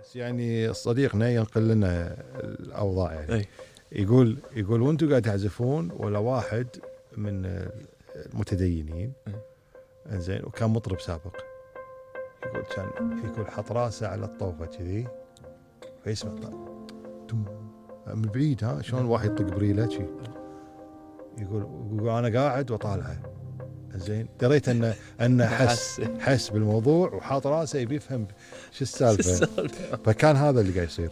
يعني صديقنا ينقل لنا الأوضاع يعني. أي. يقول وانتم قاعد تعزفون ولا واحد من المتدينين انزين وكان مطرب سابق، يقول حط راسه على الطوفة كذي فيسمع من بعيد، ها شلون واحد يطق بريله شي. يقول انا قاعد وطالعه زين، دريت ان حس بالموضوع وحاط راسه يبي يفهم شو السالفه. فكان هذا اللي قاعد يصير.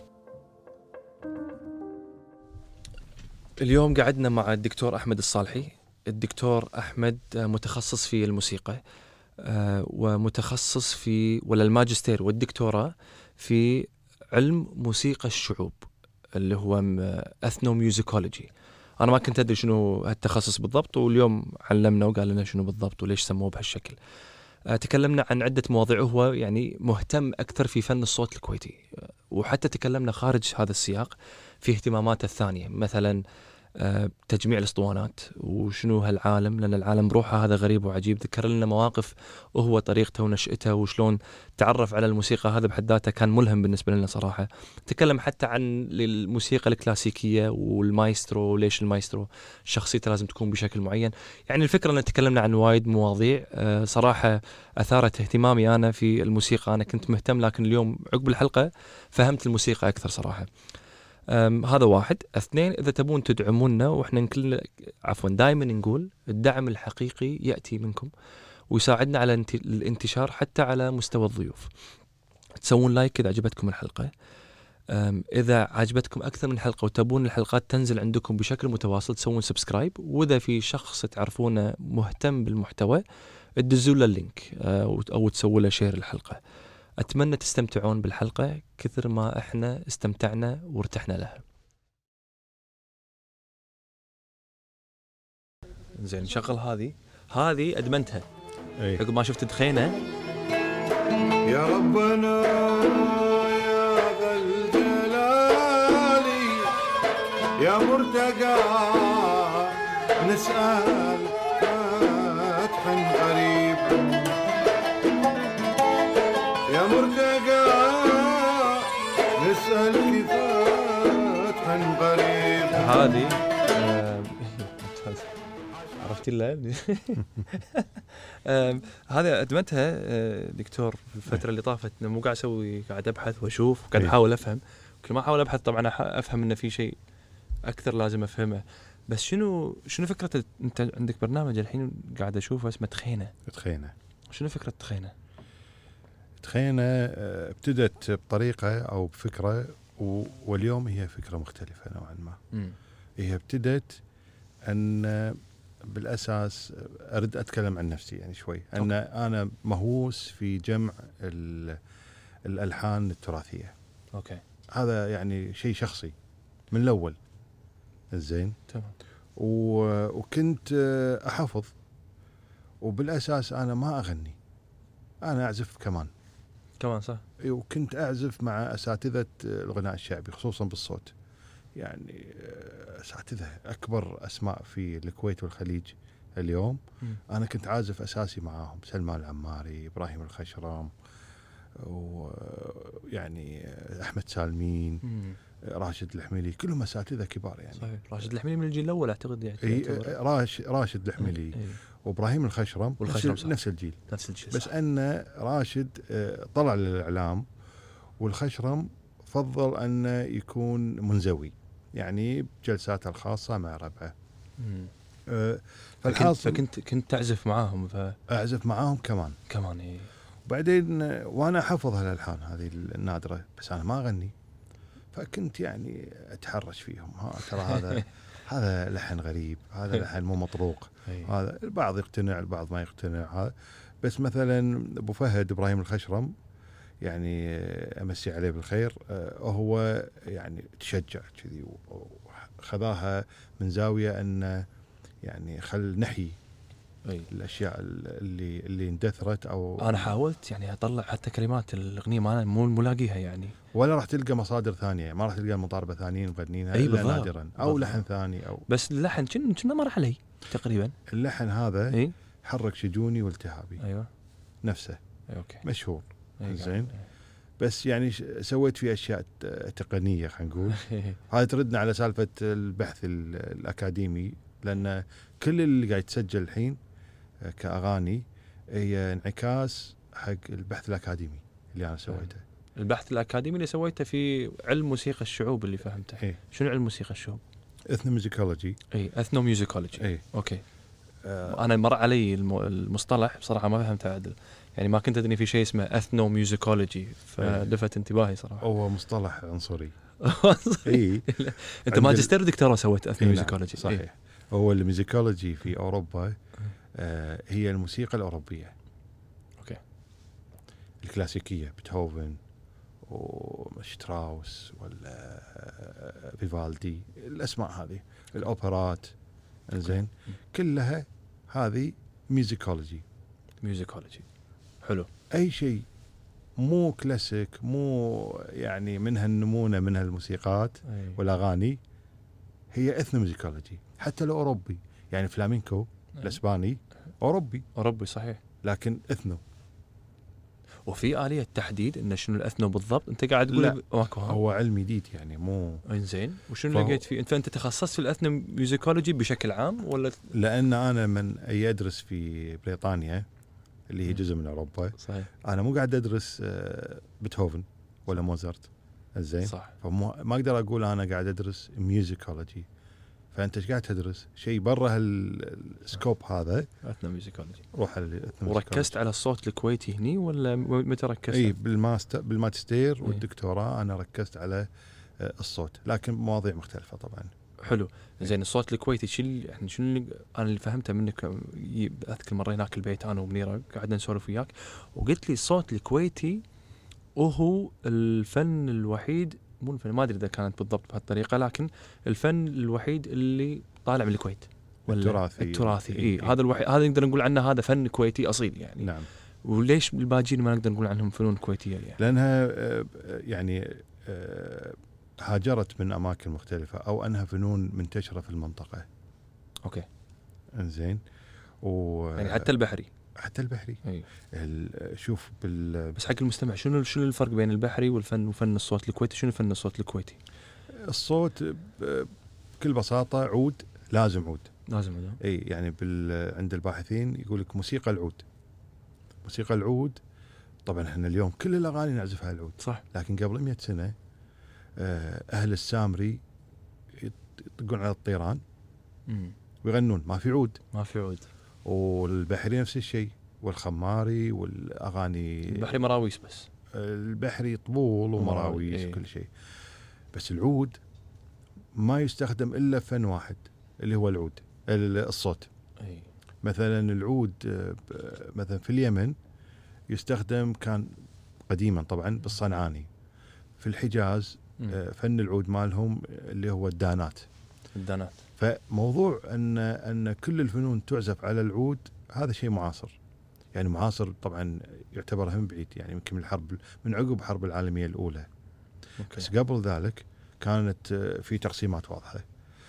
اليوم قعدنا مع الدكتور أحمد الصالحي. الدكتور أحمد متخصص في الموسيقى، ومتخصص في ولا الماجستير والدكتوراه في علم موسيقى الشعوب اللي هو اثنوميوزيكولوجي. أنا ما كنت أدري شنو هالتخصص بالضبط، واليوم علمنا وقال لنا شنو بالضبط وليش سموه بهالشكل. تكلمنا عن عدة مواضيع، وهو يعني مهتم أكثر في فن الصوت الكويتي، وحتى تكلمنا خارج هذا السياق في اهتماماته الثانية، مثلا تجميع الاسطوانات وشنو هالعالم، لأن العالم بروحه هذا غريب وعجيب. ذكر لنا مواقف وهو طريقته ونشأته وشلون تعرف على الموسيقى، هذا بحد ذاته كان ملهم بالنسبة لنا صراحة. تكلم حتى عن الموسيقى الكلاسيكية والمايسترو، وليش المايسترو شخصيته لازم تكون بشكل معين. يعني الفكرة أن تكلمنا عن وايد مواضيع صراحة أثارت اهتمامي أنا في الموسيقى. أنا كنت مهتم، لكن اليوم عقب الحلقة فهمت الموسيقى أكثر صراحة. هذا واحد. اثنين، إذا تبون تدعمونا، وإحنا دائما نقول الدعم الحقيقي يأتي منكم ويساعدنا على الانتشار حتى على مستوى الضيوف. تسوون لايك إذا عجبتكم الحلقة، إذا عجبتكم أكثر من حلقة وتبون الحلقات تنزل عندكم بشكل متواصل تسوون سبسكرايب، وإذا في شخص تعرفونه مهتم بالمحتوى تدزوا له اللينك أو تسووا له شير الحلقة. أتمنى تستمتعون بالحلقة كثر ما إحنا استمتعنا وارتحنا لها. زين نشغل هذه أدمنتها عقب ما شفت دخينة. يا ربنا يا ذا الجلال يا مرتقى نسأل فتحا غريب، يا مرتقى نسأل فتحا غريب. هذه عرفتي الله. هذا أدمتها دكتور في الفترة اللي طافت. مو قاعد أسوي، قاعد أبحث وأشوف وقاعد أحاول أفهم. كل ما أحاول أبحث طبعا أفهم إن في شيء أكثر لازم أفهمه. بس شنو فكرة أنت عندك برنامج الحين قاعد أشوفه اسمه تخينة. شنو فكرة تخينة؟ ابتدت بطريقة أو بفكرة، واليوم هي فكرة مختلفة نوعا ما. هي ابتدت أن بالأساس أريد أتكلم عن نفسي يعني شوي. أن أنا مهووس في جمع الألحان التراثية. أوكي. هذا يعني شيء شخصي من الأول. زين. تمام. وكنت أحفظ، وبالأساس أنا ما أغني، أنا أعزف كمان صح. وكنت أعزف مع أساتذة الغناء الشعبي خصوصا بالصوت، يعني أساتذة أكبر أسماء في الكويت والخليج اليوم. أنا كنت عازف أساسي معاهم، سلمان العماري، إبراهيم الخشرم، ويعني أحمد سالمين، راشد الحميلي، كلهم أساتذة كبار يعني. صحيح. راشد الحميلي من الجيل الأول أعتقد يعني. راشد الحميلي وإبراهيم الخشرم نفس الجيل. بس صح. أن راشد طلع للإعلام، والخشرم فضل أن يكون منزوي يعني بجلساته الخاصة مع ربعه. فكنت تعزف معاهم. أعزف معاهم كمان إيه. وبعدين وأنا حفظ هالألحان هذه النادرة، بس أنا ما أغني. فكنت يعني أتحرش فيهم، ترى هذا لحن غريب، هذا لحن مو مطروق. هذا البعض يقتنع، البعض ما يقتنع. بس مثلا أبو فهد إبراهيم الخشرم يعني أمسي عليه بالخير، هو يعني تشجع كذي وخذاها من زاوية أن يعني خل نحيي الأشياء اللي اندثرت. أو أنا حاولت يعني أطلع حتى كلمات الأغنية، ما أنا مو لاقيها يعني، ولا راح تلقى مصادر ثانية، ما راح تلقى مطاربة ثانيين مغنينها إلا نادرا، أو لحن ثاني أو بس اللحن كنا ما راح علي تقريبا. اللحن هذا حرك شجوني والتهابي. أيوة. نفسه. أوكي. مشهور. زين. بس يعني سويت فيه اشياء تقنيه خلينا نقول. هذا تردنا على سالفه البحث الاكاديمي، لان كل اللي قاعد يتسجل الحين كاغاني هي انعكاس حق البحث الاكاديمي اللي انا سويته. البحث الاكاديمي اللي سويته في علم موسيقى الشعوب اللي فهمته. إيه؟ شنو علم موسيقى الشعوب؟ اثنوميوزيكولوجي. اي اثنوميوزيكولوجي. اي اوكي. انا مر علي المصطلح بصراحه ما فهمته عدل، يعني ما كنت ادري في شيء اسمه اثنوميوزيكولوجي، فلفت انتباهي صراحه. هو مصطلح عنصري. اي انت ماجستير ودكتوراه سويت اثنوميوزيكولوجي. صحيح. إيه؟ هو الميوزيكولوجي في اوروبا هي الموسيقى الاوروبيه. اوكي. الكلاسيكيه، بيتهوفن وشتراوس ولا فيفالدي، الاسماء هذه، الاوبرات، زين، كلها هذه ميوزيكولوجي. حلو. اي شيء مو كلاسيك، مو يعني منها النمونه، منها الموسيقات والاغاني، هي اثنوميوزيكولوجي. حتى الاوروبي، يعني فلامينكو الاسباني اوروبي صحيح، لكن اثنو. وفي آلية تحديد إن شنو الأثنو بالضبط؟ أنت قاعد تقول ماكو. هو علم جديد يعني مو إنزين. وشنو لقيت فيه؟ فأنت تخصصت في الأثنو ميوزيكولوجي بشكل عام ولا؟ لأن أنا من أدرس في بريطانيا اللي هي جزء من أوروبا. صحيح. أنا مو قاعد أدرس بيتهوفن ولا موزارت، زين. صح. فما أقدر أقول أنا قاعد أدرس ميوزيكولوجي. فأنت ايش قاعد تدرس؟ شيء برا هالسكوب هذا. أثنو ميوزيكولوجي. روح وركزت على الصوت الكويتي هني ولا متى ركزت؟ اي بالماجستير والدكتوراه انا ركزت على الصوت، لكن مواضيع مختلفة طبعا. حلو. زين، الصوت الكويتي شنو اللي انا اللي فهمته منك؟ اذكر مره هناك البيت انا ومنيره قعدنا نسولف وياك وقلت لي الصوت الكويتي وهو الفن الوحيد، مو الفن، ما ادري اذا كانت بالضبط بهالطريقه، لكن الفن الوحيد اللي طالع من الكويت ولا التراثي. اي هذا الوحيد، هذا نقدر نقول عنه هذا فن كويتي اصيل يعني. نعم. وليش الباجين ما نقدر نقول عنهم فنون كويتيه يعني؟ لانها يعني هاجرت من اماكن مختلفه، او انها فنون منتشره في المنطقه. اوكي. انزين. يعني حتى البحري. أي. شوف بس حق المستمع شنو الفرق بين البحري وفن الصوت الكويتي؟ شنو فن الصوت الكويتي؟ الصوت بكل بساطه عود، لازم عود. اي يعني عند الباحثين يقول لك موسيقى العود. طبعا احنا اليوم كل الاغاني نعزفها العود، صح. لكن قبل 100 سنه اهل السامري يطقون على الطيران ويغنون ما في عود. والبحري نفس الشيء، والخماري والاغاني. البحري مراويس بس. البحري طبول ومراويس وكل شيء. بس العود ما يستخدم الا فن واحد اللي هو العود، الصوت. مثلا العود مثلا في اليمن يستخدم، كان قديما طبعا بالصنعاني. في الحجاز فن العود مالهم اللي هو الدانات. فموضوع ان كل الفنون تعزف على العود هذا شيء معاصر، يعني معاصر طبعا يعتبر هم بعيد، يعني يمكن من عقب الحرب العالمية الأولى. بس قبل ذلك كانت في تقسيمات واضحة.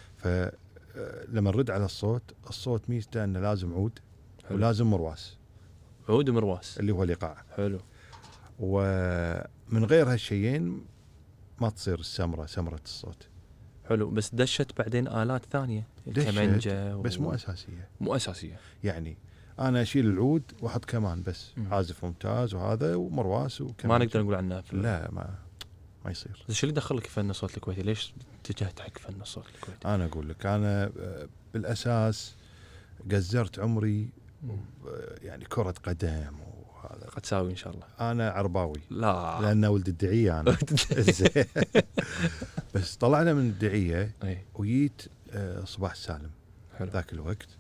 فلما نرد على الصوت ميزته انه لازم عود. حلو. ولازم مرواس. عود ومرواس اللي هو الإيقاع. حلو. ومن غير هالشيئين ما تصير سمرة الصوت. حلو. بس دشت بعدين آلات ثانية، الكمنجة بس مو أساسية. يعني أنا أشيل العود وأحط كمان بس عازف ممتاز وهذا ومرواس وكمنجة. ما نقدر نقول عنها. لا ما يصير. بس شو اللي دخلك في فن الصوت الكويتي؟ ليش اتجهت حق فن الصوت الكويتي؟ أنا أقول لك، أنا بالأساس قزرت عمري يعني كرة قدم وهذا. قد تساوي إن شاء الله. أنا عرباوي. لا. لأن ولد الدعية أنا. بس طلعنا من الدعية وجيت صباح السالم ذاك الوقت.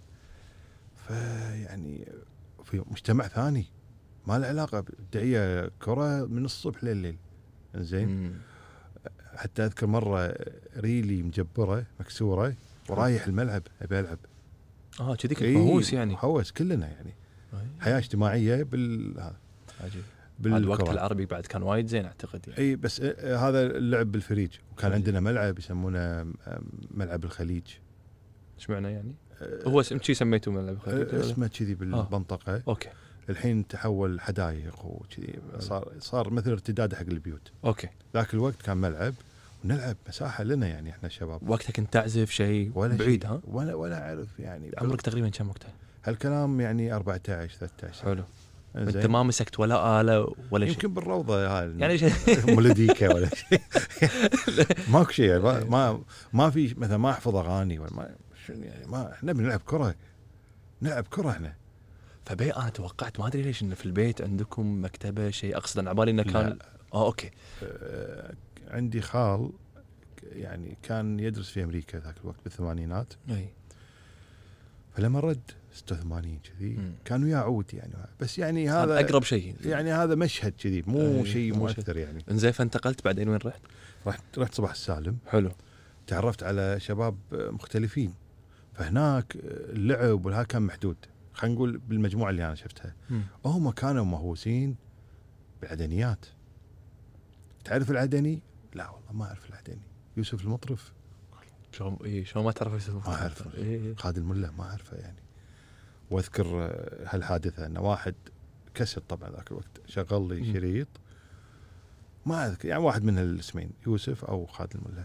فيعني في مجتمع ثاني ما له علاقة بالدعية، كرة من الصبح لليل. زين. حتى أذكر مرة ريلي مجبرة مكسورة ورايح الملعب أبي ألعب. كذي كنت مهووس يعني. مهووس كلنا يعني. حياة اجتماعية عجيب. بالوقت العربي بعد كان وايد زين أعتقد يعني. اي بس هذا اللعب بالفريج، وكان عندنا ملعب يسمونه ملعب الخليج. ايش معنى يعني؟ هو اسم شي سميته ملعب الخليج؟ اسمه كذي بالمنطقة. اوكي. الحين تحول حدائق وكذي، صار مثل ارتداد حق البيوت. اوكي. ذاك الوقت كان ملعب ونلعب مساحه لنا يعني احنا الشباب. وقتها كنت تعزف شيء بعيد ها؟ ولا اعرف يعني. عمرك تقريبا كم وقتها؟ هالكلام يعني 14 13. حلو. انت ما مسكت ولا آلة ولا شيء؟ يمكن بالروضه هاي يعني شيء مولوديكا ولا شيء. ماكو شيء، ما في مثلا، ما احفظ اغاني ولا ما يعني، ما احنا بنلعب كره، نلعب كره احنا. فبي انا توقعت، ما ادري ليش، ان في البيت عندكم مكتبه شيء، اقصد انا عبالي انه كان اوكي. عندي خال يعني كان يدرس في امريكا ذاك الوقت بالثمانينات. اي. فلما رد 86 كذي كان وياه عود يعني، بس يعني هذا اقرب شيء يعني، هذا مشهد كذي مو شيء مؤثر يعني. انزين، فانتقلت بعدين وين رحت صباح السالم. حلو. تعرفت على شباب مختلفين، فهناك اللعب والها كان محدود، خلينا نقول بالمجموعه اللي انا شفتها. هم كانوا مهووسين بالعدنيات. تعرف العدني؟ لا والله ما اعرف العدني. يوسف المطرف شو ما تعرف يوسف المطرف؟ ما اعرف. خالد الملا ما اعرفه يعني. واذكر هالحادثه ان واحد كسر طبعا ذاك الوقت، شغل لي شريط ما اذكر يعني، واحد من هالاسمين يوسف او خالد الملا،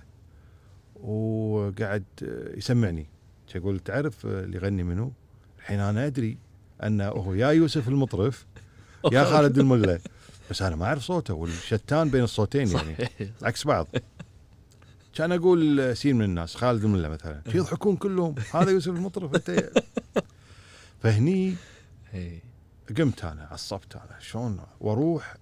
وقعد يسمعني. يقول تعرف اللي يغني منه؟ الحين انا ادري انه هو يا يوسف المطرف يا خالد الملا، بس انا ما اعرف صوته، والشتان بين الصوتين يعني عكس بعض. كان اقول سين من الناس خالد الملا مثلا، يضحكون كلهم هذا يوسف المطرف انت. فهني قمت انا، عصبت انا شلون، واروح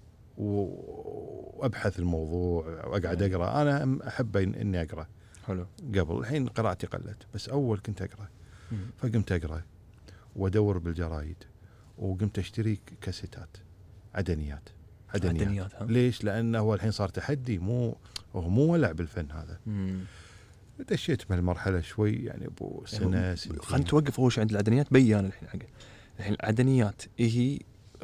وابحث الموضوع واقعد اقرا. انا احب اني اقرا. حلو. قبل الحين قراءتي قلت، بس اول كنت اقرا. فقمت اقرا وادور بالجرايد، وقمت اشتري كاسيتات عدنيات. ليش؟ لانه هو الحين صار تحدي، مو ولع بالفن هذا. دشيت بهالمرحله شوي يعني، ابو سنه سنتين. خلينا نتوقف اول شيء عند العدنيات. بيان الحين حقه. الحين العدنيات هي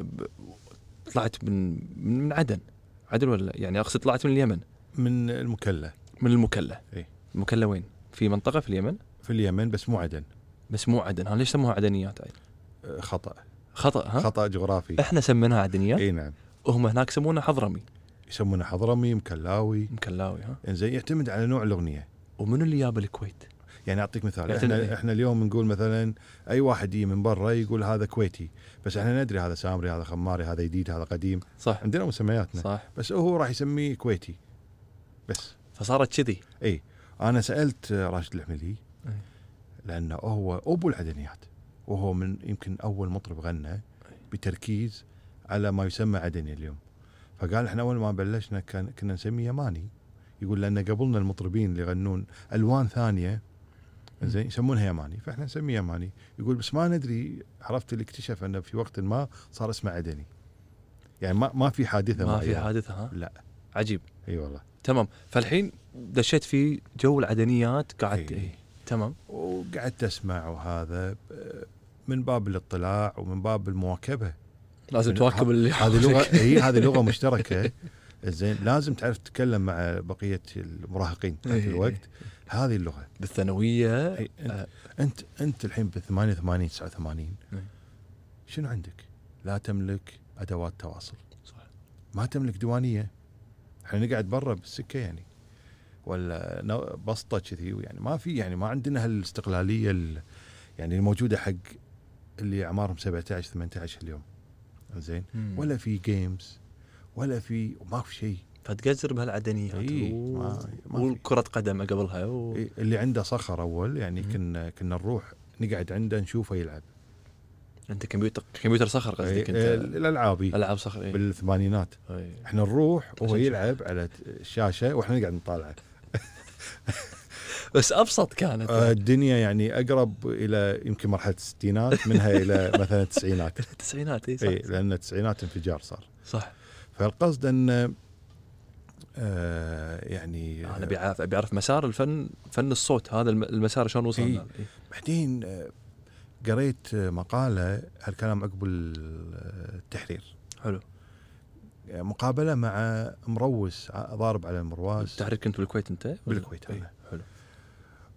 طلعت من عدن ولا يعني، اقصد طلعت من اليمن؟ من المكلا. اي. المكلا وين؟ في منطقه في اليمن؟ في اليمن بس مو عدن. ها ليش سموها عدنيات؟ خطا ها؟ خطا جغرافي. احنا سميناها عدنيات. اي نعم. وهم هناك يسمونه حضرمي. يسمونه حضرمي، مكلاوي ها. انزين، يعتمد على نوع الاغنيه. ومن اللي جاب الكويت؟ يعني اعطيك مثال، احنا اليوم نقول مثلا اي واحد يجي من برا يقول هذا كويتي، بس احنا ندري هذا سامري، هذا خماري، هذا جديد، هذا قديم. صح. عندنا مسمياتنا. صح. بس هو راح يسميه كويتي بس. فصارت كذي. اي. انا سالت راشد الحملي لانه هو ابو العدنيات، وهو من يمكن اول مطرب غنى بتركيز على ما يسمى عدني اليوم. فقال احنا اول ما بلشنا كنا نسميه يماني. يقول لان قبلنا المطربين اللي يغنون الوان ثانيه زين يسمونها يماني، فاحنا نسميه يماني. يقول بس ما ندري، عرفت اللي اكتشف انه في وقت ما صار اسمه عدني. يعني ما في حادثه، ما في حادثه. ها لا. عجيب. اي والله. تمام. فالحين دشيت في جو العدنيات، قعدت تمام، وقعدت اسمع، وهذا من باب الاطلاع ومن باب المواكبه. لازم تواكب اللي هذه لغه. هذه لغه مشتركه. زين لازم تعرف تتكلم مع بقيه المراهقين في الوقت. هذه اللغه بالثانويه. انت الحين ب 88 89 شنو عندك؟ لا تملك ادوات تواصل. صح. ما تملك ديوانيه. احنا نقعد برا بالسكه يعني، ولا بسطه كذي يعني، ما في يعني، ما عندنا هالاستقلاليه يعني الموجوده حق اللي اعمارهم 17 18 اليوم. زين. ولا في جيمز ولا في، ما في شيء. فتقزر بهالعدنيات. وكرة قدم قبلها اللي عنده صخر اول يعني. كنا نروح نقعد عنده نشوفه يلعب. انت كمبيوتر صخر قصدك؟ انت العاب صخر. بالثمانينات. احنا نروح وهو يلعب على الشاشه واحنا نقعد نطالعه. بس ابسط كانت الدنيا يعني، اقرب الى يمكن مرحله الستينات منها الى مثلا التسعينات. التسعينات. صح. لان التسعينات انفجار صار. صح. فالقصد ان يعني انا بيعرف مسار الفن، فن الصوت، هذا المسار شلون وصلنا. بعدين قريت مقاله، هالكلام عقب التحرير. حلو. مقابله مع مروس ضارب على المرواس. التحرير كنت بالكويت انت؟ بالكويت انا. حلو.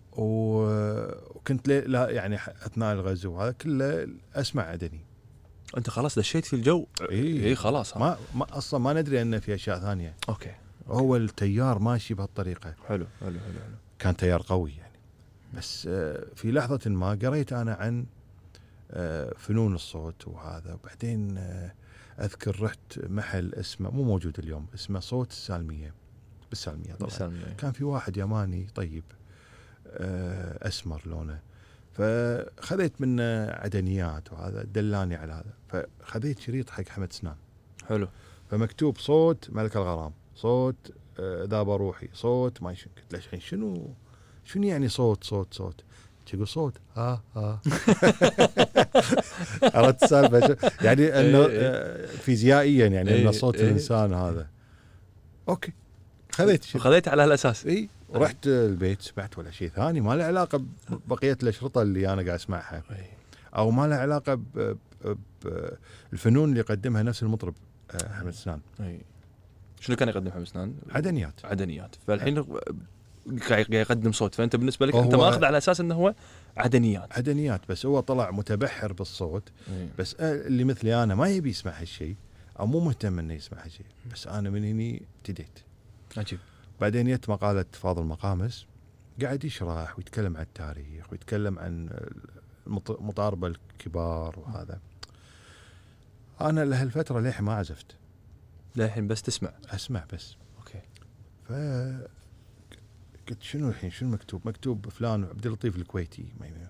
وكنت لا يعني اثناء الغزو هذا كله اسمع عدني. انت خلاص دشيت في الجو. إيه خلاص. ما اصلا ما ندري ان في اشياء ثانيه. اوكي. هو التيار ماشي بهالطريقه. حلو. كان تيار قوي يعني. بس في لحظه ما قريت انا عن فنون الصوت وهذا، وبعدين اذكر رحت محل اسمه مو موجود اليوم، اسمه صوت السالميه، بالسالميه طبعا. كان في واحد يماني طيب اسمر لونه، فخذيت منه عدنيات وهذا، دلاني على هذا، فخذيت شريط حق حمد سنان. حلو. فمكتوب صوت ملك الغرام، صوت ذاب روحي، صوت ما قلت له الحين شنو يعني صوت تقول صوت عرفت السالفه يعني انه فيزيائيا يعني انه صوت الانسان هذا. اوكي خذيت على هالاساس. اي ورحت البيت سمعت ولا شيء ثاني ما له علاقه ببقيه الاشرطه اللي انا قاعد اسمعها، او ما له علاقه بالفنون اللي يقدمها نفس المطرب حمد سنان. شنو كان يقدم حمد سنان؟ عدنيات. فالحين قاعد يقدم صوت، فانت بالنسبه لك انت ماخذ على اساس انه هو عدنيات، بس هو طلع متبحر بالصوت. بس اللي مثلي انا ما يبي يسمع هالشيء او مو مهتم انه يسمع هالشيء، بس انا من هني ابتديت. عجيب. بعدين جت مقاله فاضل مقامس قاعد يشرح ويتكلم عن التاريخ ويتكلم عن المطاربه الكبار وهذا. انا لهالفتره للحين ما عزفت، للحين بس اسمع بس. اوكي. قلت شنو الحين شنو مكتوب فلان عبد اللطيف الكويتي،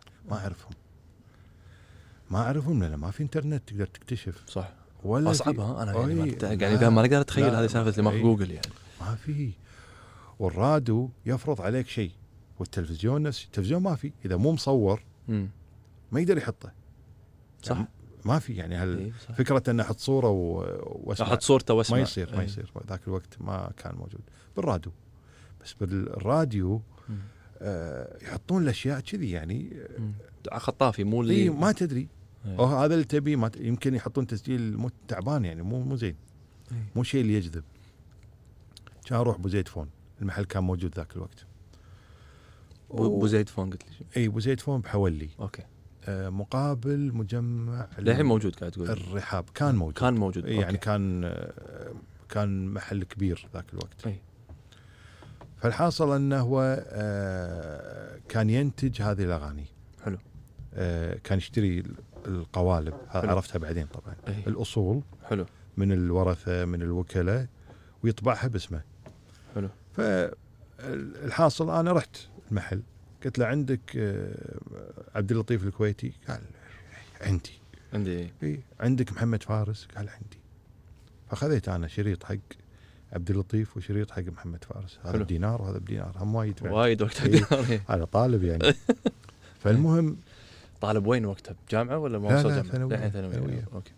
ما اعرفهم لأن ما في انترنت تقدر تكتشف. صح. ولا اصعبها انا يعني ما اقدر اتخيل هذه سالفه اللي ما جوجل يعني ما في. والراديو يفرض عليك شيء، والتلفزيون نفس التلفزيون ما في، اذا مو مصور ما يقدر يحطه. صح يعني ما في يعني فكره انه احط صوره واسمع، احط صورته واسمع، ما يصير ذاك الوقت ما كان موجود بالراديو. بس بالراديو يحطون الاشياء كذي يعني خطافي مو اللي ما تدري هذا اللي تبي. يمكن يحطون تسجيل تعبان يعني مو زين، مو شيء اللي يجذب. كان اروح بو زيد فون، المحل كان موجود ذاك الوقت. بو زيد فون قلت لي؟ اي بو زيد فون بحولي. اوكي. مقابل مجمع الحين موجود قاعد تقول؟ الرحاب كان موجود. يعني كان محل كبير ذاك الوقت. فالحاصل انه هو كان ينتج هذه الاغاني. حلو. كان يشتري القوالب، عرفتها بعدين طبعا. الاصول حلو من الورثه من الوكلاء، ويطبعها باسمه. حلو. فالحاصل انا رحت المحل قلت له عندك عبد اللطيف الكويتي؟ قال عندي. عندك محمد فارس؟ قال عندي. فخذيت انا شريط حق عبد اللطيف وشريط حق محمد فارس، هذا بدينار وهذا بدينار، هم وايد وقتها. انا طالب يعني. فالمهم طالب وين وقتها؟ بجامعه ولا مؤسسه ثانويه؟ اوكي.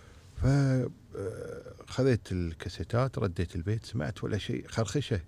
فخذيت الكاسيتات رديت البيت، سمعت ولا شيء، خرخشه.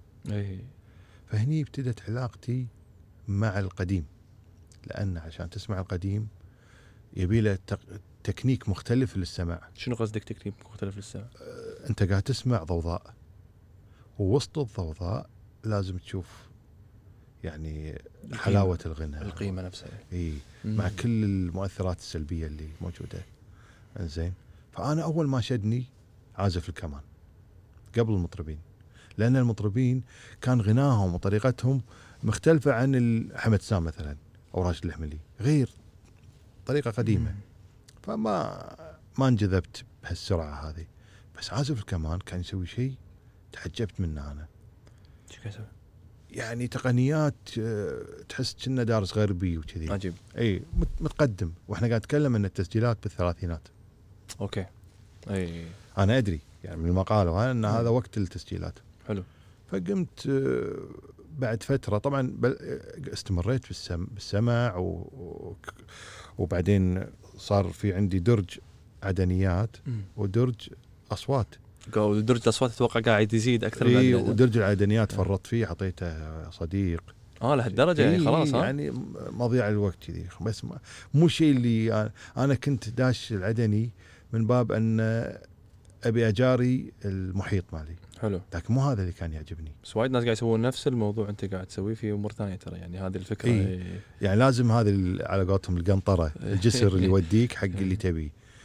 فهني ابتدت علاقتي مع القديم، لأن عشان تسمع القديم يبي له تكنيك مختلف للسماع. شنو قصدك تكنيك مختلف للسماع؟ أنت قاعد تسمع ضوضاء، ووسط الضوضاء لازم تشوف يعني حلاوة الغناء، القيمة نفسها. مع كل المؤثرات السلبية اللي موجودة. إنزين. فأنا أول ما شدني عازف الكمان قبل المطربين، لأن المطربين كان غناهم وطريقتهم مختلفة عن حمد سام مثلا أو راشد الحملي، غير طريقة قديمة. فما انجذبت بهالسرعة هذه. بس عازف الكمان كان يسوي شيء تعجبت منه أنا. شو كان يسوي؟ يعني تقنيات تحس كأنه دارس غربي وكذي. عجيب. اي متقدم. واحنا قاعد نتكلم ان التسجيلات بالثلاثينات. اوكي. انا ادري يعني من المقاله ان هذا وقت التسجيلات. حلو. فقمت بعد فتره طبعا استمريت بالسمع وبعدين صار في عندي درج عدنيات ودرج اصوات. درجة الأصوات أتوقع قاعد يزيد أكثر من ودرج العدنيات فرطت فيه، حطيته صديق. لهالدرجة يعني خلاص. يعني مضيع الوقت كذي. بس مو شيء اللي أنا كنت داش العدني من باب أن أبي أجاري المحيط مالي. حلو. لكن مو هذا اللي كان يعجبني. بس وايد ناس قاعد يسوون نفس الموضوع أنت قاعد تسويه في أمور ثانية ترى، يعني هذه الفكرة. يعني لازم هذا على قولتهم القنطرة، الجسر اللي يوديك حق اللي تبي.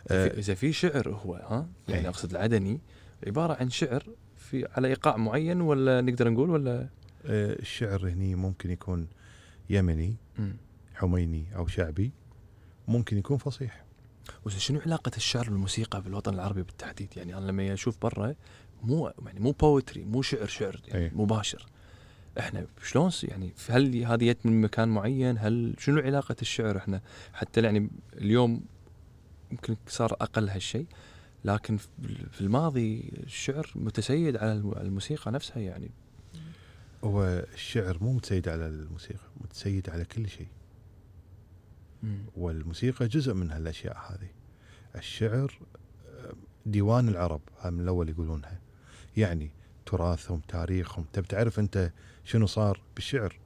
اذا في شعر هو يعني اقصد العدني عباره عن شعر في على ايقاع معين، ولا نقدر نقول ولا الشعر هني ممكن يكون يمني حميني او شعبي، ممكن يكون فصيح. وشنو علاقه الشعر بالموسيقى في الوطن العربي بالتحديد؟ يعني انا لما اشوف برا مو بويتري، مو شعر يعني مباشر. احنا شلون يعني هل هذه جت من مكان معين؟ هل شنو علاقه الشعر احنا حتى يعني اليوم يمكن صار اقل هالشيء، لكن في الماضي الشعر متسيد على الموسيقى نفسها يعني. هو الشعر مو متسيد على الموسيقى، متسيد على كل شيء. والموسيقى جزء من هالاشياء هذه. الشعر ديوان العرب، هم الاول يقولونها، يعني تراثهم تاريخهم. تبي تعرف انت شنو صار بالشعر؟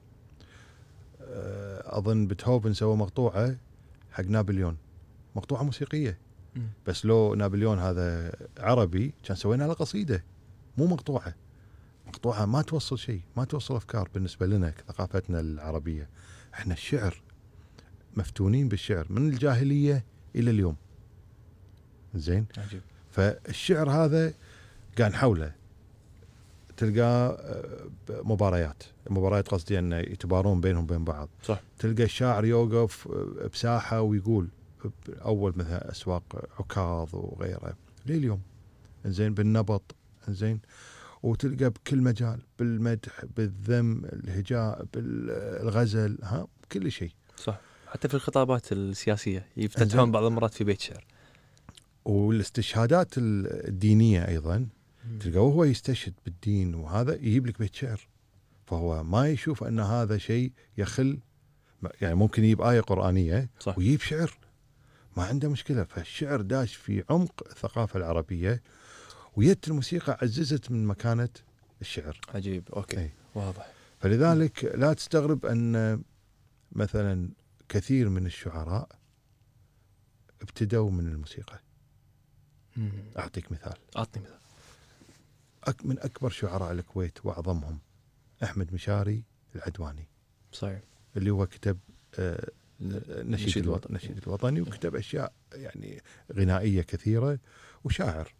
اظن بيتهوفن سوى مقطوعه حق نابليون، مقطوعه موسيقيه. بس لو نابليون هذا عربي كان سوينا له قصيده، مو مقطوعه ما توصل شيء، ما توصل افكار بالنسبه لنا ثقافتنا العربيه. احنا الشعر مفتونين بالشعر من الجاهليه الى اليوم. زين. عجيب. فالشعر هذا كان حوله تلقى مباريات قصدي انه يتبارون بينهم بين بعض. صح. تلقى الشاعر يوقف بساحه ويقول اول مثلا اسواق عكاظ وغيره لليوم. زين. بالنبط. زين. وتلقى بكل مجال، بالمدح، بالذم، الهجاء، بالغزل، كل شيء. صح. حتى في الخطابات السياسيه يفتتحون بعض المرات في بيت شعر. والاستشهادات الدينيه ايضا تلقى وهو يستشهد بالدين وهذا يجيب لك بيت شعر. فهو ما يشوف ان هذا شيء يخل، يعني ممكن يجيب آية قرآنية صح. ويجيب شعر، ما عنده مشكلة. فالشعر داش في عمق الثقافة العربية، ويت الموسيقى عززت من مكانة الشعر. عجيب. اوكي. واضح. فلذلك لا تستغرب ان مثلا كثير من الشعراء ابتدوا من الموسيقى. اعطيك مثال. اعطني مثال. من اكبر شعراء الكويت واعظمهم احمد مشاري العدواني. صحيح. اللي هو كتب نشيد الوطني، نعم. وكتب اشياء يعني غنائيه كثيره، وشاعر.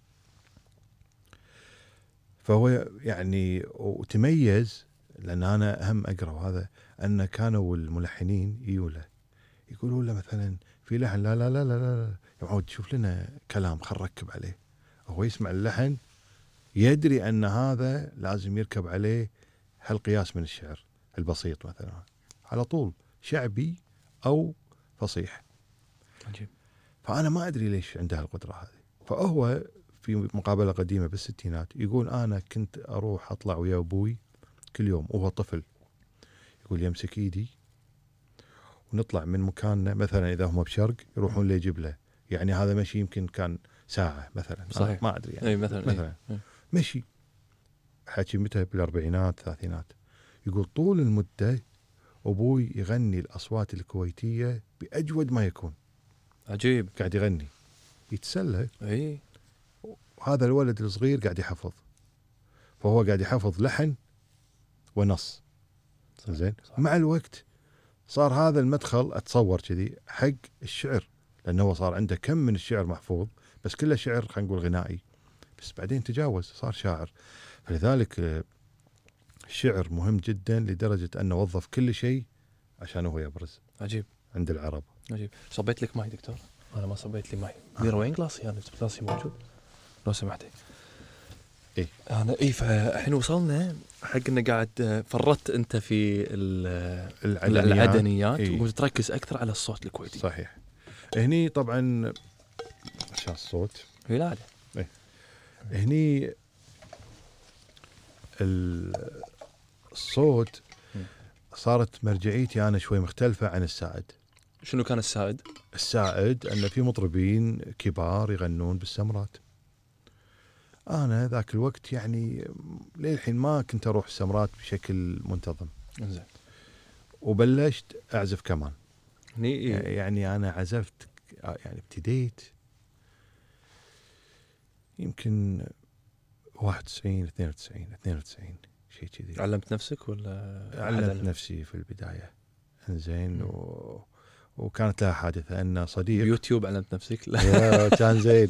فهو يعني وتميز، لان انا اهم اقرا هذا، ان كانوا الملحنين يقولوا له مثلا في لحن لا لا لا لا لا يا معود شوف لنا كلام خل نركب عليه. هو يسمع اللحن يدري ان هذا لازم يركب عليه هالقياس من الشعر البسيط، مثلا على طول شعبي او فصيح. عجيب. فانا ما ادري ليش عنده القدره هذه. فهو في مقابله قديمه بالستينات يقول انا كنت اروح اطلع ويا ابوي كل يوم وهو طفل، يقول يمسك ايدي ونطلع من مكاننا، مثلا اذا هم بشرق يروحون لي يجيب له، يعني هذا مشي يمكن كان ساعه مثلا. صحيح. ما ادري يعني. أي مثلا. مشي حكي متى بالاربعينات الثلاثينات. يقول طول المده ابوي يغني الاصوات الكويتيه باجود ما يكون. عجيب. قاعد يغني يتسلى. اي. وهذا الولد الصغير قاعد يحفظ، فهو قاعد يحفظ لحن ونص. زين. مع الوقت صار هذا المدخل اتصور كذي حق الشعر، لانه هو صار عنده كم من الشعر محفوظ، بس كله شعر خلينا نقول غنائي، بس بعدين تجاوز صار شاعر. فلذلك الشعر مهم جدا لدرجه انه وظف كل شيء عشان هو يبرز. عجيب. عند العرب. عجيب. صبيت لك ماي دكتور؟ انا ما صبيت لي ماي. دير وين جلاسي؟ انا جلاسي موجود لو سمحتي. ايه انا فالحين وصلنا حق انه قاعد فرطت انت في العدنيات. إيه؟ وقلت تركز اكثر على الصوت الكويتي. صحيح. هني طبعا عشان الصوت هي لا عادي. إيه؟ هني الصوت صارت مرجعيتي انا شوي مختلفه عن السائد. شنو كان السائد؟ السائد ان في مطربين كبار يغنون بالسمرات. انا ذاك الوقت يعني للحين ما كنت اروح السمرات بشكل منتظم. زين. وبلشت اعزف كمان. إيه؟ يعني انا عزفت، يعني ابتديت يمكن 91 92 شيء كذي. علمت نفسك ولا؟ علمت نفسي في البدايه. زين. وكانت لها حادثة أن صديق بيوتيوب علمت نفسك؟ لا كان زين.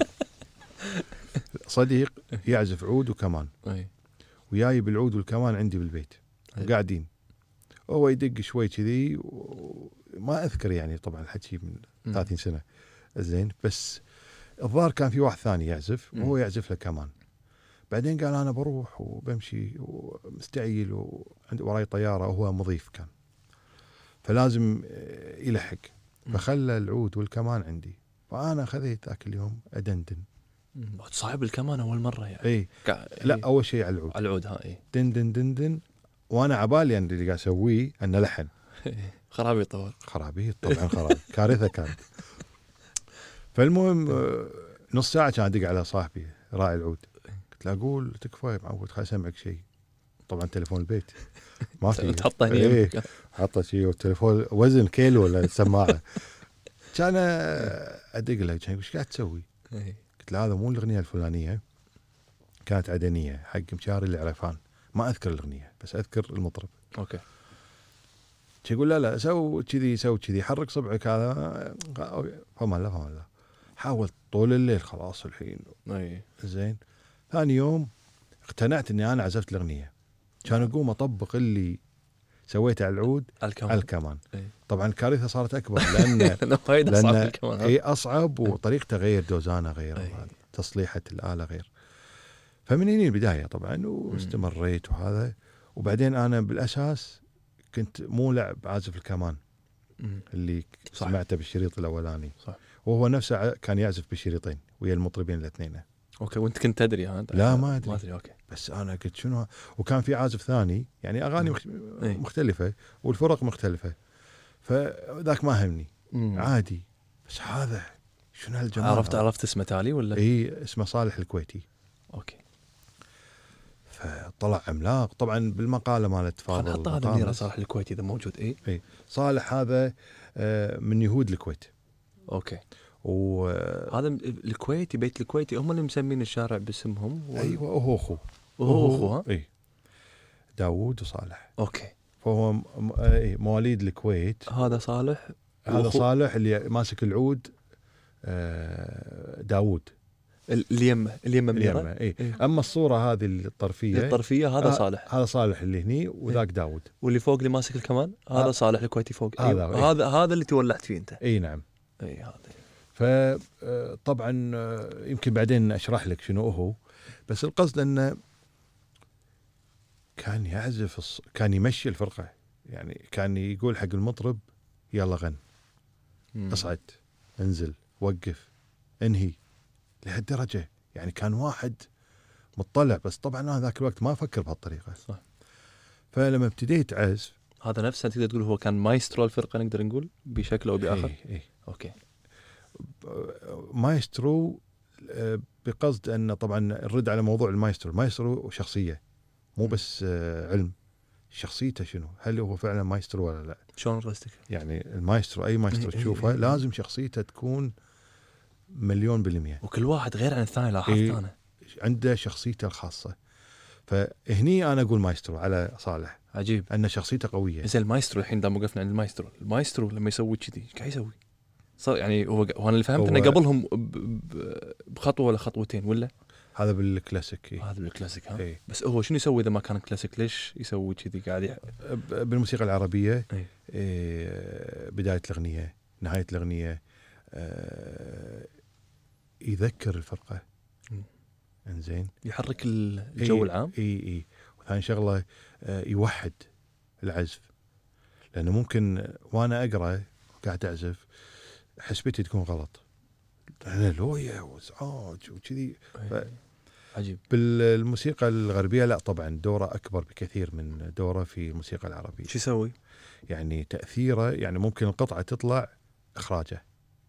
صديق يعزف عود وكمان وياي بالعود والكمان عندي بالبيت وقاعدين، هو يدق شوي كذي وما أذكر يعني طبعا الحكي من 30 سنة زين، بس الظاهر كان في واحد ثاني يعزف وهو يعزف له كمان. بعدين قال أنا بروح وبمشي ومستعجل وراي طيارة وهو مضيف كان، فلازم يلحق، فخلى العود والكمان عندي، فأنا خذيت ذاك اليوم أدندن. صعب الكمان أول مرة يعني؟ إيه لا أول شيء على العود. على العود ها إيه. دندن دندن، وأنا عبالي يعني اللي قاعد أسويه أنه لحن. خرابي طبعا. خرابي طبعا خرابي كارثة كانت. فالمهم نص ساعة كان أدق على صاحبي راعي العود، قلت له أقول تكفى معود خليني أسمعك شيء. طبعا تليفون البيت ما في تحطه هنا. إيه حطه شيء والتليفون وزن كيلو ولا السماعة. كان أدق له كان وش قاعد تسوي؟ قلت له هذا مو الأغنية الفلانية، كانت عدنية حق مشاري العرفان، ما أذكر الأغنية بس أذكر المطرب. أوكي. يقول لا سوي كذي سوي كذي حرك صبعك هذا، فما لا حاول طول الليل خلاص الحين. زين ثاني يوم اقتنعت اني انا عزفت الاغنيه، كان اقوم اطبق اللي سويته على العود على الكمان. طبعا الكارثه صارت اكبر لان اي اصعب وطريقته غير، دوزانه غير، تصليحه الاله غير. فمن هنا البدايه طبعا واستمريت وهذا. وبعدين انا بالاساس كنت مو لعب عازف الكمان اللي صح. سمعته بالشريط الاولاني صح. وهو نفسه كان يعزف بالشريطين ويا المطربين الاثنين. اوكي. وانت كنت تدري ها؟ لا ما ادري. اوكي. بس انا قلت شنو، وكان في عازف ثاني يعني اغاني مختلفه والفرق مختلفه، فذاك ما همني عادي. بس هذا شنو هالجمال. عرفت اسمه تالي ولا؟ اي اسمه صالح الكويتي. اوكي. فطلع عملاق طبعا بالمقاله مالت فاضل. حط هذا النيره صالح الكويتي اذا موجود. اي صالح هذا من يهود الكويت. اوكي. وهذا الكويتي بيت الكويتي هم اللي مسمين الشارع باسمهم ايوه هو اخوه اي داوود وصالح. اوكي. فهو مواليد الكويت. هذا صالح صالح اللي ماسك العود داوود اليمه اي. اما الصوره هذه الطرفيه هذا صالح. هذا صالح اللي هني وذاك داوود. واللي فوق اللي ماسك الكمان هذا صالح الكويتي فوق. هذا اللي تولعت فيه انت. اي نعم. اي هذا. فطبعا يمكن بعدين اشرح لك شنو هو، بس القصد انه كان يعزف كان يمشي الفرقه، يعني كان يقول حق المطرب يلا غن، اصعد، انزل، وقف، انهي، لهالدرجه. يعني كان واحد مطلع. بس طبعا انا ذاك الوقت ما افكر بهالطريقه صح. فلما ابتديت عزف هذا نفسه تقدر تقول هو كان مايسترو الفرقه نقدر نقول بشكل او باخر. إيه. اوكي. مايسترو بقصد أن طبعا نرد على موضوع المايسترو شخصية مو بس علم. شخصيته شنو، هل هو فعلا مايسترو ولا لا؟ شلون قصدك؟ يعني المايسترو أي مايسترو تشوفه لازم شخصيته تكون 100%. وكل واحد غير عن الثاني. لاحظت أنا عنده شخصيته الخاصة. فهني أنا أقول مايسترو على صالح. عجيب أن شخصيته قوية. زي المايسترو الحين دام وقفنا عند المايسترو لما يسوي كذي ايش قاعد يسوي؟ يعني هو انا اللي فهمت انه قبلهم بخطوه ولا خطوتين ولا هذا بالكلاسيك. هذا بالكلاسيك ها. بس هو شنو يسوي اذا ما كان كلاسيك؟ ليش يسوي كذي قاعد بالموسيقى العربيه؟ بدايه الاغنيه، نهايه الاغنيه، يذكر الفرقه. انزين، يحرك الجو العام. اي وثاني شغله يوحد العزف، لانه ممكن وانا اقرا قاعد اعزف حسبتي تكون غلط، هللويا وازعاج وكذي. عجيب. بالموسيقى الغربيه لا طبعا دوره اكبر بكثير من دوره في الموسيقى العربيه. شو يسوي؟ يعني تاثيره، يعني ممكن القطعه تطلع اخراجه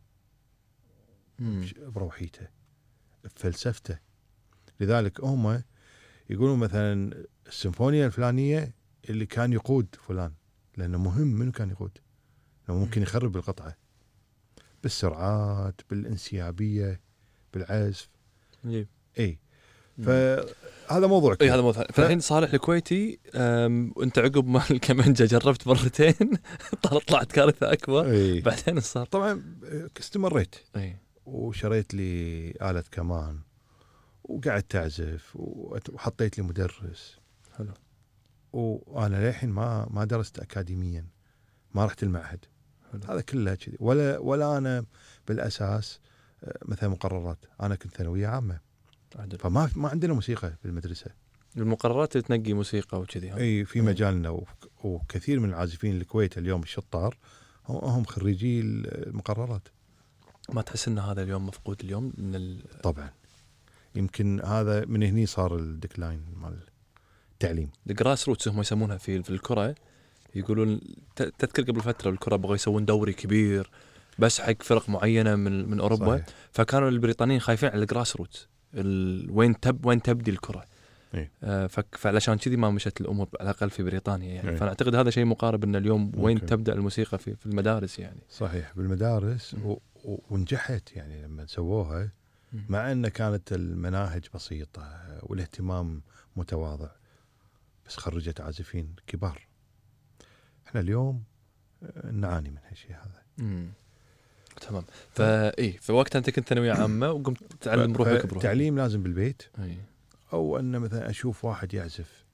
بروحيته بفلسفته. لذلك هم يقولون مثلا السيمفونيه الفلانيه اللي كان يقود فلان، لانه مهم منو كان يقود، لانه ممكن يخرب القطعه بالسرعات، بالانسيابيه، بالعزف. عجيب. اي فهذا موضوع اي هذا موضوع. فالحين صالح الكويتي وانت عقب ما الكمانجة جربت مرتين طلعت كارثة اكبر. بعدين صار طبعا استمريت اي وشريت لي آلة كمان وقعدت أعزف وحطيت لي مدرس. حلو. وأنا للحين ما درست أكاديميا، ما رحت المعهد. حلو. هذا كله كذي، ولا أنا بالأساس مثلا مقررات. أنا كنت ثانوية عامة عدل. فما عندنا موسيقى بالمدرسة. المقررات تنقي موسيقى وكذي. أي في مجالنا وكثير من العازفين الكويت اليوم الشطار هم خريجي المقررات. ما تحس ان هذا اليوم مفقود اليوم من طبعا يمكن هذا من هني صار الديكلاين مال التعليم. الجراس روتس هم يسمونها في الكرة. يقولون تذكر قبل فترة الكرة بغوا يسوون دوري كبير بس حق فرق معينة من أوروبا. صحيح. فكانوا البريطانيين خايفين على الجراس روتس وين تبدي الكرة. فعلشان كذي ما مشت الأمور على الأقل في بريطانيا يعني. فأنا أعتقد هذا شيء مقارب إن اليوم ممكن. وين تبدأ الموسيقى في المدارس يعني. صحيح بالمدارس ونجحت يعني لما سووها، مع أن كانت المناهج بسيطة والاهتمام متواضع، بس خرجت عازفين كبار. احنا اليوم نعاني من هالشيء هذا. تمام. فوقتها أنت كنت ثانوية عامة وقمت تتعلم روحك بروحك. التعليم لازم بالبيت. أو أن مثلا أشوف واحد يعزف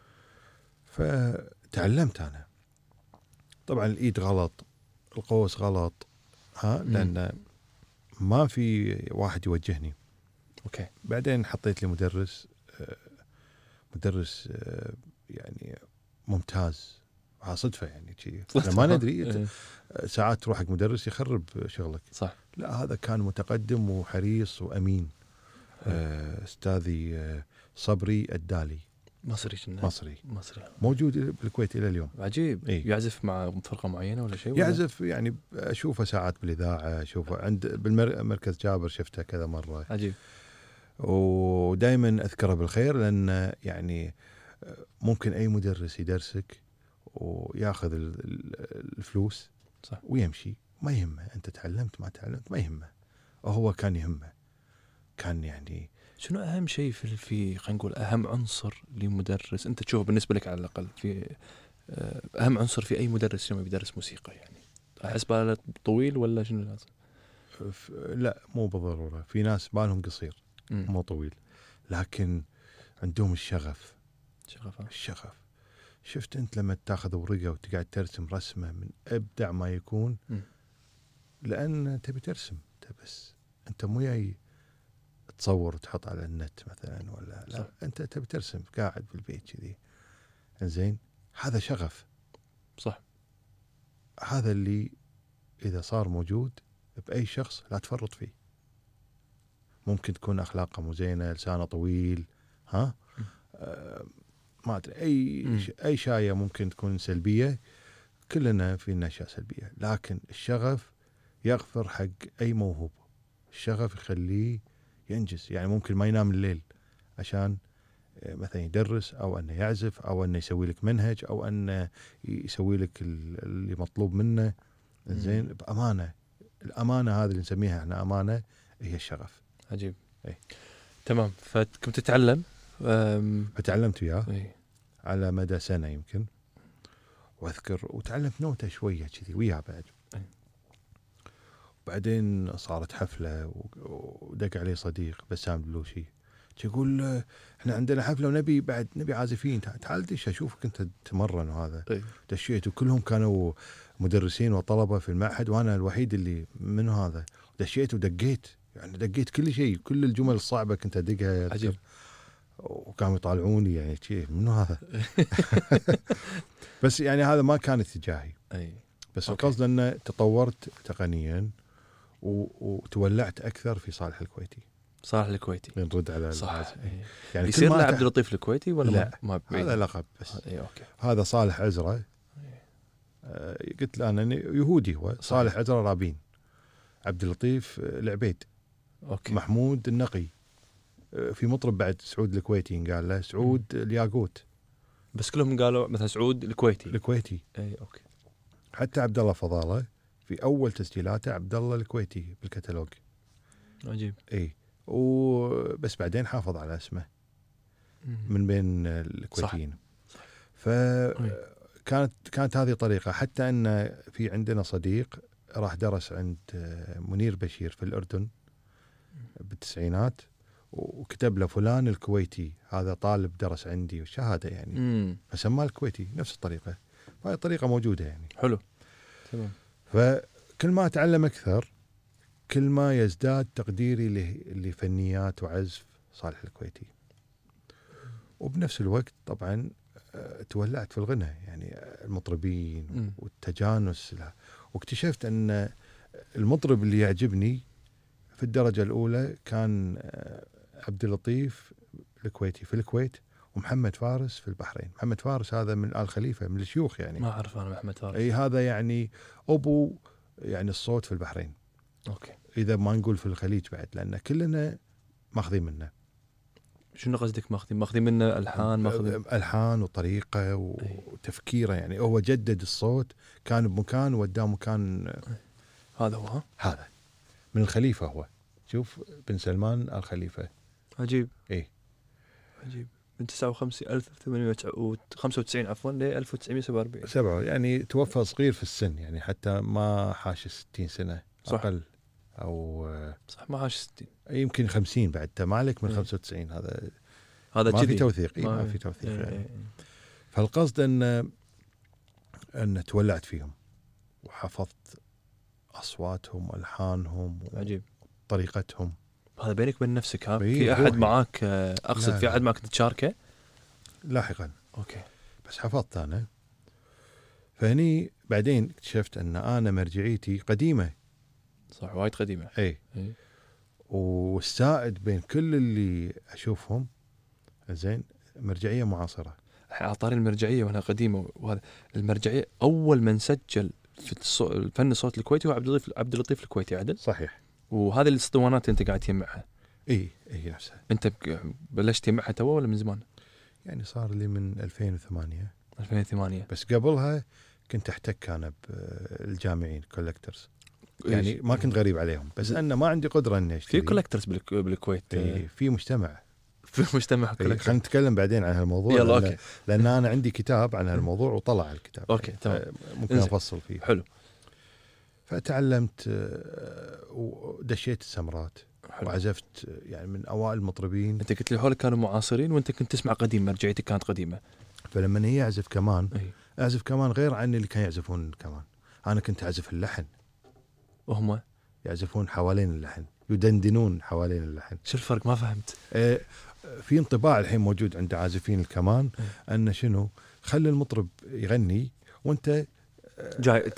فتعلمت أنا. طبعا الإيد غلط، القوس غلط، لأن ما في واحد يوجهني. أوكي. بعدين حطيت لي مدرس يعني ممتاز، صدفة يعني شيء أنا ما ندري. ساعات تروح حق مدرس يخرب شغلك. صح. لا هذا كان متقدم وحريص وأمين. أستاذي صبري الدالي، مصري موجود بالكويت إلى اليوم. عجيب. يعزف مع فرقة معينة ولا شيء؟ يعزف يعني أشوفه ساعات بالإذاعة، أشوفه عند بالمركز جابر، شفته كذا مرة. عجيب. ودائما أذكره بالخير، لأن يعني ممكن أي مدرس يدرسك وياخذ الفلوس صح. ويمشي، ما يهمه أنت تعلمت ما تعلمت، ما يهمه. وهو كان يهمه. كان يعني شنو أهم شيء في خلينا نقول أهم عنصر لمدرس أنت تشوفه بالنسبة لك على الأقل، في أهم عنصر في أي مدرس لما بيدرس موسيقى يعني؟ أحس باله طويل ولا شنو لازم؟ لا مو بالضرورة. في ناس بالهم قصير مو طويل، لكن عندهم الشغف. شفت أنت لما تاخذ ورقة وتقعد ترسم رسمة من أبدع ما يكون، لأن تبي ترسم بس أنت مو جاي تصور وتحط على النت مثلا ولا لا. صح. أنت تبي ترسم قاعد بالبيت كذي زين. هذا شغف. صح. هذا اللي إذا صار موجود بأي شخص لا تفرط فيه. ممكن تكون أخلاقه مو زينة، لسانه طويل، ما أدري أي شاية ممكن تكون سلبية. كلنا فينا أشياء سلبية، لكن الشغف يغفر حق أي موهوب. الشغف يخليه ينجز. يعني ممكن ما ينام الليل عشان مثلا يدرس، أو أنه يعزف، أو أنه يسوي لك منهج، أو أنه يسوي لك اللي مطلوب منه زين بأمانة. الأمانة هذه اللي نسميها احنا أمانة، هي الشغف. عجيب. تمام. فكنت تتعلم. فتعلمت وياه على مدى سنة يمكن، وأذكر وتعلمت نوتة شوية كذي وياه بعد. بعدين صارت حفلة ودق علي صديق بسام بلوشي، يقول احنا عندنا حفلة ونبي عازفين، تعال دش اشوفك انت تمرن. وهذا دشيت وكلهم كانوا مدرسين وطلبة في المعهد، وانا الوحيد اللي منه هذا. دشيت ودقيت، يعني دقيت كل شيء، كل الجمل الصعبة كنت ادقها. عجيب. وكانوا يطالعوني يعني شيء منه هذا. بس يعني هذا ما كان اتجاهي. بس القصد انه تطورت تقنيا وتولعت اكثر في صالح الكويتي. نرد على صح. يعني يصير له عبد اللطيف الكويتي ولا لا؟ ما هذا لقب بس. أوكي. هذا صالح عزرة. قلت له انا يهودي، هو صح. صالح عزرة رابين، عبد اللطيف العبيد. أوكي. محمود النقي. في مطرب بعد سعود الكويتي قال له سعود الياقوت، بس كلهم قالوا مثلا سعود الكويتي. اوكي. حتى عبد الله فضاله في اول تسجيلاته عبد الله الكويتي بالكتالوج. عجيب. وبس بعدين حافظ على اسمه من بين الكويتيين. فكانت هذه طريقة. حتى أن في عندنا صديق راح درس عند منير بشير في الأردن بالتسعينات، وكتب له فلان الكويتي هذا طالب درس عندي وشهادة يعني، فسماه الكويتي نفس الطريقة. فهي طريقة موجودة يعني. حلو تمام. فكل ما أتعلم أكثر كل ما يزداد تقديري لفنيات وعزف صالح الكويتي. وبنفس الوقت طبعا تولعت في الغنى يعني المطربين والتجانس له. واكتشفت أن المطرب اللي يعجبني في الدرجة الأولى كان عبد اللطيف الكويتي في الكويت، ومحمد فارس في البحرين. محمد فارس هذا من آل خليفة، من الشيوخ يعني. ما أعرف أنا محمد فارس. أي هذا يعني أبو يعني الصوت في البحرين. أوكي. إذا ما نقول في الخليج بعد، لأن كلنا ماخذين منه. شنو قصدك ماخذين منه؟ ألحان وطريقة وتفكيره يعني. هو جدد الصوت، كان بمكان وداه مكان. هذا هو هذا من الخليفة. هو شوف بن سلمان الخليفة. عجيب. إيه عجيب. من 1895 عفوا ل 1947. 7 يعني توفى صغير في السن يعني، حتى ما حاش 60 سنة. صح. أقل أو صح ما حاش 60 يمكن 50 بعد. مالك من 95 هذا ما في توثيق. ما في توثيق يعني. فالقصد أن تولعت فيهم وحفظت أصواتهم وألحانهم عجيب. طريقتهم. هذا بينك وبين نفسك ها؟ في أحد معاك أقصد لا في أحد معاك تشاركه لاحقا؟ أوكي. بس حفظت أنا. فهني بعدين اكتشفت أن أنا مرجعيتي قديمة. صح وايد قديمة. أي. والسائد بين كل اللي أشوفهم زين مرجعية معاصرة. عطاري المرجعية وأنا قديمة. وهذا المرجعية أول من سجل في الفن الصوت الكويتي هو عبد اللطيف الكويتي عدل. صحيح. وهذه الاسطوانات أنت قاعد تجمعها. إيه نفسها. أنت بلشت تجمعها توا ولا من زمان؟ يعني صار لي من 2008. 2008. بس قبلها كنت أحتك أنا بالجامعين كولكترز يعني. ما كنت غريب عليهم، بس أنا ما عندي قدرة إني أشتري. في كولكترز بالكويت. في مجتمع. كولكترز. خلينا نتكلم بعدين عن هالموضوع. يلا أوكي. لأن أنا عندي كتاب عن هالموضوع وطلع الكتاب. أوكي تمام. ممكن أفصل فيه. حلو. فتعلمت ودشيت السمرات. حلو. وعزفت يعني من أوائل المطربين. أنت قلت لي حولك كانوا معاصرين وأنت كنت تسمع قديم، مرجعيتك كانت قديمة. فلما هي أعزف كمان أعزف كمان غير عن اللي كانوا يعزفون كمان. أنا كنت أعزف اللحن وهم يعزفون حوالين اللحن، يدندنون حوالين اللحن. شو الفرق؟ ما فهمت. في انطباع الحين موجود عند عازفين الكمان أن شنو خلي المطرب يغني وأنت جاي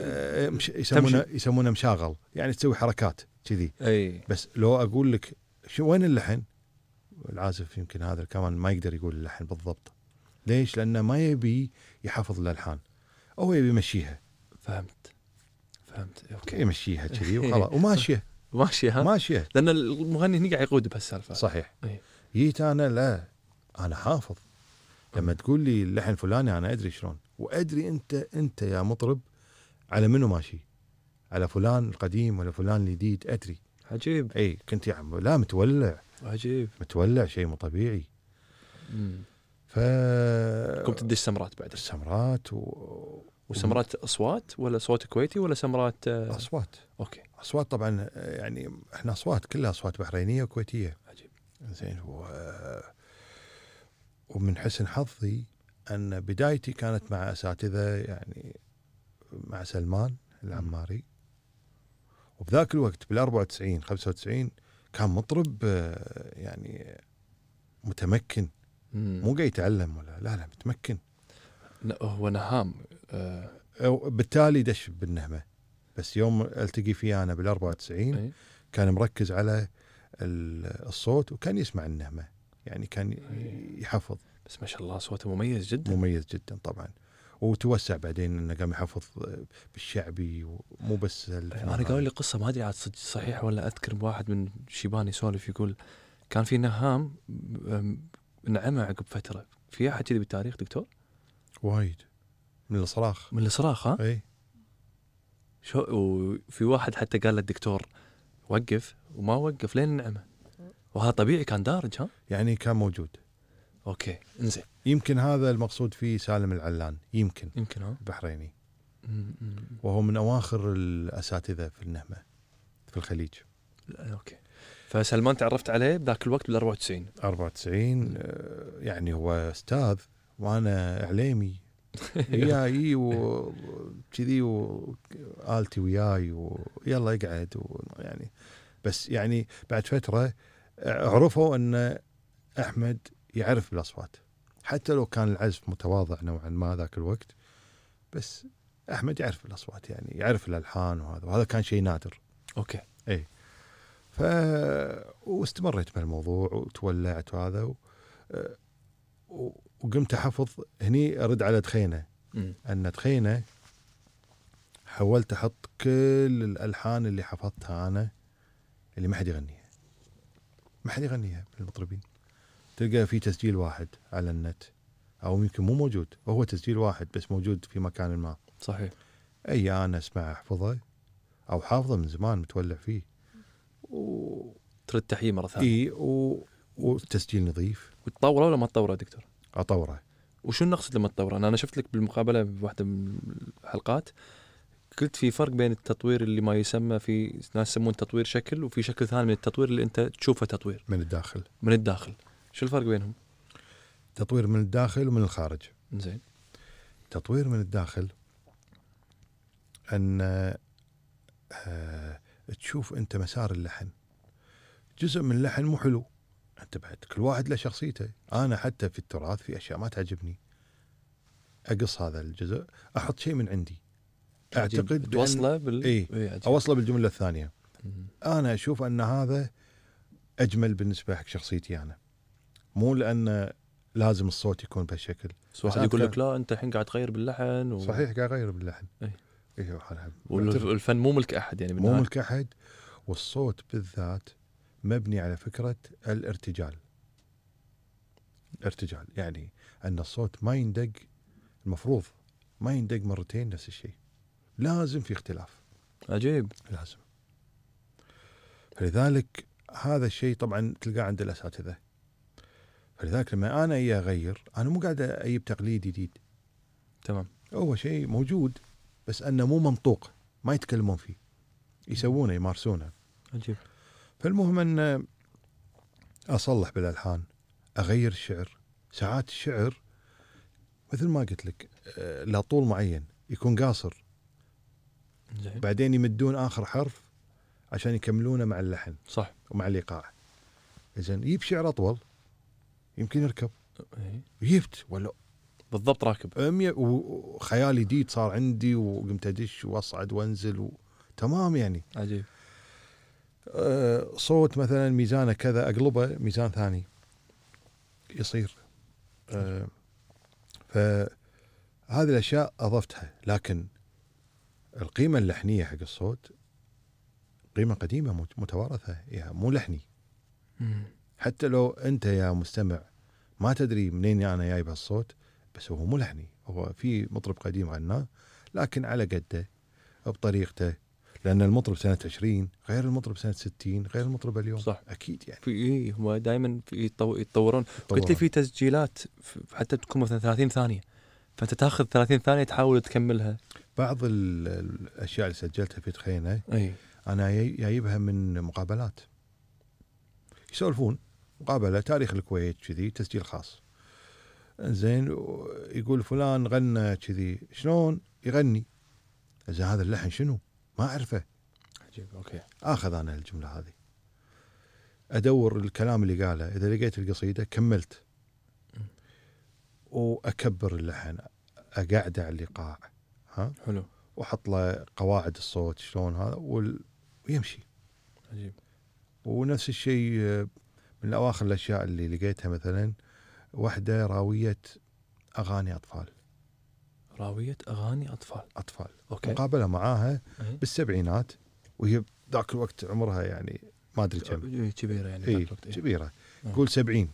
يسمونه مشاغل يعني، تسوي حركات كذي. بس لو أقول لك شو وين اللحن، العازف يمكن هذا الكمان ما يقدر يقول اللحن بالضبط. ليش؟ لأنه ما يبي يحفظ الألحان، أو يبي يمشيها. فهمت أوكي. يمشيها كذي وخلاص وماشية ماشية. لأن المغني هنا قاعد يقود بهالسالفة. صحيح. جيت أنا لا، أنا حافظ. لما تقول لي اللحن فلاني أنا أدري شلون، وأدري أنت يا مطرب على منو ماشي، على فلان القديم ولا فلان الجديد أدري. عجيب. كنت يا عم لا متولع. عجيب. متولع شيء مو طبيعي. كنت تدش سمرات بعد. السمرات وسمرات أصوات ولا صوت كويتي ولا سمرات أصوات. أوكي. أصوات طبعا يعني إحنا أصوات كلها أصوات بحرينية وكويتية. عجيب. زين. ومن حسن حظي أن بدايتي كانت مع أساتذة يعني مع سلمان العماري، وبذاك الوقت بال94 95 كان مطرب يعني متمكن. مو جاي يتعلم ولا لا متمكن. لا هو نهام. بالتالي دش بالنهمة. بس يوم التقي فيه أنا بال94 كان مركز على الصوت وكان يسمع النهمة يعني، كان يحفظ. بس ما شاء الله صوته مميز جدا طبعا. وتوسع بعدين انه قام يحفظ بالشعبي ومو بس. انا قالوا لي قصه ما ادري عاد صحيح ولا، اذكر واحد من شيبان يسولف يقول كان في نهام نعمه عقب فتره. في احد كذي بالتاريخ دكتور؟ وايد من الصراخ ها. اي شو. وفي واحد حتى قال للدكتور وقف وما وقف لين النعمه، وهذا طبيعي كان دارج ها. يعني كان موجود اوكي انزين. يمكن هذا المقصود فيه سالم العلان، يمكن البحريني، وهو من أواخر الأساتذة في النهمة في الخليج. اوكي. فسلمان تعرفت عليه بذاك الوقت بال94. 94 يعني هو أستاذ وأنا إعلامي وياي وكذي وآلتي وياي ويلا يقعد يعني. بس يعني بعد فترة عرفوا أن أحمد يعرف بالأصوات، حتى لو كان العزف متواضع نوعا ما ذاك الوقت، بس أحمد يعرف بالأصوات، يعني يعرف الألحان وهذا كان شيء نادر. أوكي. إيه. واستمريت بهالموضوع وتولعت وهذا وقمت أحفظ. هني أرد على دخينة، أن دخينة حاولت أحط كل الألحان اللي حفظتها أنا اللي ما حد يغنيها من المطربين. تلقى في تسجيل واحد على النت، أو يمكن مو موجود، وهو تسجيل واحد بس موجود في مكان ما. صحيح. أي أنا أسمع أحفظه أو حافظه من زمان متولع فيه ترد تحيي مرة ثانية. إيه والتسجيل نظيف. وتطوره ولا ما تطوره دكتور؟ أطوره. وشو النقصد لما تطوره؟ أنا شفت لك بالمقابلة بواحدة من الحلقات قلت في فرق بين التطوير اللي ما يسمى، في ناس يسمون تطوير شكل، وفي شكل ثاني من التطوير اللي أنت تشوفه تطوير من الداخل. شو الفرق بينهم؟ تطوير من الداخل ومن الخارج. زين. تطوير من الداخل أن تشوف أنت مسار اللحن، جزء من اللحن مو حلو، أنت بعد كل واحد له شخصيته. أنا حتى في التراث في أشياء ما تعجبني، أقص هذا الجزء، أحط شيء من عندي أعتقد توصله أوصله بالجملة الثانية. أنا أشوف أن هذا أجمل بالنسبة حق شخصيتي أنا، مو لأن لازم الصوت يكون بهالشكل. واحد يقول لك لا أنت الحين قاعد تغير باللحن صحيح قاعد أغير باللحن. والفن مو ملك أحد، يعني مو ملك أحد. والصوت بالذات مبني على فكرة الارتجال، يعني أن الصوت ما يندق، المفروض ما يندق مرتين نفس الشيء، لازم في اختلاف. عجيب. لازم. فلذلك هذا الشيء طبعا تلقاه عند الأساتذة. فلذلك لما أنا أغير، أنا مو قاعد أجيب تقليد جديد. تمام. هو شيء موجود بس أنه مو منطوق، ما يتكلمون فيه، يسوونه يمارسونه. عجيب. فالمهم أن أصلح بالألحان، أغير الشعر. ساعات الشعر مثل ما قلت لك لا طول معين، يكون قاصر، بعدين يمدون آخر حرف عشان يكملونه مع اللحن. صح. ومع الإيقاع. إذن يجيب شعر أطول يمكن يركب. يجبت ولا بالضبط راكب. وخيال جديد صار عندي، وقمت أدش وأصعد وأنزل تمام يعني. عجيب. صوت مثلا ميزانه كذا أقلبه ميزان ثاني يصير. فهذه الأشياء أضفتها، لكن القيمة اللحنية حق الصوت قيمة قديمة متوارثة، يعني مو لحني. حتى لو أنت يا مستمع ما تدري منين أنا جايب هالصوت، بس هو مو لحني، هو في مطرب قديم غناه لكن على قده بطريقته، لأن المطرب سنة 20 غير المطرب سنة 60 غير المطرب اليوم. صح. أكيد يعني. في هو دائما يتطورون. قلت لي في تسجيلات حتى تكون مثلا 30 ثانية، فأنت تأخذ 30 ثانية تحاول تكملها. بعض الأشياء اللي سجلتها في دخينة أنا جايبها من مقابلات، يسولفون مقابلة تاريخ الكويت كذي، تسجيل خاص. زين، يقول فلان غنى كذي، شلون يغني؟ إذا هذا اللحن شنو ما أعرفه. عجيب. أوكي. آخذ أنا الجملة هذه، أدور الكلام اللي قاله، إذا لقيت القصيدة كملت، وأكبر اللحن، أقعد على الإيقاع. حلو. وحط له قواعد الصوت شلون هذا ويمشي. عجيب. ونفس الشيء من أواخر الأشياء اللي لقيتها مثلا واحدة راوية أغاني أطفال. راوية أغاني أطفال. أوكي. مقابلة معاها بالسبعينات، وهي ذاك الوقت عمرها يعني ما أدري كم، كبيرة يعني. كبيرة. قول 70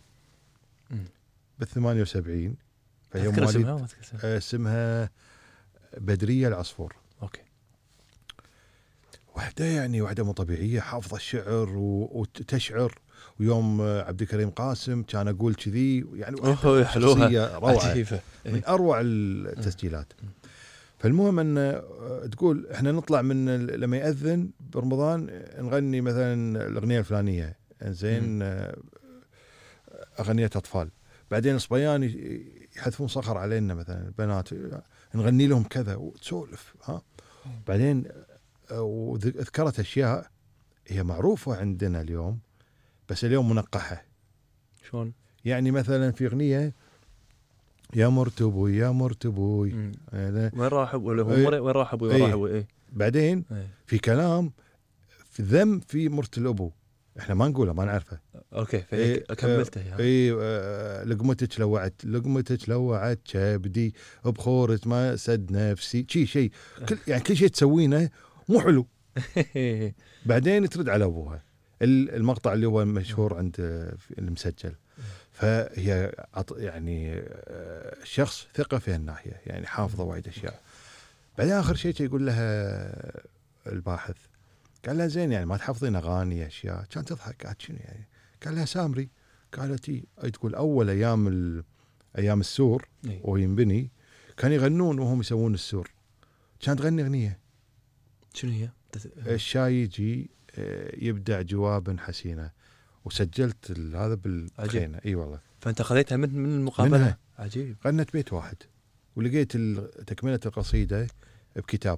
بال78. فهي اسمها اسمها بدرية العصفور. أوكي. واحدة مو طبيعية، حافظة الشعر وتشعر ويوم عبد الكريم قاسم كان اقول كذي يعني حلوة روعه عجيبة. من اروع التسجيلات. فالمهم ان تقول احنا نطلع من لما يأذن برمضان نغني مثلا الاغنيه الفلانيه زين اغنيه اطفال، بعدين الصبيان يحذفون صخر علينا مثلا البنات نغني لهم كذا وتسولف بعدين وذكرت اشياء هي معروفه عندنا اليوم بس اليوم منقحه. شلون؟ يعني مثلا في اغنيه يا مرتبوي يا مرتبوي وين راح ولا وين راح ابوي وين راح ابوي بعدين في كلام في ذم في مرت الابو احنا ما نقوله ما نعرفه. اوكي كملته لقمتك لوعت كبدي بخورك ما سد نفسي شيء يعني كل شيء تسوينه مو حلو. بعدين ترد على ابوها المقطع اللي هو مشهور عند المسجل. فهي يعني شخص ثقة في الناحية يعني حافظة وايد أشياء. بعدين آخر شيء يقول لها الباحث قال لها زين يعني ما تحفظين أغاني أشياء؟ كانت تضحك قالت شنو يعني؟ قال لها سامري. قالت تقول أول أيام السور وينبني كان يغنون وهم يسوون السور كانت تغني أغنية شنو هي؟ الشاي يجي يبدع جوابا حسينة وسجلت هذا بالخينة. اي والله. فانت خذيتها من المقابله منها. عجيب. غنت بيت واحد ولقيت تكملة القصيدة بكتاب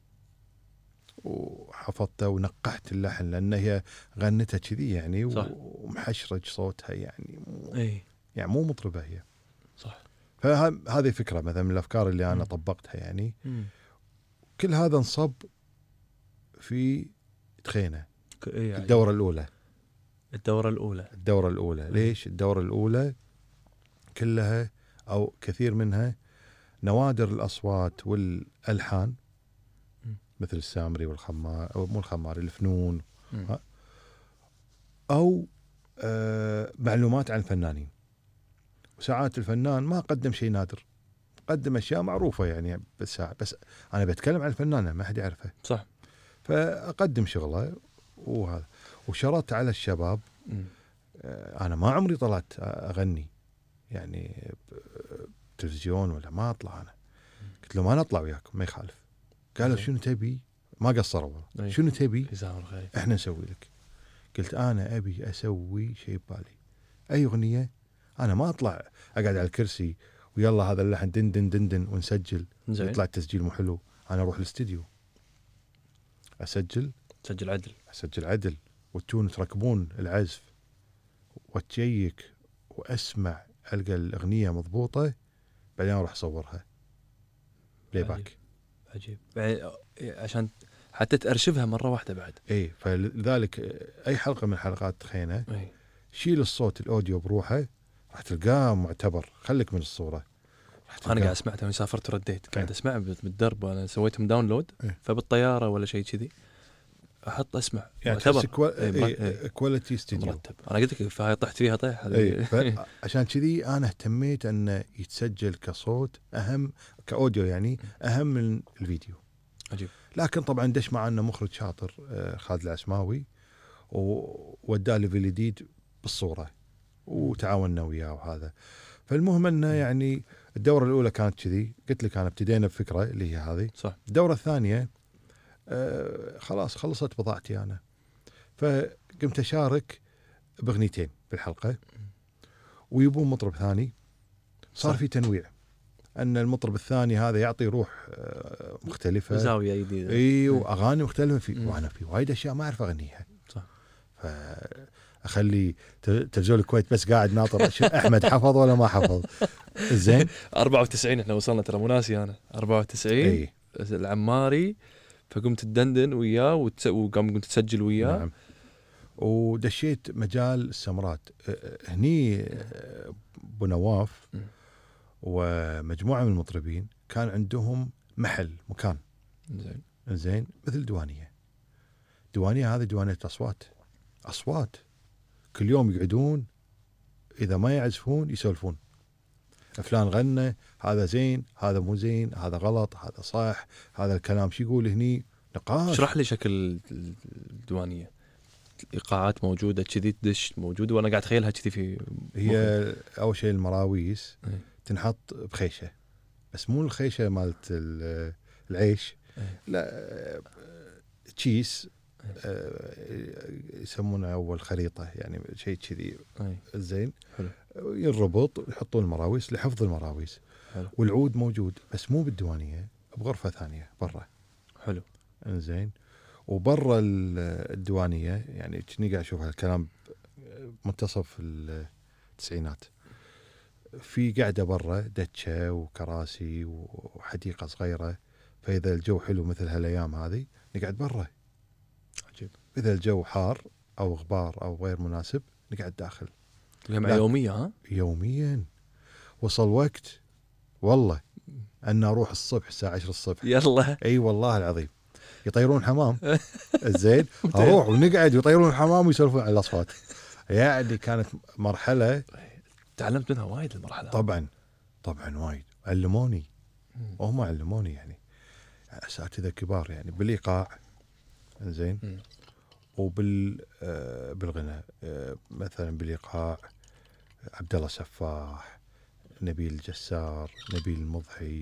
وحفظتها ونقحت اللحن لأن هي غنتها كذي يعني ومحشرج صوتها يعني يعني مو مطربة هي صح. فهذه فكرة مثلا من الأفكار اللي أنا طبقتها يعني. كل هذا انصب في تخينة الدورة الأولى. ليش الدورة الأولى كلها أو كثير منها نوادر الأصوات والألحان مثل السامري والخمار أو مو الخماري الفنون أو معلومات عن الفنانين. وساعات الفنان ما قدم شيء نادر قدم أشياء معروفة يعني بس أنا بتكلم عن الفنان ما حد يعرفه صح. فأقدم شغله وهذا وشرطت على الشباب. أنا ما عمري طلعت أغني يعني تلفزيون ولا ما أطلع. أنا قلت له ما نطلع وياكم ما يخالف. قالوا شنو تبي؟ ما قصروا والله. شنو تبي؟ إحنا نسوي لك. قلت أنا أبي أسوي شيء ببالي أي أغنية. أنا ما أطلع أقعد على الكرسي ويلا هذا اللحن دن دن دن دن ونسجل يطلع التسجيل مو حلو. أنا أروح الاستديو أسجل عدل وتكون تركبون العزف وتشيك وأسمع ألقى الأغنية مضبوطة بعدين أروح أصورها بلاي باك. عجيب عشان حتى تأرشفها مرة واحدة بعد. فلذلك أي حلقة من حلقات خينة شيل الصوت الأوديو بروحه راح تلقاه معتبر. خليك من الصورة. أنا قاعد سمعتها وأنا سافرت ورديت قاعد أسمع بالدرب وأنا سويتهم داونلود فبالطيارة ولا شيء كذي أحط أسمع يعني كواليتي استديو مرتب. أنا قلت لك فهي طحت فيها طيح. عشان كذي أنا اهتميت أن يتسجل كصوت أهم كأوديو يعني أهم من الفيديو. عجيب. لكن طبعا دش معنا مخرج شاطر خالد العسماوي ووداه ليفل جديد بالصورة وتعاوننا وياه وهذا. فالمهم أنه يعني الدورة الأولى كانت كذي قلت لك أنا ابتدينا بفكرة اللي هي هذه صح. الدورة الثانية خلاص خلصت بضاعتي أنا فقمت أشارك بأغنيتين بالحلقة ويبون مطرب ثاني. صار في تنويع أن المطرب الثاني هذا يعطي روح مختلفة زاوية جديدة وأغاني مختلفة وأنا في وايد أشياء ما أعرف أغنيها. صح. أخلي تلفزيون الكويت بس قاعد ناطر أحمد حفظ ولا ما حفظ. زين 94 إحنا وصلنا ترى مناسي أنا 94 العماري فقمت تدندن وياه قمت تسجل وياه. نعم. ودشيت مجال السمرات هني أبو نواف ومجموعة من المطربين كان عندهم مكان زين مثل دوانية هذه دوانية أصوات كل يوم يقعدون إذا ما يعزفون يسولفون فلان غنى هذا زين هذا مو زين هذا غلط هذا صح هذا الكلام شو يقول هني نقاش. اشرح لي شكل الديوانية. ايقاعات موجوده كذي تدش موجوده، وانا قاعد اتخيلها كذي في هي اول شيء المراويس إيه. تنحط بخيشه، بس مو الخيشه مالت العيش، إيه. لا تشيس، يسمونه اول خريطه يعني شيء كذي إيه. زين. حلو. ينربط يحطون المراويس لحفظ المراويس. حلو. والعود موجود بس مو بالديوانيه، بغرفه ثانيه برا. حلو. انزين. وبرا الديوانيه يعني كني قاعد اشوف هالكلام منتصف التسعينات، في قاعده برا دتشه وكراسي وحديقه صغيره، فاذا الجو حلو مثل هالايام هذه نقعد برا. عجيب. اذا الجو حار او غبار او غير مناسب نقعد داخل. جمعة يوميه ها؟ يوميا. وصل وقت والله ان اروح الصبح الساعه 10 الصبح. يلا. اي والله العظيم يطيرون حمام. زين. اروح ونقعد يطيرون الحمام ويسولفون على الاصوات. يعني كانت مرحله تعلمت منها وايد المرحله. طبعا وايد علموني، وهم علموني يعني اساتذه كبار يعني بالايقاع. زين. بالغناء مثلا بالايقاع عبد الله سفاح، نبيل الجسار، نبيل المضحي.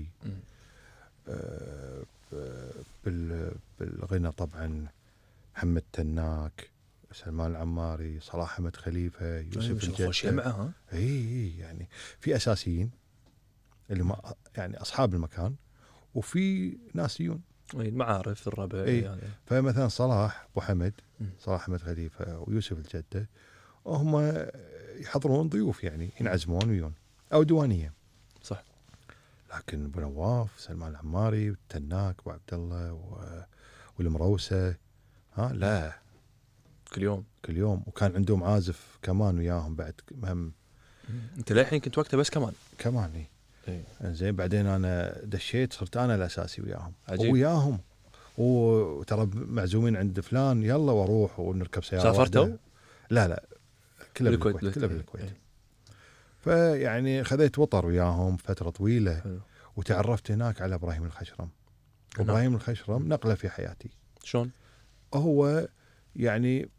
بالغناء طبعا محمد تناك، سلمان العماري، صلاح أحمد خليفة، يوسف الجدة. اي يعني في اساسيين اللي ما يعني اصحاب المكان، وفي ناسيون المعارف الربع يعني. فمثلا صلاح ابو حمد، صلاح احمد خليفه ويوسف الجده هم يحضرون ضيوف يعني ينعزمون ويون او ديوانيه. صح. لكن ابو نواف، سلمان العماري والتناك ابو عبد الله والمروسه لا كل يوم. وكان عندهم عازف كمان وياهم بعد مهم. انت للحين كنت وقتها بس كمان اي. زين. بعدين انا دشيت صرت انا الاساسي وياهم. عجيب. وياهم وترى معزومين عند فلان يلا واروح ونركب سياره. سافرتوا؟ لا كلها بالكويت. فيعني خذيت وطر وياهم فتره طويله. حلو. وتعرفت هناك على ابراهيم الخشرم. ابراهيم الخشرم نقله في حياتي. شلون؟ هو يعني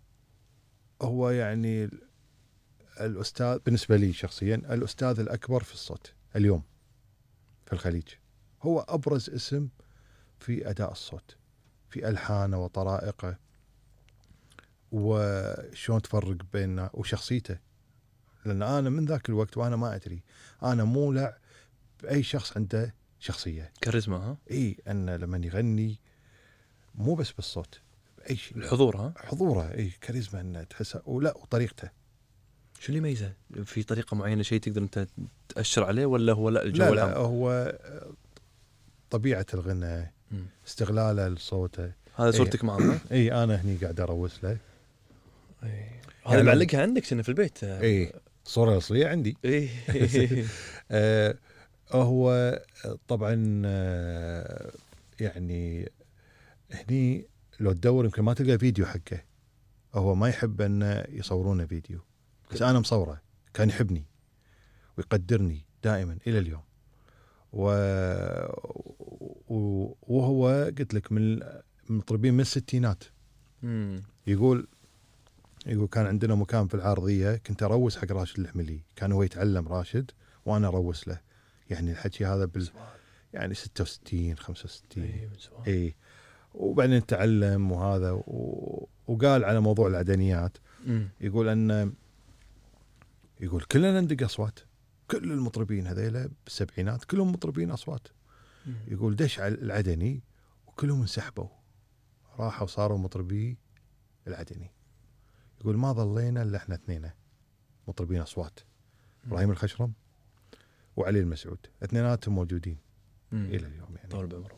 الاستاذ بالنسبه لي شخصيا، الاستاذ الاكبر في الصوت اليوم في الخليج. هو ابرز اسم في اداء الصوت، في الحانه وطرائقه وشون تفرق بيننا وشخصيته. لان انا من ذاك الوقت وانا ما ادري، انا مولع باي شخص عنده شخصيه كاريزما. ها؟ اي انه لما يغني مو بس بالصوت، باي شيء. الحضور. ها؟ حضوره اي كاريزما انه تحسه وطريقته. شو اللي يميزه؟ في طريقه معينه شيء تقدر انت تاشر عليه، ولا هو لا الجو العام؟ لا هو طبيعه الغناء، استغلاله لصوته. هذا صورتك معه. اي انا هني قاعد اروس له. هذا معلقها عندك سنة في البيت. اي الصوره الاصليه عندي. هو طبعا يعني هني لو تدور يمكن ما تلقى فيديو حقه. هو ما يحب ان يصورونه فيديو، بس انا مصوره. كان يحبني ويقدرني دائما الى اليوم. وهو قلت لك من المطربين من الستينات. يقول كان عندنا مكان في العارضيه، كنت اروس حق راشد الحملي. كان هو يتعلم راشد وانا اروس له. يعني الحكي هذا يعني 66 65. اي. وبعدين تعلم وهذا وقال على موضوع العدنيات. يقول كلنا ندق اصوات، كل المطربين هذيلا بالسبعينات كلهم مطربين اصوات. يقول دش على العدني وكلهم انسحبوا، راحوا صاروا مطربي العدني. يقول ما ظلينا الا احنا اثنين مطربين اصوات، ابراهيم الخشرم وعلي المسعود، اثنيناتهم موجودين الى اليوم يعني. طول بعمرهم.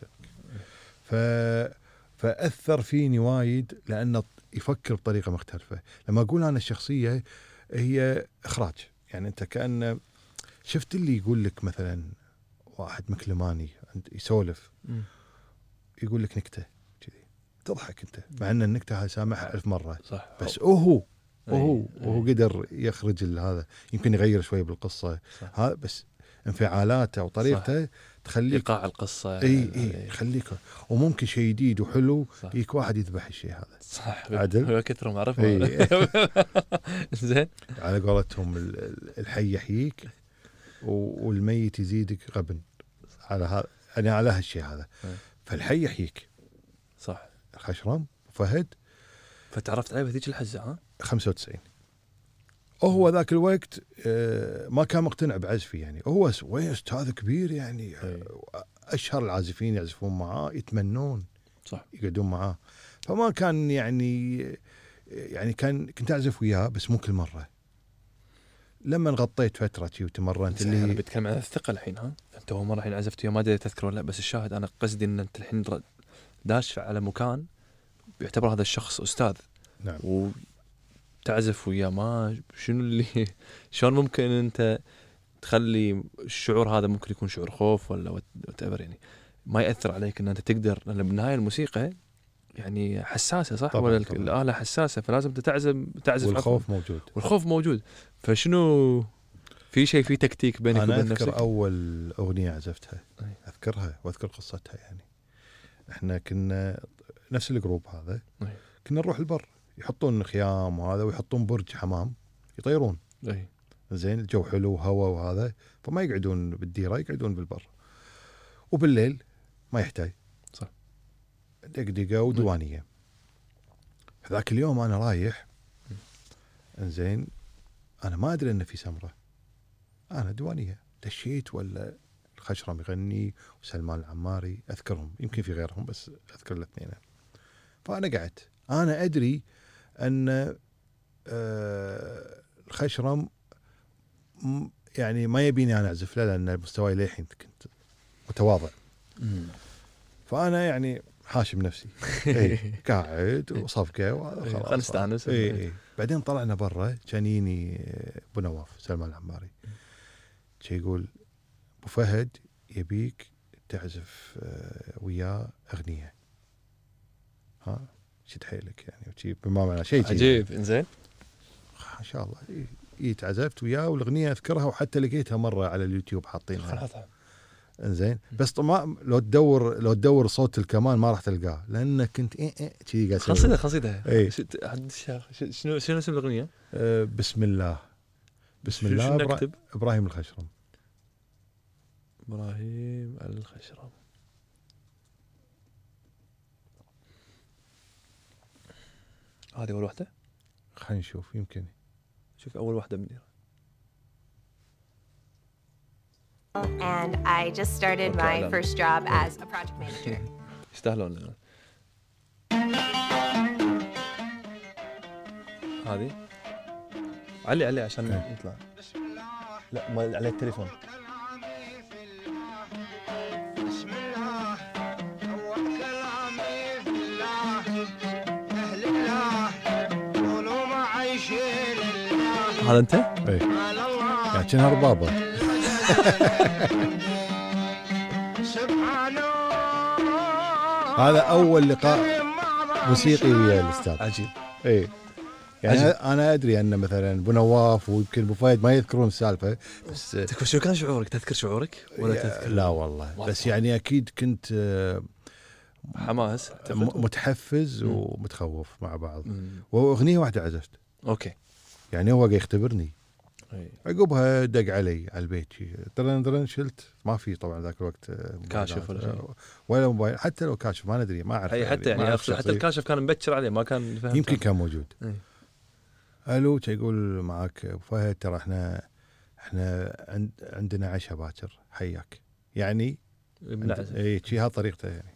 فاثر فيني وايد لانه يفكر بطريقه مختلفه. لما اقول انا الشخصيه هي اخراج، يعني انت كأن شفت اللي يقول لك مثلا واحد مكلماني يسولف يقول لك نكته كذي تضحك انت، مع ان النكته هاي سامعها 1000 مره. صح. بس وهو قدر يخرج هذا، يمكن يغير شوي بالقصه هذا، بس انفعالاته وطريقته تخليك ايقاع القصه. اي يخليك، وممكن شيء جديد وحلو صح. يجيك واحد يذبح الشيء هذا. صح عدل. هو كثر معرفه. إي. زين. على قولتهم الحي يحييك والميت يزيدك غبن على هذا، يعني على هالشيء هذا. فالحي يحييك. صح. الخشرم وفهد. فتعرفت عليه بهذيك الحزه. ها 95. وهو ذاك الوقت ما كان مقتنع بعزفي، يعني هو أستاذ كبير يعني. أشهر العازفين يعزفون معاه يتمنون صح يقعدون معاه. فما كان يعني كنت أعزف وياه بس مو كل مرة. لما غطيت فترة وتمرنت اللي أنا بتكلم عن الثقة الحين. ها أنت هو مرة الحين عزفت وياه ما أدري تذكره ولا لا، بس الشاهد أنا قصدي إن أنت الحين داش على مكان بيعتبر هذا الشخص أستاذ. نعم. وتعزف وياه ما شنو اللي شلون ممكن أنت تخلي الشعور هذا ممكن يكون شعور خوف ولا whatever، يعني ما يأثر عليك إن أنت تقدر، لأن بالنهاية الموسيقى يعني حساسة صح؟ طبعاً ولا طبعاً. الآلة حساسة، فلازم تعزف والخوف موجود. فشنو في شيء في تكتيك بينك أنا وبين أذكر نفسك؟ أول أغنية عزفتها أي. أذكرها وأذكر قصتها. يعني إحنا كنا نفس الجروب هذا. أي. كنا نروح البر يحطون خيام وهذا ويحطون برج حمام يطيرون. أي. زين الجو حلو وهواء وهذا، فما يقعدون بالديرة يقعدون بالبر. وبالليل ما يحتاج صح دقدقة وديوانية. ذاك اليوم أنا رايح زين أنا ما أدري إن في سمرة، أنا ديوانية دشيت ولا الخشرم يغني وسلمان العماري أذكرهم، يمكن في غيرهم بس أذكر الاثنين. فأنا قعدت أنا أدري أن الخشرم يعني ما يبيني أنا أعزف له لأن مستواي للحين كنت متواضع. فأنا يعني حاشم نفسي. قاعد وصفقة وهذا خلاص نستانس. بعدين طلعنا برا كان يجيني أبو نواف سلمان العماري شي يقول أبو فهد يبيك تعزف وياه أغنية. ها شد حيلك يعني وشي بما معنى شيء عجيب. إنزين إن شاء الله تعزفت وياه والأغنية أذكرها وحتى لقيتها مرة على اليوتيوب حاطينها. إنزين بس طبعا لو تدور صوت الكمان ما راح تلقاه لأن كنت شي قاعد قصيدة. شنو اسم الأغنية؟ بسم الله نكتب؟ إبراهيم الخشرم. إبراهيم الخشرم. هذه أول واحدة. خلينا نشوف يمكن شوف أول واحدة مني. And I just started my first job as a project manager. يستاهلون. هذه علي عشان يطلع. لا ما على التليفون. بسم الله أول كلامي في الله أهل الله قولوا ما عايشين الله. هذا أنت؟ إيه يعني كنا ربابة. هذا أول لقاء موسيقي ويا الأستاذ. عجيب. إيه يعني أنا أدري أن مثلا أبو نواف ويمكن أبو فهد ما يذكرون السالفة بس تذكر شو كان شعورك؟ تذكر شعورك ولا تذكر؟ لا والله بس يعني أكيد كنت حماس متحفز ومتخوف مع بعض. وأغنية واحدة عزفت. أوكي يعني هو قاعد يختبرني. عقبها دق علي على البيت درن شلت ما في طبعا ذاك الوقت كاشف ولا شيء ولا موبايل حتى لو كاشف ما ندري ما اعرف حتى يعني حتى الكاشف كان مبكر عليه ما كان فهم يمكن كان موجود. الو يقول معك ابو فهد ترى احنا عندنا عشاء باكر حياك يعني اي شي ها طريقته يعني.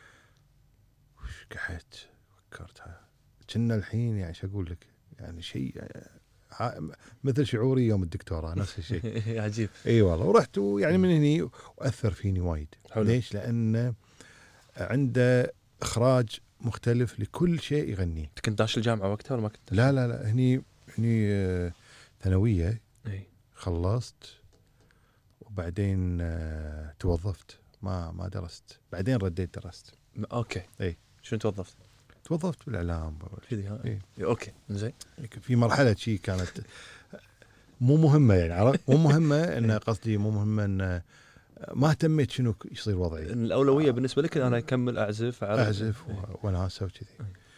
وش قعدت فكرتها كنا الحين يعني شو اقول لك يعني شيء مثل شعوري يوم الدكتوراه نفس الشيء. عجيب. اي والله ورحت يعني من هني واثر فيني وايد. ليش؟ لان عنده اخراج مختلف لكل شيء يغنيه. كنت داش الجامعه وقتها ولا ما كنت؟ لا هني ثانويه خلصت وبعدين توظفت ما درست بعدين رديت درست. اوكي. اي شنو توظفت بالاعلام كذي. إيه. اوكي زين. في مرحله شيء كانت مو مهمه يعني عرفت مو مهمه ان قصدي مو مهمه ان ما اهتميت شنو يصير وضعي. الأولوية بالنسبة لك أنا أكمل أعزف وناسة وكذي.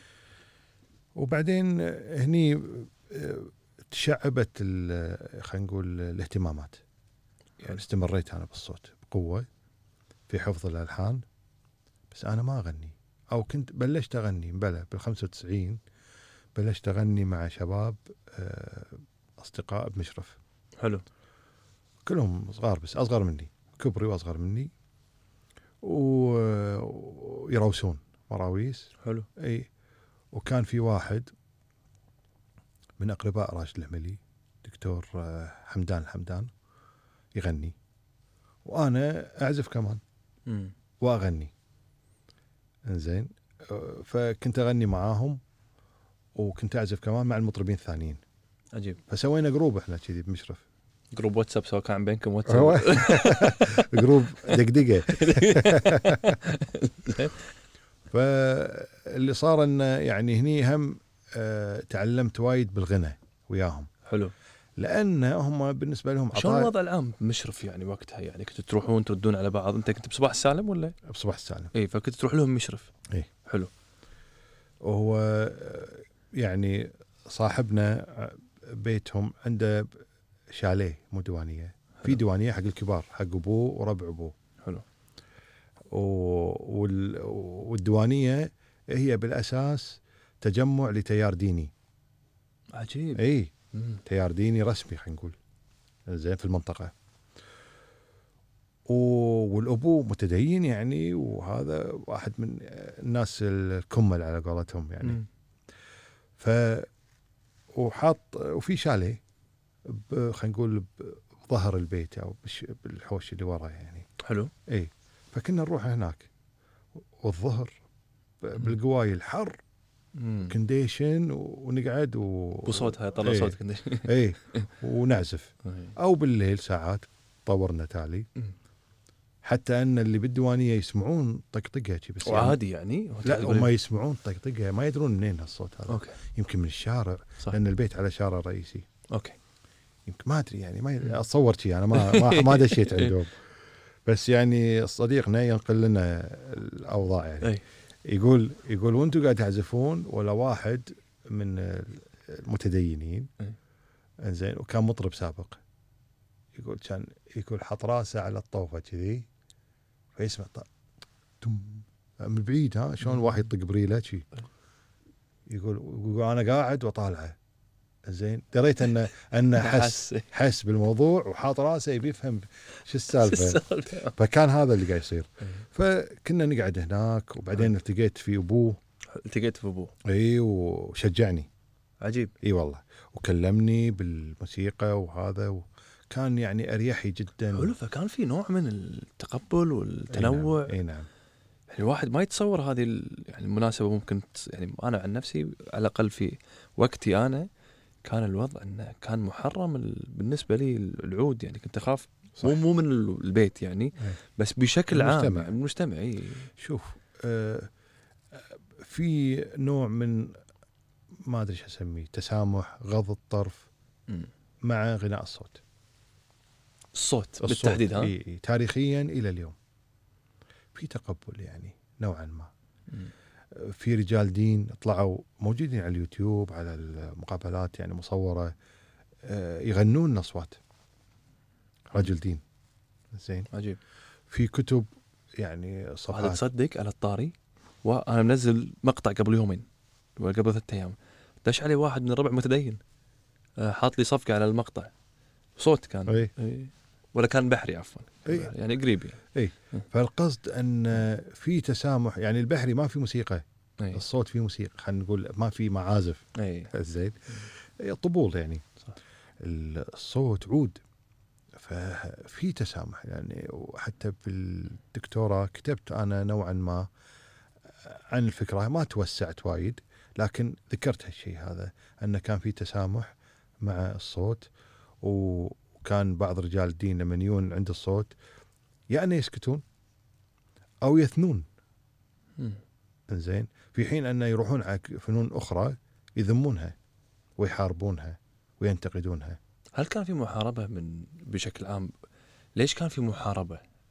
وبعدين هني تشعبت خلينا نقول الاهتمامات. يعني استمريت أنا بالصوت بقوة في حفظ الألحان، بس أنا ما أغني. أو كنت بلشت أغني بال95 بلشت أغني مع شباب أصدقاء بمشرف. حلو. كلهم صغار، بس أصغر مني، كبري وأصغر مني، ويروسون مراويس. حلو. أي. وكان في واحد من أقرباء راشد الحملي، دكتور حمدان الحمدان، يغني وأنا أعزف كمان وأغني. إنزين. فكنت أغني معاهم وكنت أعزف كمان مع المطربين الثانيين. عجيب. فسوينا جروب إحنا كذي بمشرف، جروب واتساب، سواء كان بينكم واتساب جروب دقدقة. فاللي صار إنه يعني هني هم تعلمت وايد بالغنى وياهم. حلو. لأن هم بالنسبة لهم شلون الوضع العام بمشرف يعني وقتها؟ يعني كنتوا تروحون تردون على بعض؟ أنت كنت بصباح السالم ولا؟ بصباح السالم. إيه، فكنت تروح لهم مشرف. إيه. حلو. وهو يعني صاحبنا بيتهم عنده شاليه، مو ديوانية. في ديوانية حق الكبار، حق أبوه وربع أبوه. حلو. والديوانية هي بالأساس تجمع لتيار ديني. عجيب. اي. تيار ديني رسمي خلينا نقول، زين، في المنطقة. والأبو متدين يعني، وهذا واحد من الناس الكمل على قولتهم يعني. وحاط وفي شاليه خلينا نقول بظهر البيت أو بالحوش اللي وراه يعني. حلو. اي. فكنا نروح هناك والظهر بالقوايل حر، كنديشن، ونقعد بصوتها طلع صوت كنديشن. اي. ونعزف. او بالليل ساعات طورنا تالي، حتى ان اللي بالديوانيه يسمعون طقطقه بس وعادي يعني. لا، هم يسمعون طقطقه ما يدرون منين هالصوت هذا. أوكي. يمكن من الشارع. صح. لان البيت على شارع رئيسي. اوكي. يمكن ما ادري يعني، ما اتصور شيء، انا ما دشيت عندهم. بس يعني صديقنا ينقل لنا الاوضاع يعني. أي. يقول وانتم قاعد تعزفون ولا واحد من المتدينين، انزين، وكان مطرب سابق، يقول حط راسه على الطوفه كذي، فيسمع من بعيد، ها شلون واحد يطق بريله شي. يقول انا قاعد وطالعه، زين، دريت انه حس بالموضوع وحاط راسه يبي يفهم شو السالفه. فكان هذا اللي قاعد يصير. فكنا نقعد هناك، وبعدين التقيت في ابوه. اي، وشجعني. عجيب. اي والله، وكلمني بالموسيقى وهذا، وكان يعني اريحي جدا. حلو. فكان في نوع من التقبل والتنوع. اي نعم. يعني الواحد ما يتصور هذه يعني المناسبه ممكن يعني انا عن نفسي على الاقل في وقتي انا كان الوضع انه كان محرم بالنسبه لي العود، يعني كنت اخاف. مو من البيت يعني، بس بشكل عام المجتمع. شوف، في نوع من ما ادري ايش اسميه، تسامح، غض الطرف مع غناء الصوت بالتحديد. ها تاريخيا الى اليوم في تقبل يعني نوعا ما. في رجال دين طلعوا موجودين على اليوتيوب، على المقابلات يعني مصورة، يغنون أصوات رجل دين. زين. عجيب. في كتب يعني صفحات. هذا تصدق على الطاري، وأنا منزل مقطع قبل يومين قبل 3 أيام، دش علي واحد من الربع متدين، حاط لي صفقة على المقطع، صوت كان. أي. ولا كان بحري عفوا. يعني قريب يعني. اي. فالقصد ان في تسامح، يعني البحري ما في موسيقى. الصوت فيه موسيقى، خلينا نقول ما في معازف. زين. طبول يعني. صح. الصوت عود، ففي تسامح يعني. وحتى بالدكتوراه كتبت انا نوعا ما عن الفكرة، ما توسعت وايد، لكن ذكرت هالشيء هذا، ان كان في تسامح مع الصوت. وكان بعض رجال الدين لما يجون عند الصوت يعني يسكتون او يثنون. انزين. في حين انه يروحون على فنون اخرى يذمونها ويحاربونها وينتقدونها. هل كان في محاربة بشكل عام؟ ليش كان في محاربة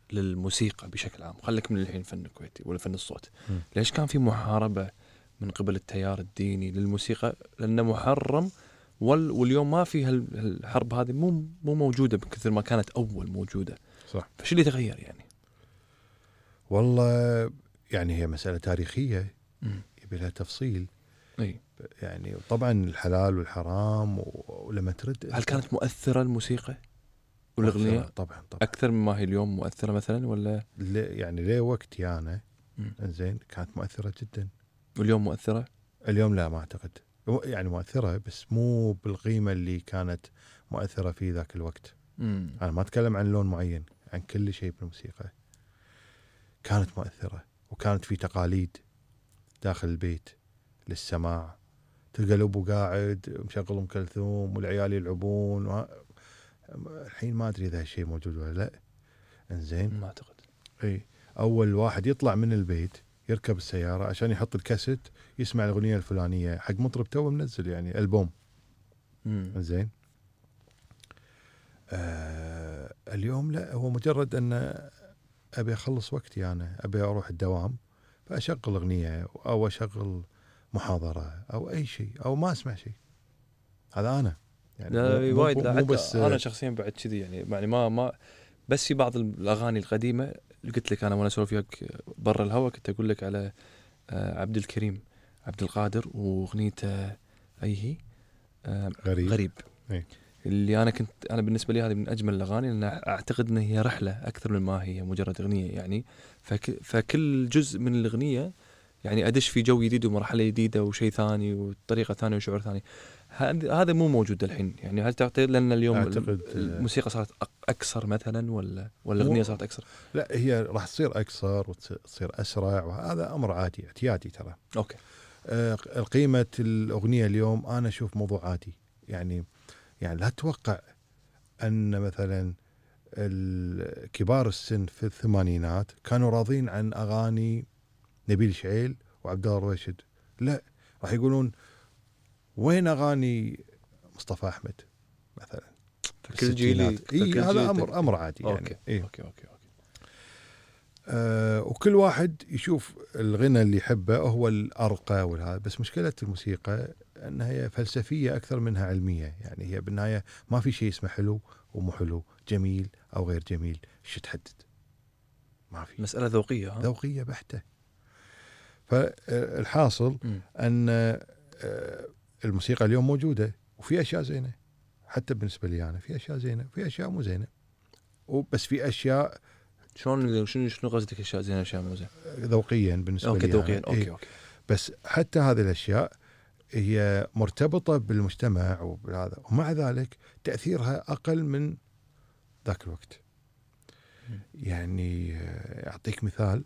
للموسيقى بشكل عام، خليك من الحين فن الكويتي ولا فن الصوت، ليش كان في محاربة من قبل التيار الديني للموسيقى؟ لأنه محرم، واليوم ما في الحرب هذه مو موجودة بكثر ما كانت أول موجودة. صح. فش اللي تغير يعني؟ والله يعني هي مسألة تاريخية يبي لها تفصيل. أي. يعني طبعا الحلال والحرام ولما ترد. هل كانت مؤثرة الموسيقى والأغنية؟ طبعا أكثر مما هي اليوم مؤثرة مثلا، ولا يعني ليه وقت أنا زين كانت مؤثرة جدا. واليوم مؤثرة؟ اليوم لا، ما أعتقد. يعني مؤثرة بس مو بالقيمة اللي كانت مؤثرة في ذاك الوقت. أنا ما أتكلم عن لون معين، عن كل شيء بالموسيقى كانت مؤثرة، وكانت في تقاليد داخل البيت للسماع. تلقى الأبو قاعد مشغل أم كلثوم والعيال يلعبون الحين ما أدري إذا هالشيء موجود ولا لا. إنزين ما أعتقد. أي أول واحد يطلع من البيت يركب السيارة عشان يحط الكاسيت يسمع الأغنية الفلانية حق مطرب تو منزل يعني ألبوم. إنزين اليوم لا، هو مجرد أن أبي أخلص وقتي، أنا أبي أروح الدوام فأشغل أغنية أو أشغل محاضرة أو أي شيء، أو ما أسمع شيء. هذا أنا يعني. لا وايد، لا بس أنا شخصيا بعد كذي يعني ما بس في بعض الأغاني القديمة اللي قلت لك أنا وأنا أسولف وياك برا الهواء كنت أقول لك على عبد الكريم عبد القادر وأغنيته أي هي غريب. اللي أنا بالنسبة لي هذه من أجمل الأغاني، لأن أعتقد أن هي رحلة أكثر من ما هي مجرد أغنية يعني. فكل جزء من الأغنية يعني أدش في جو جديد ومرحلة جديدة وشيء ثاني وطريقة ثانية وشعور ثاني. هذا مو موجود الحين يعني. هل تعتقد لأن اليوم الموسيقى صارت أكثر مثلا، ولا الأغنية صارت أكثر؟ لا، هي راح تصير أكثر وتصير أسرع، وهذا أمر عادي اعتيادي ترى. أوكي. القيمة الأغنية اليوم أنا أشوف موضوع عادي يعني لا تتوقع أن مثلا الكبار السن في الثمانينات كانوا راضين عن أغاني نبيل شعيل وعبد الله الرويشد. لا، راح يقولون وين أغاني مصطفى أحمد مثلا. كل جيل هذا أمر عادي يعني. أوكي. أوكي. وكل واحد يشوف الغنى اللي يحبه هو الأرقى والهذا. بس مشكلة الموسيقى أنها هي فلسفية أكثر منها علمية. يعني هي بالنهاية ما في شيء اسمه حلو ومو حلو، جميل أو غير جميل. شو تحدد؟ ما في. مسألة ذوقية. ذوقية بحتة. فالحاصل أن الموسيقى اليوم موجودة وفي أشياء زينة، حتى بالنسبة لي أنا في أشياء زينة وفي أشياء مو زينة. وبس في أشياء شنو قصدك أشياء زينة أشياء مو زينة؟ ذوقيا بالنسبة لي. ذوقيا. أوكي. بس حتى هذه الأشياء هي مرتبطة بالمجتمع وبهذا، ومع ذلك تأثيرها أقل من ذاك الوقت. يعني أعطيك مثال.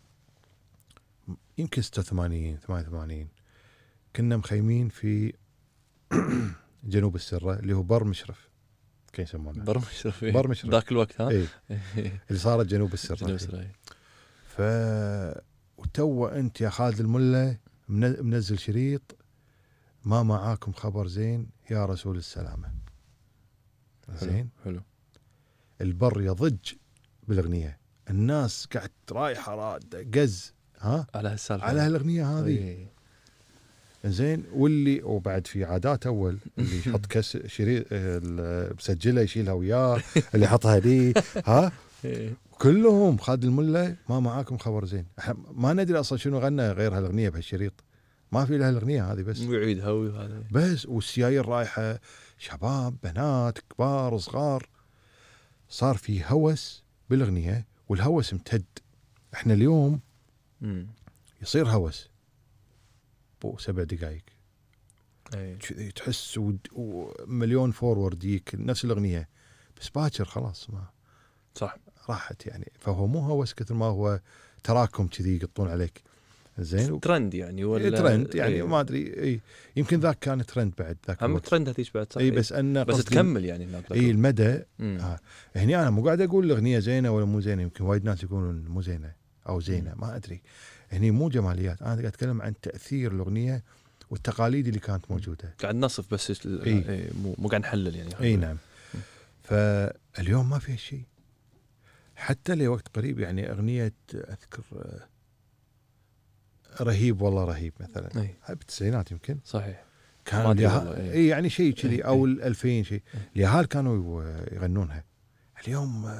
يمكن 86 88 كنا مخيمين في جنوب السرة اللي هو بر مشرف، كان يسمونه بر مشرف ذاك الوقت. اللي صارت جنوب السرة. وتو أنت يا خالد الملا منزل شريط ما معاكم خبر زين يا رسول السلامة. زين حلو. البر يضج بالأغنية، الناس قاعد رايحة رادة قز على هالسالفة، على هالأغنية هذه. زين واللي وبعد في عادات أول اللي يحط كاس شريط مسجلة يشيلها وياه، اللي يحطها دي كلهم خالد الملا ما معاكم خبر زين. ما ندري أصلا شنو غنى غير هالأغنية بهالشريط، ما في لها الأغنية هذه بس ويعيدها وهذا بس. والسيايير رايحة، شباب بنات كبار صغار، صار في هوس بالأغنية والهوس امتد. احنا اليوم يصير هوس بو 7 دقائق تحس ومليون فورورد يك نفس الأغنية، بس باكر خلاص ما صح راحت يعني. فهو مو هوس كثر ما هو تراكم كذي يقطون عليك. زين ترند يعني ولا ترند يعني ما ادري. يمكن ذاك كان ترند بعد ذاك هم ترند هذيش بعد صح. بس انه بس تكمل يعني المدى. هني انا مو قاعد اقول الاغنيه زينه ولا مو زينه، يمكن وايد ناس يقولون مو زينه او زينه ما ادري. هني مو جماليات، انا قاعد اتكلم عن تاثير الاغنيه والتقاليد اللي كانت موجوده. قاعد نصف بس مو قاعد نحلل يعني. اي نعم. فاليوم ما في شيء. حتى لوقت قريب يعني اغنيه اذكر رهيب والله رهيب مثلا، أي. هاي بالتسعينات يمكن صحيح. كان ما أدري اليهال والله، إيه. اي يعني شيء كذي إيه. او 2000 شيء، اليهال كانوا يغنونها. اليوم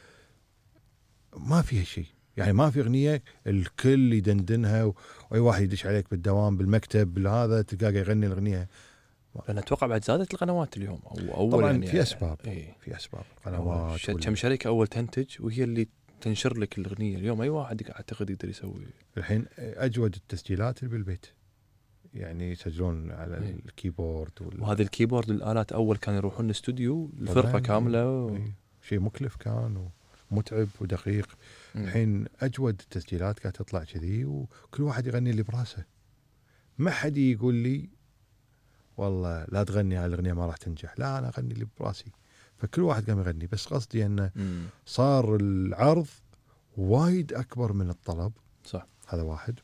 ما فيها شيء، يعني ما في اغنيه الكل يدندنها واي واحد يدش عليك بالدوام بالمكتب هذا تلقاه يغني الاغنيه. لأن أتوقع بعد زادت القنوات اليوم أو أول طبعا يعني في اسباب، إيه. في اسباب قنوات كم شركة أول تنتج وهي اللي تنشر لك الأغنية. اليوم أي واحد أعتقد يقدر يسوي. الحين اجود التسجيلات اللي بالبيت، يعني يسجلون على إيه. الكيبورد وهذا الكيبورد والآلات أول كانوا يروحون الاستوديو الفرقة طبعاً. كاملة إيه. شيء مكلف كان ومتعب ودقيق. الحين اجود التسجيلات قاعده تطلع كذي وكل واحد يغني اللي براسه، ما حد يقول لي والله لا تغني هاي الاغنيه ما راح تنجح، لا انا اغني اللي براسي. فكل واحد قام يغني، بس قصدي انه صار العرض وايد اكبر من الطلب. صح. هذا واحد.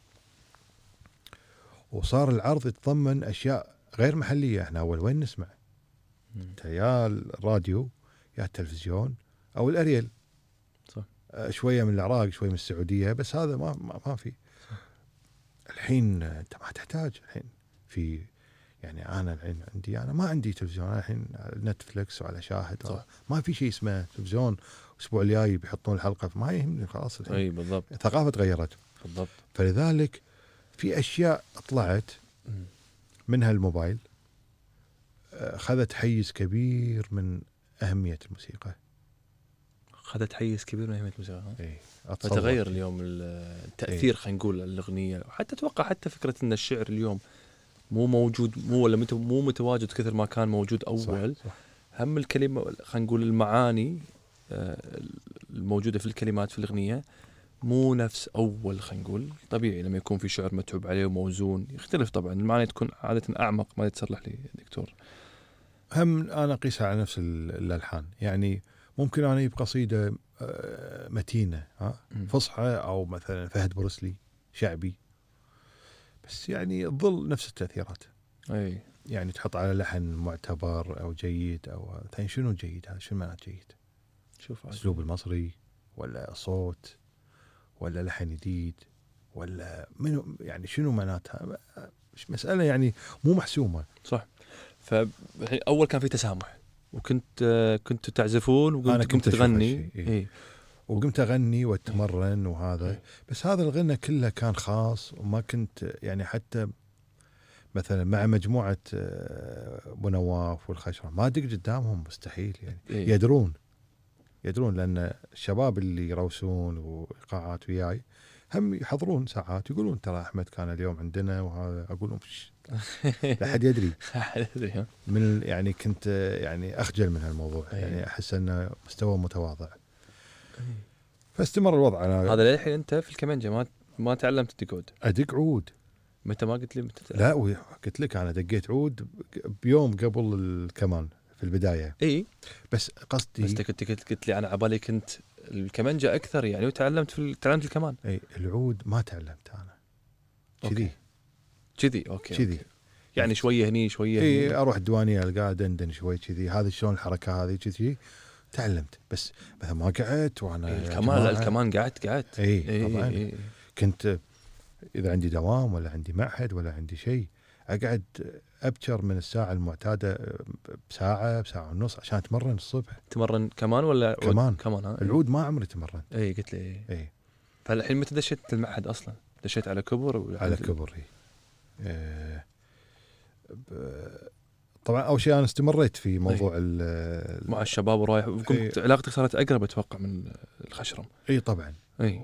وصار العرض يتضمن اشياء غير محليه. احنا اول وين نسمع؟ يا الراديو يا التلفزيون او الاريل. صح. شويه من العراق شويه من السعوديه، بس هذا ما في. الحين انت ما تحتاج. الحين في يعني انا الحين انا ما عندي تلفزيون، انا الحين على نتفلكس وعلى شاهد. ما في شيء اسمه تلفزيون الاسبوع الجاي بيحطون الحلقه، ما يهمني خلاص. الحين اي بالضبط، الثقافه تغيرت بالضبط. فلذلك في اشياء طلعت منها الموبايل اخذت حيز كبير من اهميه الموسيقى. اخذت حيز كبير من اهميه الموسيقى. اي فتغير اليوم التاثير. خلينا نقول الاغنيه، وحتى اتوقع حتى فكره ان الشعر اليوم مو موجود، مو متواجد كثر ما كان موجود اول. صح. هم الكلمه، خلينا نقول المعاني الموجوده في الكلمات في الاغنيه مو نفس اول. خلينا نقول طبيعي لما يكون في شعر متعوب عليه وموزون يختلف طبعا، المعاني تكون عاده اعمق. ما تصلح لي دكتور؟ هم انا اقيسها على نفس الالحان. يعني ممكن انا اجيب قصيده متينه فصحى، او مثلا فهد بروسلي شعبي، بس يعني تظل نفس التاثيرات. اي يعني تحط على لحن معتبر او جيد، او ثاني شنو جيد؟ هذا شنو معناته جيد؟ شوف اسلوب المصري ولا صوت ولا لحن جديد ولا منو؟ يعني شنو معناتها؟ مش مساله يعني مو محسومه. صح. فاول كان في تسامح، كنت تعزفون وقمت تغني. إيه. وقمت اغني واتمرن وهذا. بس هذا الغنى كله كان خاص، وما كنت يعني حتى مثلا مع مجموعه ابو نواف والخشرة ما دق قدامهم، مستحيل يعني. يدرون لان الشباب اللي يروسون وايقاعات وياي هم يحضرون ساعات يقولون ترى احمد كان اليوم عندنا وهذا. اقول لهم لا حد يدري. من يعني كنت يعني اخجل من هالموضوع. يعني احس انه مستوى متواضع. فاستمر الوضع. انا هذا للحين انت في الكمانجه ما تعلمت الديكود؟ ادق عود. متى ما قلت لي لا قلت لك انا دقيت عود بيوم قبل الكمان في البدايه. اي بس قصدي بس قلت لي انا عبالي كنت الكمانجه اكثر يعني، وتعلمت تعلمت الكمان. اي العود ما تعلمت انا كذي. اوكي. يعني شويه هني شويه هني. اروح الديوانيه القاه دندن شوي كذي. هذا شلون الحركه هذه كذي تعلمت. بس مثلا ما قعدت وانا الكمان قعدت. اي طبعا. كنت اذا عندي دوام ولا عندي معهد ولا عندي شيء اقعد ابكر من الساعه المعتاده بساعه ونص عشان اتمرن الصبح. تمرن كمان ولا كمان ها؟ العود ما عمري تمرن. اي قلت لي اي. فالحين متى دشيت المعهد اصلا؟ دشيت على كبر على كبر. طبعا اول شيء انا استمريت في موضوع مع الشباب ورايح، وكنت علاقتك صارت اقرب اتوقع من الخشرم. اي طبعا. اي.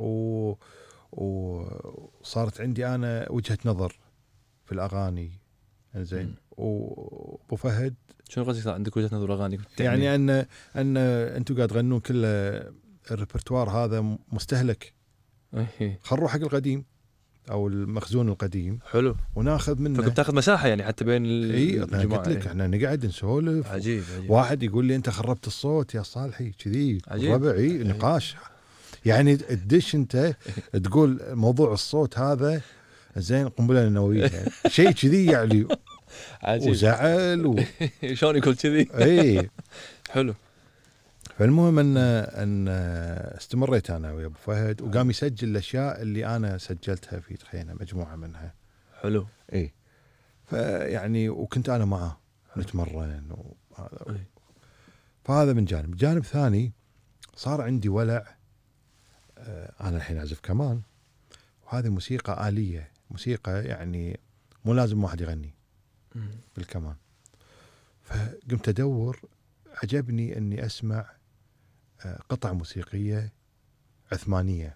وصارت عندي انا وجهة نظر في الاغاني. زين. وابو فهد شنو قصدك عندك وجهة نظر اغاني؟ يعني ان انتم قاعد تغنون كل الريpertoire هذا مستهلك. خل نروح حق القديم او المخزون القديم. حلو. وناخذ منه. فكنت تاخذ مساحه يعني حتى بين الجماعه. قلت لك احنا نقعد نسولف. عجيب. واحد يقول لي انت خربت الصوت يا صالحي كذي. ربعي نقاش يعني تدش انت تقول موضوع الصوت هذا زين قنبله نوويه يعني. شيء كذي يعني. عجيب. وزعل شلون يقول كذي؟ اي حلو. فالمهم ان استمريت انا ويا ابو فهد، وقام يسجل الاشياء اللي انا سجلتها في تخينه، مجموعه منها. حلو. اي فيعني وكنت انا معه نتمرن وهذا. فهذا من جانب. جانب ثاني صار عندي ولع. انا الحين اعزف كمان، وهذه موسيقى آلية، موسيقى يعني مو لازم واحد يغني بالكمان. فقمت ادور، عجبني اني اسمع قطع موسيقية عثمانية.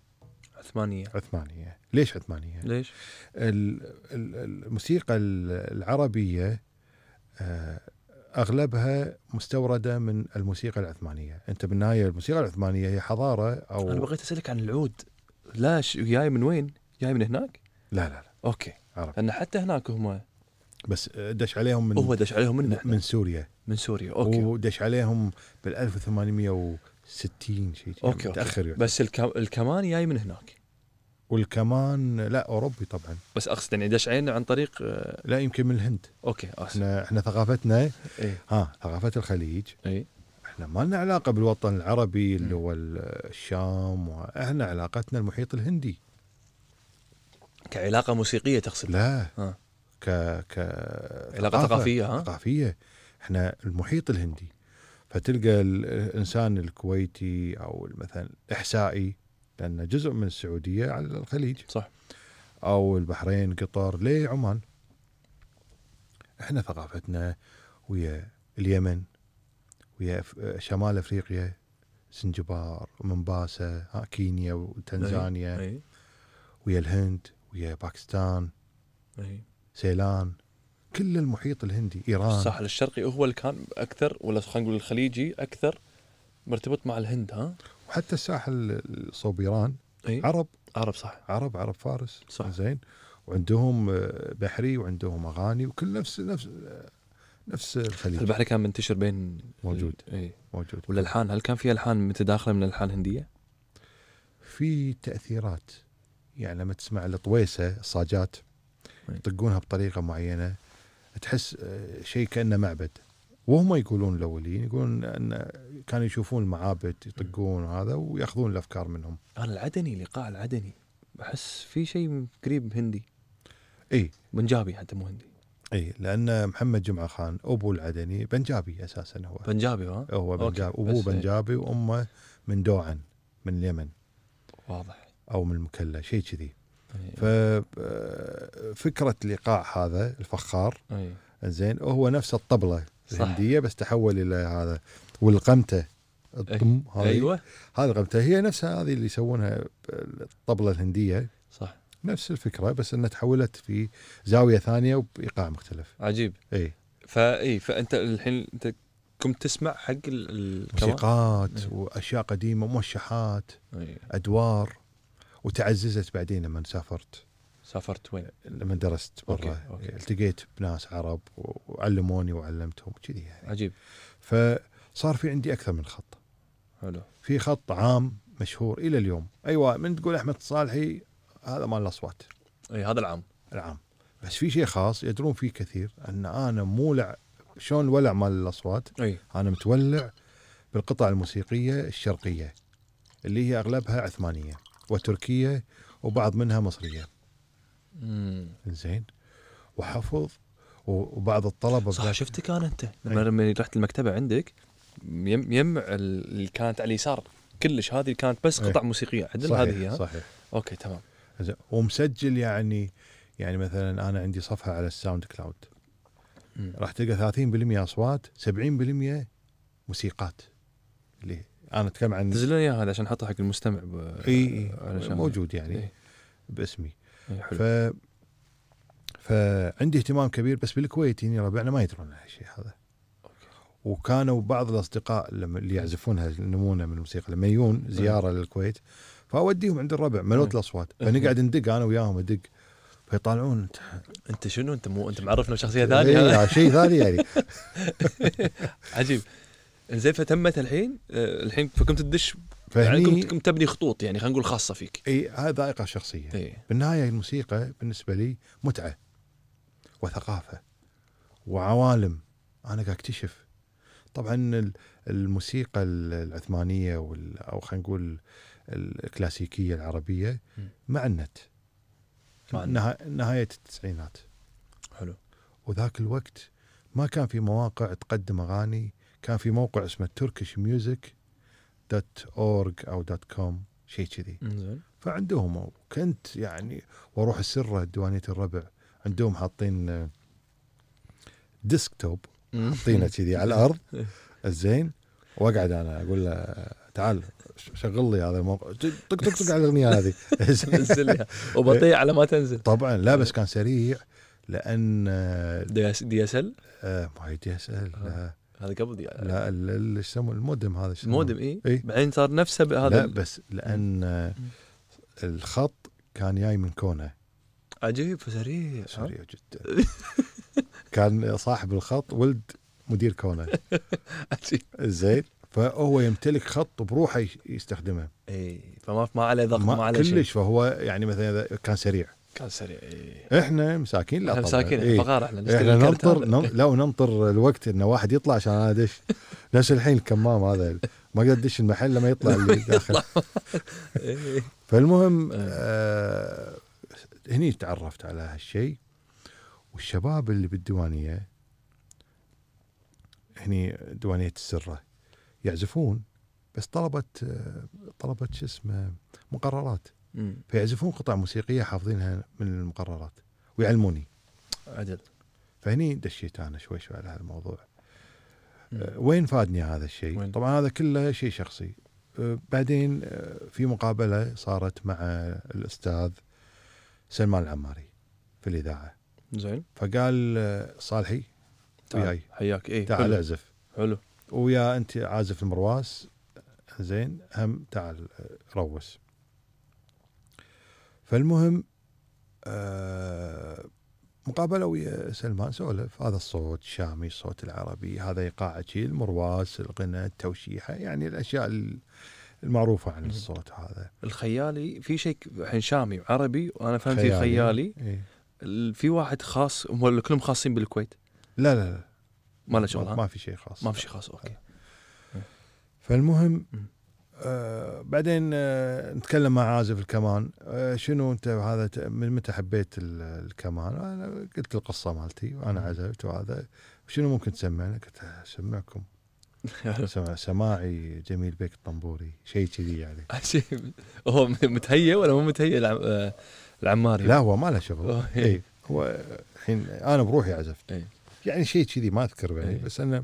ليش عثمانية؟ ليش؟ الموسيقى العربية أغلبها مستوردة من الموسيقى العثمانية. أنت بالنهاية الموسيقى العثمانية هي حضارة أو... أنا بغيت أسألك عن العود. لا جاي من وين؟ جاي من هناك؟ لا أوكي. عرب. لأن حتى هناك هم بس دش عليهم من... هو دش عليهم من سوريا. أوكي. ودش عليهم بال1860 شيء متأخر. بس الكمان جاي من هناك. والكمان لا أوروبي طبعا. بس أقصد يعني دش علينا عن طريق لا يمكن من الهند. أوكي. احنا ثقافتنا إيه؟ ثقافة الخليج. إيه؟ احنا ما لنا علاقة بالوطن العربي اللي هو الشام، واحنا علاقتنا المحيط الهندي. كعلاقة موسيقية تقصد؟ لا علاقة ثقافية. ثقافية. احنا المحيط الهندي. فتلقى الإنسان الكويتي أو مثلا الإحسائي، لأنه جزء من السعودية على الخليج، صح، أو البحرين، قطر، ليه عمان. احنا ثقافتنا ويا اليمن، ويا شمال أفريقيا، زنجبار ومنباسة، كينيا وتنزانيا، ويا الهند، ويا باكستان، سيلان، كل المحيط الهندي، إيران. الساحل الشرقي هو اللي كان أكثر، ولا خلينا نقول الخليجي أكثر مرتبط مع الهند. وحتى الساحل صوب إيران عرب صح، عرب فارس صح. زين، وعندهم بحري وعندهم أغاني، وكل نفس الخليج. البحري كان منتشر بين موجود. موجود. والألحان، هل كان في ألحان متداخلة من الألحان الهندية؟ في تأثيرات، يعني لما تسمع الطويسة، الصاجات يطقونها بطريقة معينة، تحس شيء كأنه معبد. وهم يقولون الأولين يقولون أن كانوا يشوفون المعابد يطقون هذا ويأخذون الأفكار منهم. أنا العدني، لقاء العدني بحس في شيء قريب هندي. بنجابي حتى مو هندي. لأن محمد جمعة خان أبو العدني بنجابي أساسا. هو بنجابي. هو بنجابي، أبوه بنجابي وأمه من دوعن من اليمن. واضح. أو من المكلا شيء كذي. ففكرة لقاء هذا الفخار زين، وهو نفس الطبلة الهندية بس تحول إلى هذا. والقمتة الضم هذه هذه القمتة هي نفسها هذه اللي يسوونها الطبلة الهندية، صح، نفس الفكرة، بس انها تحولت في زاوية ثانية وبإيقاع مختلف. عجيب. فأنت الحين انت كنت تسمع حق موسيقات وأشياء قديمة، موشحات، أدوار، وتعززت بعدين لما سافرت وين؟ لما درست برا. التقيت بناس عرب وعلموني وعلمتهم كذي يعني. عجيب. فصار في عندي أكثر من خط. حلو. في خط عام مشهور إلى اليوم، أيوة، من تقول أحمد الصالحي هذا مال الأصوات، هذا العام. بس في شيء خاص يدرون فيه كثير، أن أنا مولع شلون ولع مال الأصوات. أنا متولع بالقطع الموسيقية الشرقية اللي هي أغلبها عثمانية وتركية وبعض منها مصرية. زين. وحفظ وبعض الطلبة صح. شفتك أنا أنت لما رحت المكتبة عندك يم اللي كانت على اليسار كلش، هذه كانت بس قطع موسيقية عدل. هذه هي. صحيح. أوكي تمام. ومسجل يعني مثلا أنا عندي صفحة على الساوند كلاود، راح تلقى 30% أصوات، 70% موسيقات. اللي أنا أتكلم عن تنزل لنا إياها هذا عشان أحطها حق المستمع. موجود يعني باسمي. فعندي اهتمام كبير، بس بالكويت يعني ربعنا ما يدرون عن هالشيء هذا. وكانوا بعض الأصدقاء اللي يعزفونها النمونة من الموسيقى لما يجون زيارة للكويت، فأوديهم عند الربع ملوت الأصوات، فنقعد ندق أنا وياهم أدق، فيطالعون أنت شنو، أنت معرفنا بشخصية ثانية. شيء ثاني يعني. عجيب. إنزين فتمت الحين فكنت تدش يعني كنت تبني خطوط، يعني خلينا نقول خاصة فيك. هذا ذائقة شخصية. بالنهاية الموسيقى بالنسبة لي متعة وثقافة وعوالم، أنا قاعد أكتشف. طبعا الموسيقى العثمانية أو خلينا نقول الكلاسيكية العربية مع النت نهاية التسعينات. حلو. وذاك الوقت ما كان في مواقع تقدم أغاني، كان في موقع اسمه turkishmusic.org أو .com شيء كذي. فعندهم كنت يعني واروح السرة ديوانية الربع عندهم حاطين ديسكتوب حاطينه كذي على الأرض الزين، واقعد انا اقول له تعال شغل لي هذا الموقع، طق طق طق على الاغنيه هذه نزلها وبطيء على ما تنزل طبعا. لا بس كان سريع لان دي اس ال ما هي دي اس ال هذا قبل دي لا اللي يسمونه المودم، هذا المودم اي بعدين صار نفسه هذا. لا بس لان الخط كان جاي من كونه. عجيب سريع جدا. كان صاحب الخط ولد مدير كونه زين، فهو يمتلك خط بروحه يستخدمه. اي فما عليه ضغط ما عليه كلش. فهو يعني مثلا كان سريع احنا مساكين. لا مساكين فقار احنا ننطر الوقت انه واحد يطلع عشان انا ادش. نفس الحين الكمام هذا ما قدر يدش المحل لما يطلع اللي داخل. فالمهم هني تعرفت على هالشيء. والشباب اللي بالديوانية هني ديوانية السرة يعزفون، بس طلبت شو اسمه مقررات، فيعزفون قطع موسيقية حافظينها من المقررات ويعلموني. عدل. فهني دشيت أنا شوي على هالموضوع. وين فادني هذا الشيء؟ طبعا هذا كله شيء شخصي. بعدين في مقابلة صارت مع الأستاذ سلمان العماري في الإذاعة. زين. فقال صالحي وياي حياك. ايه تعال اعزف. حلو. ويا انت عازف المرواس زين، هم تعال روس. فالمهم مقابله ويا سلمان سولف. هذا الصوت الشامي، الصوت العربي، هذا ايقاع شيء، المرواس، الغنى، التوشيحه، يعني الاشياء المعروفه عن الصوت هذا. الخيالي في شيء الحين شامي وعربي، وانا فهمت في خيالي. إيه؟ في واحد خاص ولا كلهم خاصين بالكويت؟ لا ما له شغل. ما في شيء خاص. ما في شيء خاص. اوكي. فالمهم بعدين نتكلم مع عازف الكمان. شنو انت هذا من متى حبيت الكمان؟ انا قلت القصه مالتي وانا عزفت وهذا. شنو ممكن تسمعنا؟ قلت اسمعكم سماعي جميل بيك الطنبوري، شيء كذي يعني. هو متهيأ ولا مو متهيأ العماري؟ لا هو ما له شغل. اي هو الحين انا بروحي عزفت يعني شيء كذي ما اذكر يعني. بس انا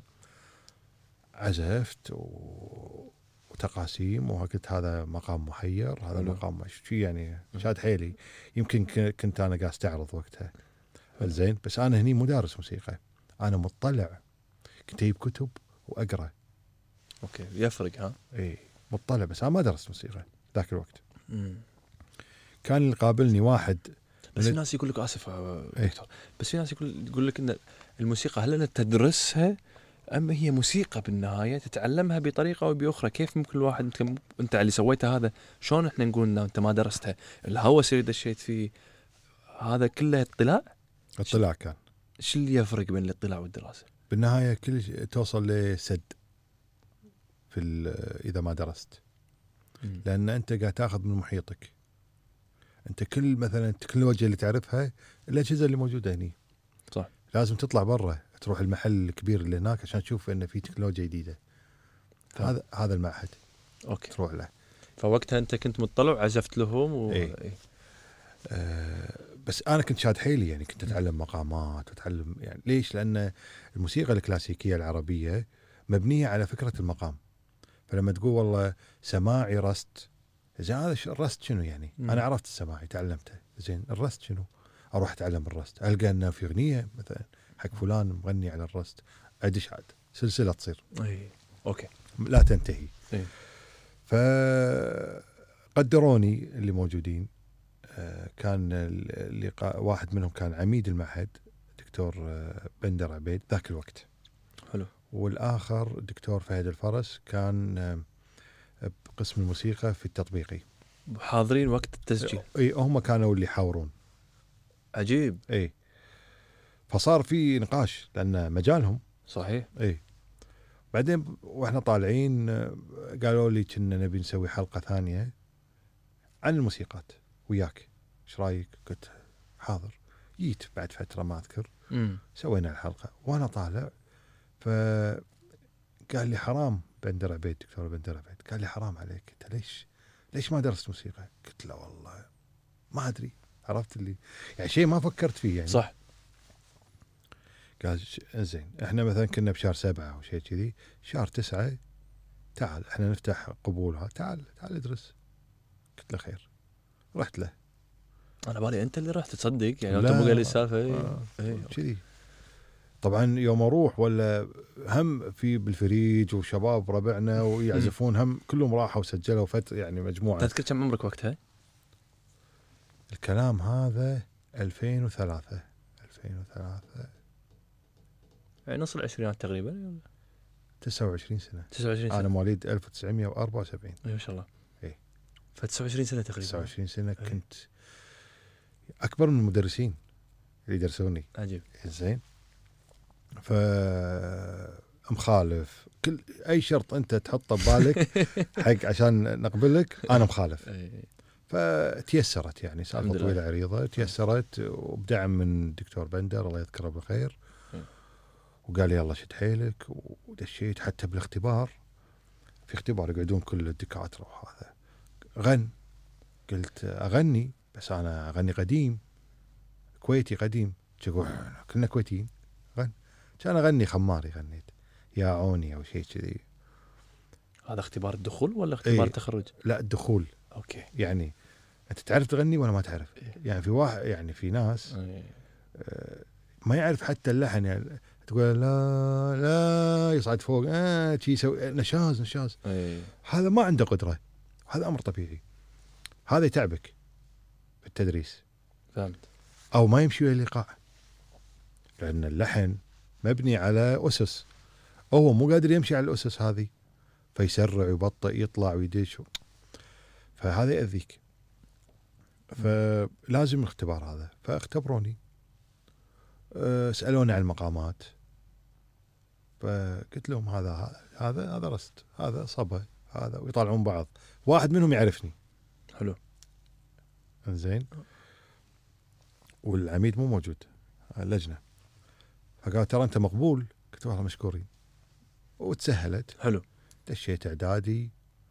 عزفت وتقاسيم وقلت هذا مقام محير، هذا مقام شيء يعني شاد حيلي. يمكن كنت انا قاعد استعرض وقتها زين. بس انا هني مدرس موسيقى، انا مطلع، كنت اجيب كتب واقرا. اوكي يفرق. ها اي مطلع، بس انا ما درست موسيقى ذاك الوقت. كان اللي قابلني واحد. بس في ناس يقول لك اسف دكتور، بس في ناس يقول لك ان الموسيقى هل انت تدرسها اما هي موسيقى بالنهايه تتعلمها بطريقه او باخرى؟ كيف ممكن الواحد انت اللي سويته هذا شلون احنا نقول ان انت ما درستها؟ الهوس اللي دشيت فيه هذا كله اطلاع كان. شو اللي يفرق بين الاطلاع والدراسه؟ بالنهايه كل توصل لسد في اذا ما درست. لان انت قاعد تاخذ من محيطك. انت مثلا التكنولوجيا اللي تعرفها الاجهزه اللي موجوده هني صح. لازم تطلع برا تروح المحل الكبير اللي هناك عشان تشوف انه في تكنولوجيا جديده. هذا المعهد اوكي تروح له. فوقتها انت كنت مطلع وعزفت لهم بس انا كنت شاد حيلي يعني. كنت اتعلم مقامات واتعلم يعني. ليش؟ لان الموسيقى الكلاسيكيه العربيه مبنيه على فكره المقام. فلما تقول والله سماعي رست، زين هذا الرست شنو يعني؟ انا عرفت السماعي تعلمته، زين الرست شنو؟ اروح اتعلم الرست، القى انه في اغنيه مثلا حق فلان مغني على الرست، ادش عاد سلسله تصير. اوكي لا تنتهي. فقدروني اللي موجودين. كان اللقاء واحد منهم كان عميد المعهد دكتور بندر عبيد ذاك الوقت. حلو. والآخر الدكتور فهد الفرس كان بقسم الموسيقى في التطبيقي. حاضرين وقت التسجيل. اي هم كانوا اللي يحاورون. عجيب. اي فصار في نقاش لأن مجالهم. صحيح. اي بعدين واحنا طالعين قالوا لي كنا نبي نسوي حلقة ثانية عن الموسيقات وياك، ايش رايك؟ قلت حاضر. جيت بعد فترة ما اذكر سوينا الحلقة وانا طالع، فقال لي حرام بندر عبيد، دكتور بندر عبيد قال لي حرام عليك، انت ليش ما درست موسيقى؟ قلت له والله ما ادري، عرفت اللي يعني شيء ما فكرت فيه يعني. صح. قال زين احنا مثلا كنا بشهر 7 او شيء كذي، شهر 9 تعال احنا نفتح قبولها، تعال ادرس. قلت له خير. رحت له. انا بالي انت اللي رحت تصدق يعني، انت لا، مو قال لي السالفه. كذي طبعا يوم اروح ولا هم في بالفريج وشباب ربعنا ويعزفون هم كلهم راحوا وسجلوا يعني مجموعه. تذكر كم عمرك وقتها؟ الكلام هذا 2003 يعني نص العشرينات تقريبا. 29 سنه. 29 سنه. انا مواليد 1974. ما شاء الله. ايه. ف 29 سنه تقريبا. 29 سنه كنت اكبر من المدرسين اللي يدرسوني. عجيب. زين. ف مخالف كل اي شرط انت تحطه ببالك حق عشان نقبلك انا مخالف. فتيسرت يعني سالفه طويله عريضه، تيسرت وبدعم من الدكتور بندر الله يذكره بالخير، وقال لي يلا شد حيلك، ودشيت حتى بالاختبار. في اختبار يقعدون كل الدكاتره وهذا غن. قلت اغني بس انا اغني قديم كويتي قديم، كلنا كويتيين. غن كان اغني خماري، غنيت يا عوني او شيء كذي. هذا اختبار الدخول ولا اختبار التخرج؟ لا الدخول. اوكي. يعني انت تعرف تغني ولا ما تعرف؟ يعني في واحد يعني في ناس ما يعرف حتى اللحن، يعني تقول لا يصعد فوق شي يسوي نشاز. هذا ما عنده قدرة، هذا أمر طبيعي، هذا يتعبك في التدريس. فهمت. أو ما يمشي ويا الإيقاع، لأن اللحن مبني على أسس، هو مو قادر يمشي على الأسس هذه، فيسرع ويبطئ يطلع ويدش، فهذا يأذيك. فلازم الاختبار هذا. فاختبروني، سألوني عن المقامات، فقلت لهم هذا رست، هذا صبا، هذا، ويطالعون بعض. واحد منهم يعرفني. حلو. زين. والعميد مو موجود، اللجنة، فقال ترى أنت مقبول. قلت والله مشكورين. وتسهلت. حلو. دشيت إعدادي.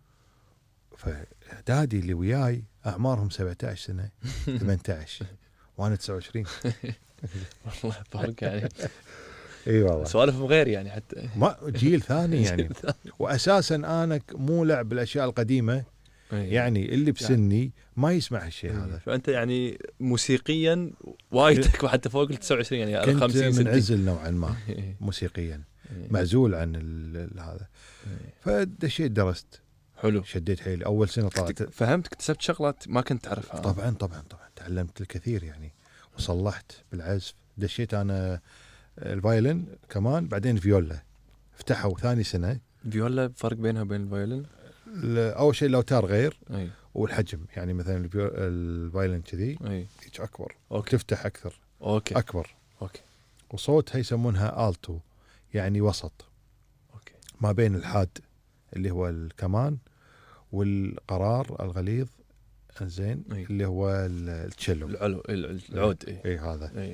فإعدادي اللي وياي أعمارهم 17 سنة 18 وأنا 29. والله فرق يعني. اي والله سوالفهم غير يعني، حتى ما جيل ثاني يعني. واساسا انا مو لعب بالاشياء القديمه، يعني اللي بسني ما يسمع هالشيء هذا. فانت يعني موسيقيا وايدك وحتى فوق ال 29 يعني كنت 50 60 منعزل نوعا ما موسيقيا، معزول عن هذا. فدشيت درست. حلو. شديت حيلي اول سنه طلعت فهمت، اكتسبت شغلات ما كنت تعرفها. طبعا تعلمت الكثير يعني، وصلحت بالعزف. دشيت انا الفايلن كمان، بعدين فيولا فتحوا ثاني سنة. فيولا فرق بينها وبين الفايلن؟ أول شيء الأوتار غير. أي. والحجم يعني مثلا الفايلن كذي هيك أكبر. أوكي. تفتح أكثر. أوكي. أكبر. أوكي. وصوتها يسمونها آلتو، يعني وسط. أوكي. ما بين الحاد اللي هو الكمان والقرار الغليظ زين اللي هو التشيلو العود. اي هذا.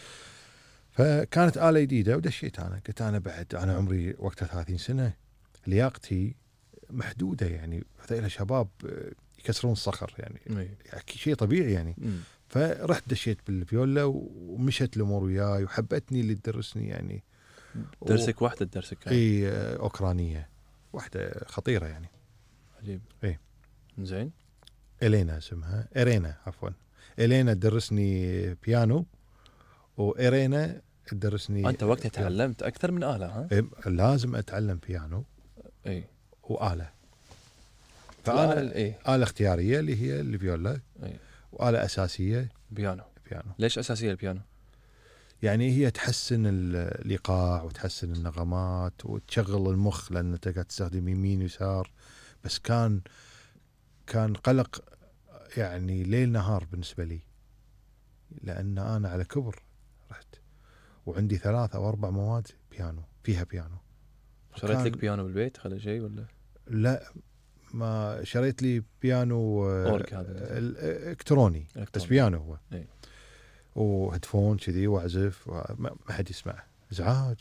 فكانت آلة جديدة ودشيت أنا. قلت أنا بعد أنا عمري وقتها 30 سنة، لياقتي محدودة يعني، هذول شباب يكسرون الصخر يعني شيء طبيعي يعني. فرحت دشيت بالفيولا ومشت الأمور وياي، وحبتني اللي تدرسني يعني. درسك واحدة درسك؟ اي أوكرانية واحدة خطيرة يعني. عجيب. اي زين. إلينا اسمها، إيرينا عفوا. إلينا تدرسني بيانو، وإيرينا تدرسني. أنت وقتها تعلمت أكثر من آلة ها؟ إيه لازم أتعلم بيانو. إيه. وآلة. فأنا آلة اختيارية اللي هي الفيولا. إيه. وآلة أساسية بيانو. بيانو. ليش أساسية البيانو؟ يعني هي تحسن الإيقاع وتحسن النغمات وتشغل المخ، لأن أنت قاعد تستخدم يمين ويسار. بس كان قلق يعني ليل نهار بالنسبة لي، لأن أنا على كبر رحت وعندي 3 أو 4 مواد بيانو فيها بيانو. شريت لك بيانو بالبيت خلي شيء ولا؟ لا، ما شريت لي بيانو أورك هذا الكتروني بس بيانو هو. إيه. وهيدفون كذي واعزف ما حد يسمع، ازعاج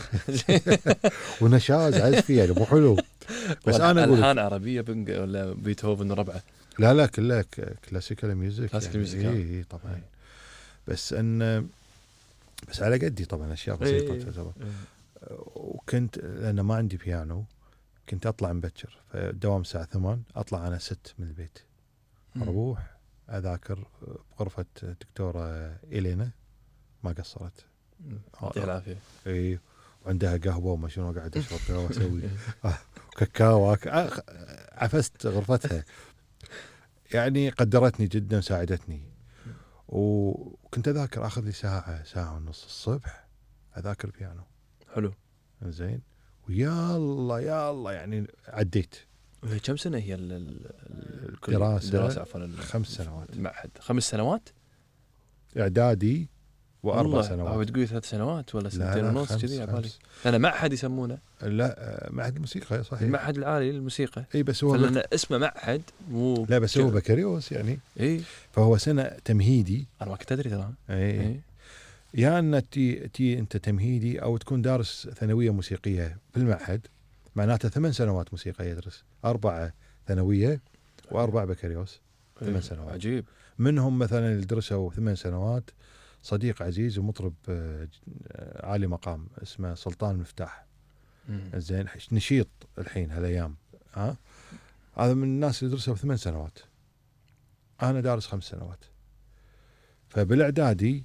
ونشاز عزفي يعني مو حلو. بس انا اقول الحان عربيه ولا بيتهوفن وربعه؟ لا كلها كلاسيكال ميوزك. كلاسيكال ميوزك. اي طبعا. بس على قدي طبعا، اشياء بسيطه تعتبر. وكنت لان ما عندي بيانو كنت اطلع مبكر، فالدوام الساعه 8 اطلع انا 6 من البيت، اروح اذاكر بغرفه دكتوره إلينا ما قصرت، يعطيها العافيه. اي، وعندها قهوه وما شنو، قاعد اشرب قهوه واسوي كاكاو عفست غرفتها. يعني قدرتني جدا، ساعدتني. وكنت اذاكر، اخذ لي ساعه ونص الصبح اذاكر بيانو. حلو زين، ويلا يعني عديت. وهي كم سنه هي دراسه عفوا 5 سنوات المعهد؟ 5 سنوات اعدادي و4 سنوات. او تقول 3 سنوات ولا 2.5 كذي على بالي. انا معهد يسمونه. لا، معهد الموسيقى صحيح، المعهد العالي للموسيقى. اي بس هو لأن اسمه معهد مو لا، بس هو بكالوريوس يعني. اي، فهو سنه تمهيدي. انا ما كنت ادري ترى. اي يا ان تي انت تمهيدي او تكون دارس ثانويه موسيقيه بالمعهد، معناته 8 سنوات موسيقى يدرس، 4 ثانويه و4 بكالوريوس. 8 سنوات. عجيب. منهم مثلا اللي درسوا 8 سنوات صديق عزيز ومطرب عالي مقام اسمه سلطان مفتاح. زين، نشيط الحين هالايام. هذا من الناس اللي درسوا 8 سنوات. انا دارس 5 سنوات. فبالاعدادي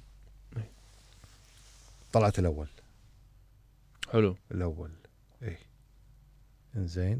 طلعت الاول. حلو. الاول ايه. انزين،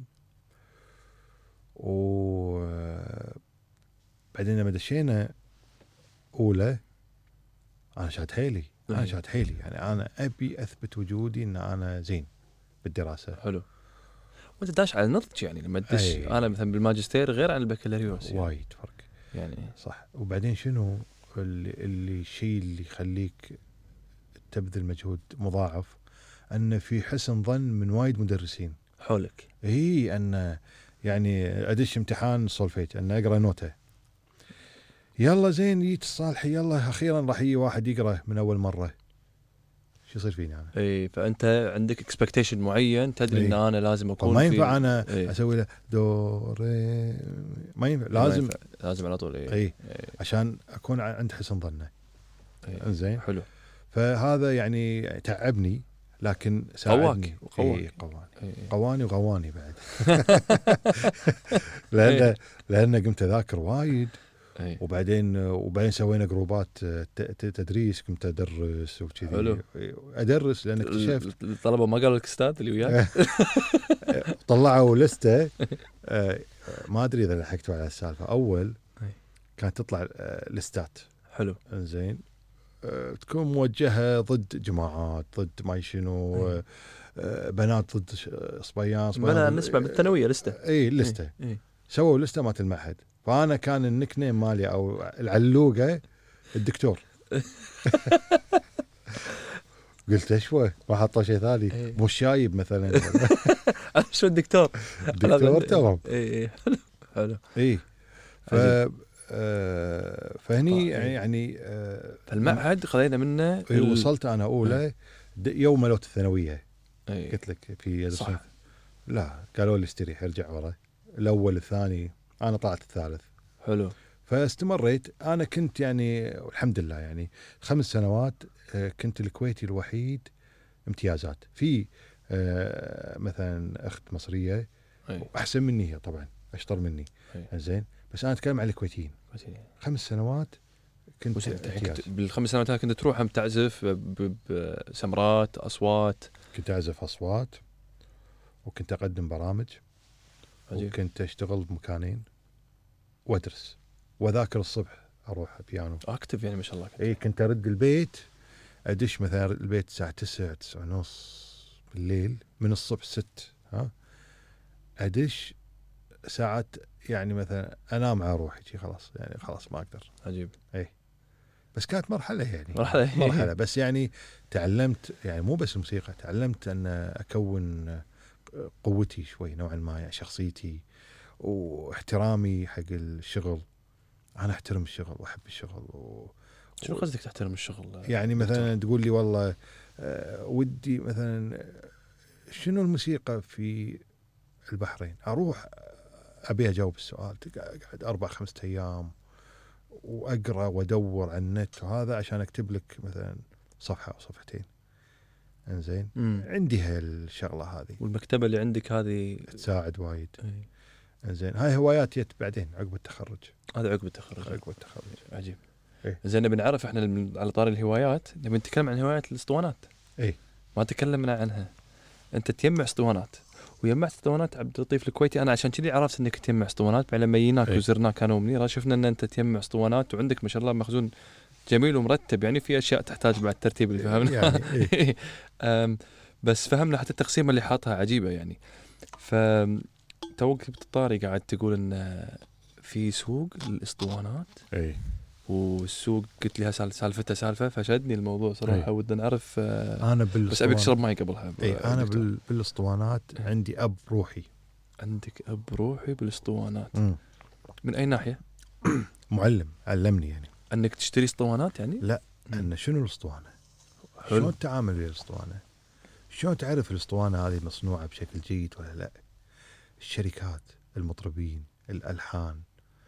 وبعدين لما دشينا اولى انا شاد حيلي. يعني انا ابي اثبت وجودي ان انا زين بالدراسه. حلو. وانت داش على نضج يعني لما تدش. انا مثلا بالماجستير غير عن البكالوريوس يعني. وايد فرق يعني صح. وبعدين شنو اللي الشيء اللي يخليك تبذل مجهود مضاعف، ان في حسن ظن من وايد مدرسين حولك. ان يعني ادش امتحان سولفيت، ان اقرا نوته، يلا زين جيت الصالحي، يلا اخيرا راح يجي واحد يقرا من اول مره، شو يصير فيني انا؟ اي، فانت عندك اكسبكتيشن معين، تدري ان انا لازم اكون ما ينفع انا اسوي له دو ري، ما ينفع، لازم على طول. اي عشان اكون عند حسن ظنه. زين، حلو. فهذا يعني تعبني، لكن ساعدني. قواني وغواني بعد. لأن قمت أذاكر وايد. وبعدين سوينا جروبات تدريس، كنت أدرس وكذي. أدرس لأن اكتشفت الطلبة ما قالوا لك أستاذ اللي وياك. طلعوا لستة، ما أدري إذا لحقتوا على السالفة. أول كانت تطلع لستات. حلو. زين، تكون موجهة ضد جماعات، ضد ما شنو، بنات ضد صبيان. بنا نسمع بالثانوية لستة. اي لستة. سووا لستة مالت المعهد، فأنا كان النيك نيم مالي أو العلوقة الدكتور. قلت أشوى ما حطوا شيء ثاني، مو الشايب مثلا. شو الدكتور؟ الدكتور تمام. اي حلو. اي فهني يعني فالمعهد خذينا منه. وصلت أنا أولى يوم ملوت الثانوية. قلت لك في صح. لا، قالوا لي استريح ارجع ورا، الأول الثاني، أنا طلعت الثالث. حلو. فاستمريت. أنا كنت يعني الحمد لله يعني 5 سنوات كنت الكويتي الوحيد امتيازات في مثلا أخت مصرية أحسن مني، هي طبعا أشطر مني. زين، بس أنا أتكلم عن الكويتيين. 5 سنوات كنت امتياز. بال5 سنوات كنت تروح هم تعزف بسمرات أصوات؟ كنت أعزف أصوات، وكنت أقدم برامج. عجيب. وكنت أشتغل بمكانين وأدرس وأذاكر الصبح، أروح بيانو أكتف يعني ما شاء الله. إيه، كنت أرد البيت، أدش مثلا البيت الساعة 9:30 بالليل، من الصبح 6 أدش ساعات يعني مثلا أنام على روحي خلاص، يعني خلاص ما أقدر. عجيب. إيه، بس كانت مرحلة يعني مرحلة بس يعني تعلمت، يعني مو بس الموسيقى، تعلمت أن أكون قوتي شوي نوعا ما، يعني شخصيتي واحترامي حق الشغل. انا احترم الشغل واحب الشغل شو قصدك تحترم الشغل؟ يعني مثلا تقول لي والله ودي مثلا شنو الموسيقى في البحرين، اروح ابي اجاوب السؤال، قاعد 4-5 ايام واقرا وادور على النت وهذا عشان اكتب لك مثلا صفحه او صفحتين. انزين عندي هالشغله هذه، والمكتبه اللي عندك هذه تساعد وايد. انزين هاي هوايات جت بعدين عقب التخرج. هذا عقب التخرج. عقب التخرج عجيب. إيه؟ زين نبي نعرف احنا على طاري الهوايات، نبي نتكلم عن هوايات الاسطوانات. ايه ما تكلمنا عنها. انت تجمع اسطوانات ويجمعت اسطوانات عبد اللطيف الكويتي. انا عشان كذي عرفت انك تجمع اسطوانات، بعد لما جيناك إيه؟ وزرناك انا ومنيره شفنا ان انت تجمع اسطوانات، وعندك ما شاء الله مخزون جميل ومرتب، يعني في اشياء تحتاج بعد ترتيب اللي فهمنا يعني إيه؟ بس فهمنا حتى التقسيمه اللي حاطها عجيبه يعني. ف توك بالطاري قاعد تقول ان في سوق الاسطوانات. ايه والسوق قلت لي سالفتها سالفه فشدني الموضوع صراحه. أي. ودنا نعرف انا بس ابيك تشرب ماي قبلها. انا بالاسطوانات عندي اب روحي. عندك اب روحي بالاسطوانات. من اي ناحيه؟ معلم علمني يعني انك تشتري اسطوانات يعني؟ لا ان شنو الاسطوانه، حلو. شلون تتعامل ويا الاسطوانه، شلون تعرف الاسطوانه هذه مصنوعه بشكل جيد ولا لا، الشركات، المطربين، الالحان،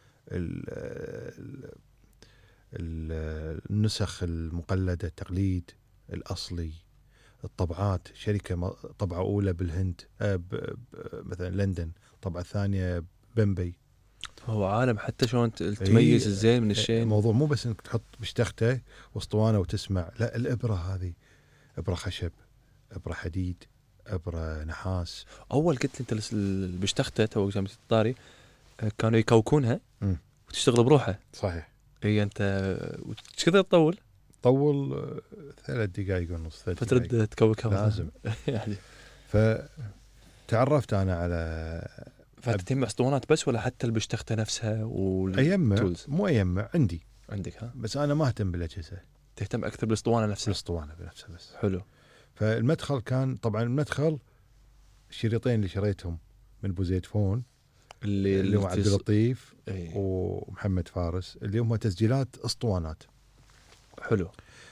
النسخ المقلده، التقليد الاصلي، الطبعات، شركه طبعه اولى بالهند مثلا لندن، طبعه ثانيه بمبي. هو عالم حتى شلون تميز الزين من الشين. الموضوع مو بس انك تحط بشتخته واسطوانه وتسمع، لا الابره هذه ابره خشب، ابره حديد، ابره نحاس. اول قلت لي انت البشتخته تو جامعه الطاري كانوا يكوكونها وتشتغل بروحها. صحيح. اي انت ايش كثر تطول 3 دقائق ونص فترد تكوكها لازم يعني. فتعرفت انا على فتجمع اسطوانات بس ولا حتى البشتخته نفسها ايمع؟ مو ايمع، عندك ها، بس انا ما اهتم بالاجهزه، تهتم اكثر بالاسطوانه نفسها. الاسطوانه بنفسها بس. حلو. فالمدخل كان طبعا المدخل الشريطين اللي شريتهم من بوزيدفون اللي هو عبد اللطيف ومحمد فارس، اللي هم تسجيلات اسطوانات. حلو.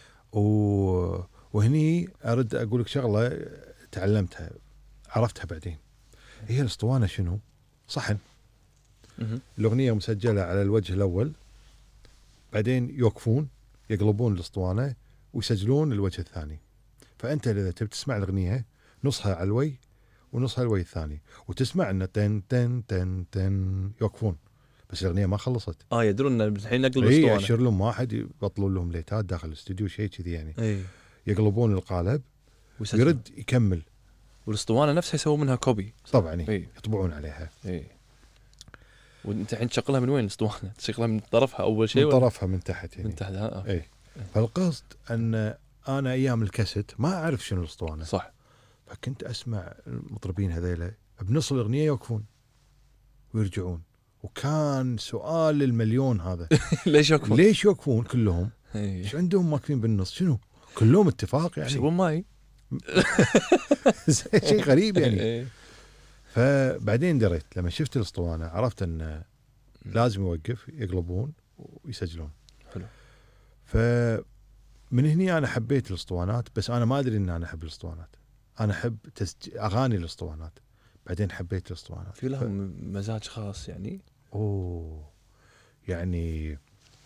وهني ارد اقول لك شغله تعلمتها عرفتها بعدين. هي الاسطوانه شنو؟ صحن. الاغنيه مسجله على الوجه الاول، بعدين يوقفون يقلبون الاسطوانه ويسجلون الوجه الثاني. فانت اذا تبي تسمع الاغنيه نصها على الوي ونصها الوي الثاني، وتسمع ان تن تن تن تن يوقفون، بس الاغنيه ما خلصت. يدرون ان الحين نقلب الاسطوانه. يأشر لهم واحد يبطلون لهم ليتات داخل الاستوديو شيء كذي يعني. أي. يقلبون القالب ويرد يكمل، والاسطوانه نفسها يسوون منها كوبي طبعا. يطبعون عليها. وانت الحين تشغلها من وين الاسطوانه؟ تشغلها من طرفها اول شيء من طرفها من تحت يعني. من تحت فالقصد ان انا ايام الكاسيت ما اعرف شنو الاسطوانه. صح. فكنت اسمع المطربين هذيلا بنص الاغنيه يوقفون ويرجعون، وكان سؤال المليون هذا. ليش يوقفون كلهم؟ ايش عندهم واقفين بالنص؟ شنو كلهم اتفاق يعني؟ يشربون ماي. شيء غريب يعني. فبعدين دريت لما شفت الاسطوانه عرفت ان لازم يوقف يقلبون ويسجلون. حلو. فمن هني انا حبيت الاسطوانات، بس انا ما ادري ان انا احب الاسطوانات، انا احب اغاني الاسطوانات، بعدين حبيت الاسطوانات. في لهم مزاج خاص يعني. يعني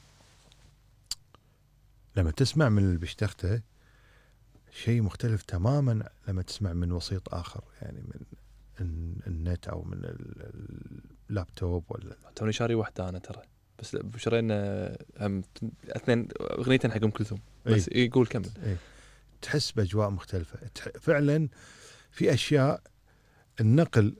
لما تسمع من البشتخته شيء مختلف تماما لما تسمع من وسيط اخر، يعني من النت او من اللابتوب ولا. توني شاري واحده انا ترى، بس شرينا هم اثنين اغنيتين حق ام كلثوم بس. يقول كمل. تحس باجواء مختلفه فعلا. في اشياء النقل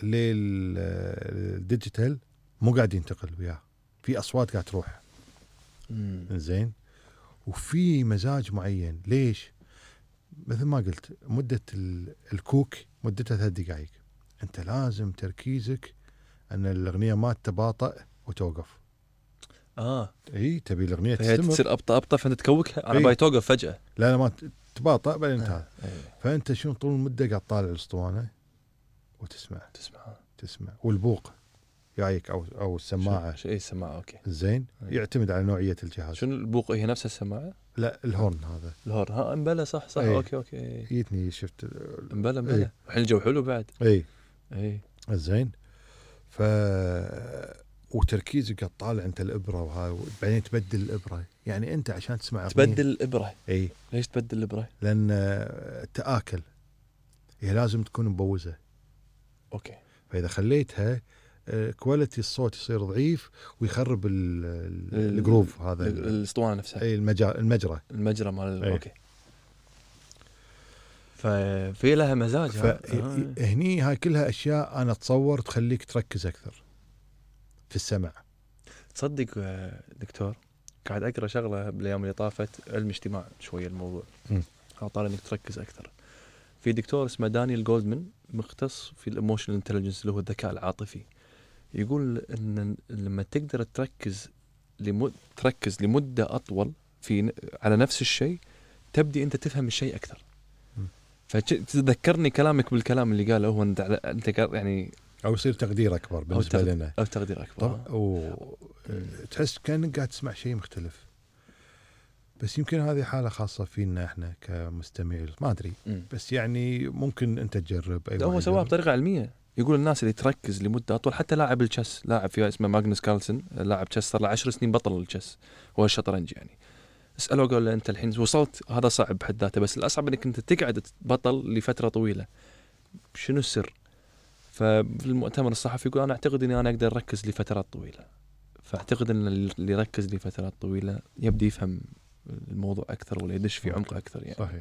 للديجيتال مو قاعد ينتقل وياه، في اصوات قاعد تروح. زين. وفي مزاج معين. ليش؟ مثل ما قلت مده الكوك مدتها 3 دقائق، انت لازم تركيزك ان الاغنيه ما تتباطأ وتوقف. تبي الاغنيه تستمر، تصير ابطا فانت تكوكها. انا باي توقف فجاه. لا ما تباطأ بعدين انتهى. فانت شنو طول المده قاعد طالع الاسطوانه تسمع والبوق جايك او السماعه. اي السماعه اوكي زين يعتمد على نوعيه الجهاز. شنو البوق هي نفس السماعه؟ لا الهورن هذا. الهورن ها امبلا صح أي. اوكي جيتني شفت امبلا أي. الحين الجو حلو بعد. اي زين وتركيزك قاعد طالع انت الابره وهاي وبعدين تبدل الابره. يعني انت عشان تسمع تبدل الابره. اي ليش تبدل الابره؟ لان تآكل هي لازم تكون مبوزه. اوكي فاذا خليتها كواليتي الصوت يصير ضعيف ويخرب الجروف هذا الاسطوانه نفسها. اي المجرى مال اوكي. ففي لها مزاج. هني هاي كلها اشياء انا اتصور تخليك تركز اكثر في السمع. تصدق دكتور قاعد اقرا شغله بالايام اللي طافت علم اجتماع شويه الموضوع. طالع انك تركز اكثر. في دكتور اسمه دانيال جولدمان مختص في الايموشنال انتليجنس اللي هو الذكاء العاطفي. يقول ان لما تقدر تركز لمده اطول على نفس الشيء تبدي انت تفهم الشيء اكثر. فتذكرني كلامك بالكلام اللي قاله هو انت يعني او يصير تقدير اكبر بالنسبه لنا او تقدير اكبر. تحس كأنك قاعد تسمع شيء مختلف. بس يمكن هذه حاله خاصه فينا احنا كمستمعين ما ادري. بس يعني ممكن انت تجرب. هو سواها بطريقه علميه. يقول الناس اللي تركز لمده اطول حتى لاعب التشيس لاعب فيها اسمه ماغنوس كارلسن لاعب تشيس صار له 10 سنين بطل التشيس هو الشطرنج يعني. اسأله قال له أنت الحين وصلت هذا صعب بحد ذاته بس الأصعب أنك أنت تقعد تبطل لفترة طويلة. شنو السر؟ ففي المؤتمر الصحفي يقول أنا أعتقد أني أنا أقدر أركز لفترات طويلة. فأعتقد أن اللي يركز لفترات طويلة يبدي يفهم الموضوع أكثر ولا يدش في عمق أكثر يعني. صحيح.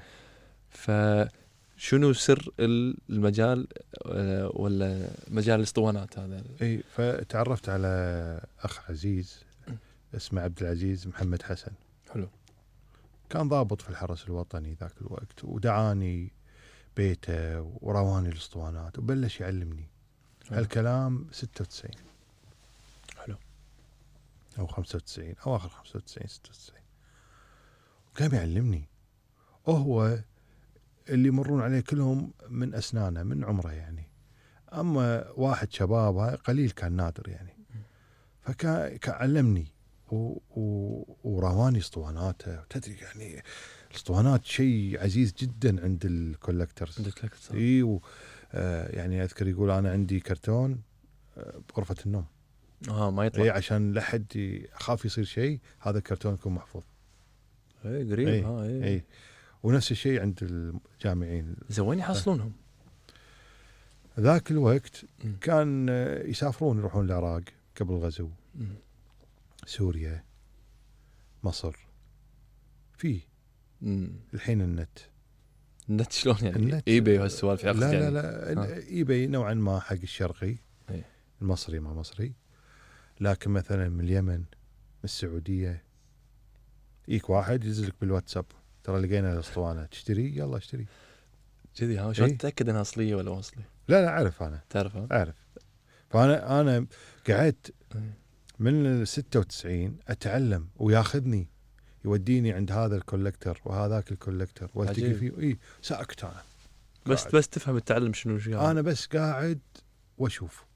فشنو سر المجال ولا مجال الاسطوانات هذا؟ أي فتعرفت على أخ عزيز اسمه عبد العزيز محمد حسن. حلو. كان ضابط في الحرس الوطني ذاك الوقت ودعاني بيته ورواني الاسطوانات وبلش يعلمني. هالكلام 96 حلو او 95 او اخر 95 96 وقام يعلمني. وهو اللي يمرون عليه كلهم من اسنانه من عمره يعني. اما واحد شباب هاي قليل كان نادر يعني. فكان علمني ورواني اسطواناته. تدري يعني الاسطوانات شيء عزيز جدا عند الكولكترز. اي يعني اذكر يقول انا عندي كرتون بغرفه النوم ما يطلع. عشان لا حد اخاف يصير شيء هذا الكرتون يكون محفوظ. قريب. اي ونفس الشيء عند الجامعين. وين يحصلونهم؟ ذاك الوقت كان يسافرون يروحون العراق قبل الغزو. سوريا مصر في الحين النت شلون يعني ايباي وهالسوالف لا يعني. لا ايباي نوعا ما حق الشرقي المصري ما مصري. لكن مثلا من اليمن من السعوديه يجيك واحد ينزلك بالواتساب ترى لقينا الاسطوانه تشتري يلا اشتري كذي. شلون تتاكد انها اصليه ولا مو اصليه؟ لا اعرف انا تعرف اعرف. فانا قعدت من 96 اتعلم وياخذني يوديني عند هذا الكولكتر وهذاك الكولكتر والتقي فيه. ساكت انا بس تفهم التعلم شنو انا بس قاعد واشوف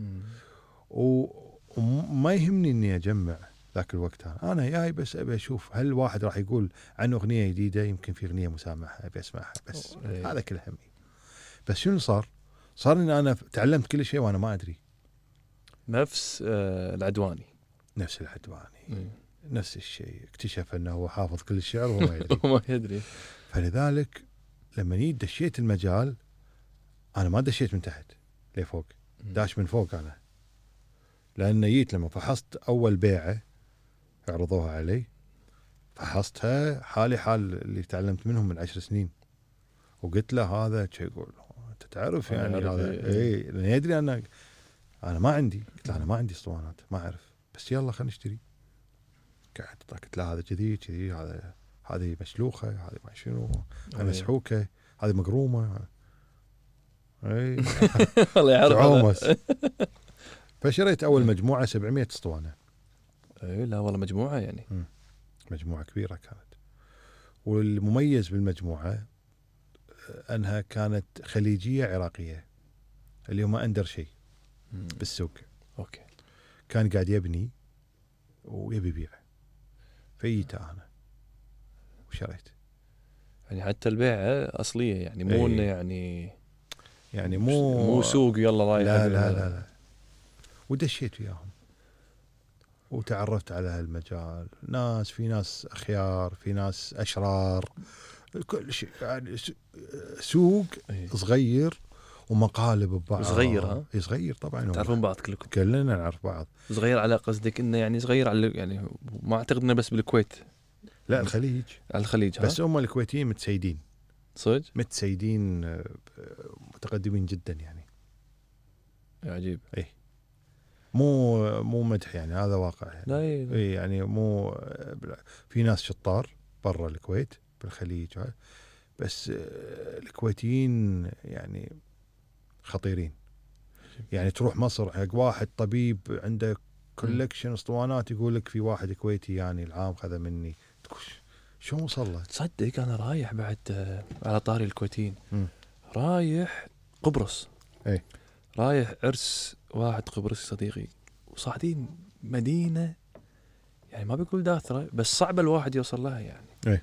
وما يهمني اني اجمع. ذاك الوقت انا جاي بس ابي اشوف هل واحد راح يقول عن اغنيه جديده يمكن في اغنيه مسامحه ابي اسمعها بس. هذا كل همي. بس شنو صار اني انا تعلمت كل شيء وانا ما ادري. نفس العدواني نفس الشيء. اكتشف انه هو حافظ كل الشعر وهو ما يدري. ما يدري. فلذلك لما دشيت المجال انا ما دشيت من تحت لفوق داش من فوق انا. لان جيت لما فحصت اول بيعه عرضوها علي فحصتها حالي حال اللي تعلمت منهم من 10 سنين وقلت له هذا شو يقول انت تعرف يعني هذا لان يدري انا ما عندي. قلت له انا ما عندي اسطوانات ما اعرف بس يلا خلينا نشتري. قلت له هذا كذي هذه مشلوخه هذه ما شنو مسحوكه هذه مقرومه. والله يعرف. فشريت اول مجموعه 700 اسطوانه. لا والله مجموعه يعني مجموعه كبيره كانت. والمميز بالمجموعه انها كانت خليجيه عراقيه اللي هو ما أندر شيء بالسوق. اوكي. كان قاعد يبني ويبي يبيع، فجيت أنا وشريت. يعني حتى البيعة أصلية يعني مو إنه يعني مو سوق يلا رايح. لا ودشيت وياهم وتعرفت على هالمجال. في ناس أخيار، في ناس أشرار، كل شيء يعني سوق صغير ومقالب ببعض. صغير ها؟ صغير طبعا. تعرفون بعض كلكم؟ كلنا نعرف بعض. صغير على قصدك إنه يعني صغير على يعني ما أعتقد إنه بس بالكويت. لا الخليج. على الخليج ها؟ بس هم الكويتيين متسيدين. صدق؟ متسيدين متقدمين جدا يعني. عجيب. إيه مو مدح يعني، هذا واقع يعني. لا إيه يعني مو في ناس شطار برا الكويت بالخليج، بس الكويتيين يعني خطيرين. يعني تروح مصر حق واحد طبيب عنده كولكشن اسطوانات، يقول لك في واحد كويتي يعني العام خذ مني. شو وصل له؟ تصدق انا رايح بعد على طاري الكويتيين، رايح قبرص. اي رايح عرس واحد قبرصي صديقي، وصاعدين مدينة يعني ما بيقول داثرة بس صعب الواحد يوصل لها يعني. اي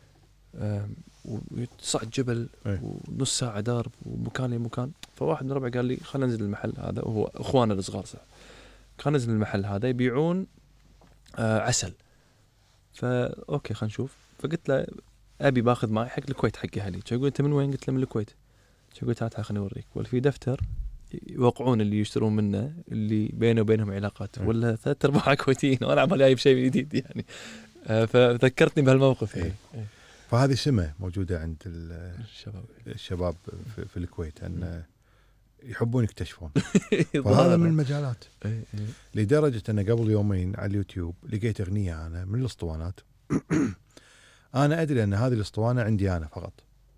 ويصعد جبل ونص ساعة دارب ومكان لمكان. فواحد من ربع قال لي خلينا ننزل المحل هذا، وهو اخواننا الصغار صح. كان ننزل المحل هذا يبيعون عسل. اوكي خلينا نشوف. فقلت له ابي باخذ معي حق الكويت حق اهلي. يقول انت من وين؟ قلت له من الكويت. قلت تعال خليني اوريك. ولا في دفتر يوقعون اللي يشترون منه اللي بينه وبينهم علاقات، ولا 3/4 كويتيين وانا عمال جايب شيء جديد يعني. فذكرتني بهالموقف يعني. فهذه سمة موجودة عند الشباب في الكويت أن يحبون يكتشفون. فهذا من المجالات. لدرجة أن قبل يومين على اليوتيوب لقيت أغنية أنا من الأسطوانات. أنا أدري أن هذه الأسطوانة عندي أنا فقط،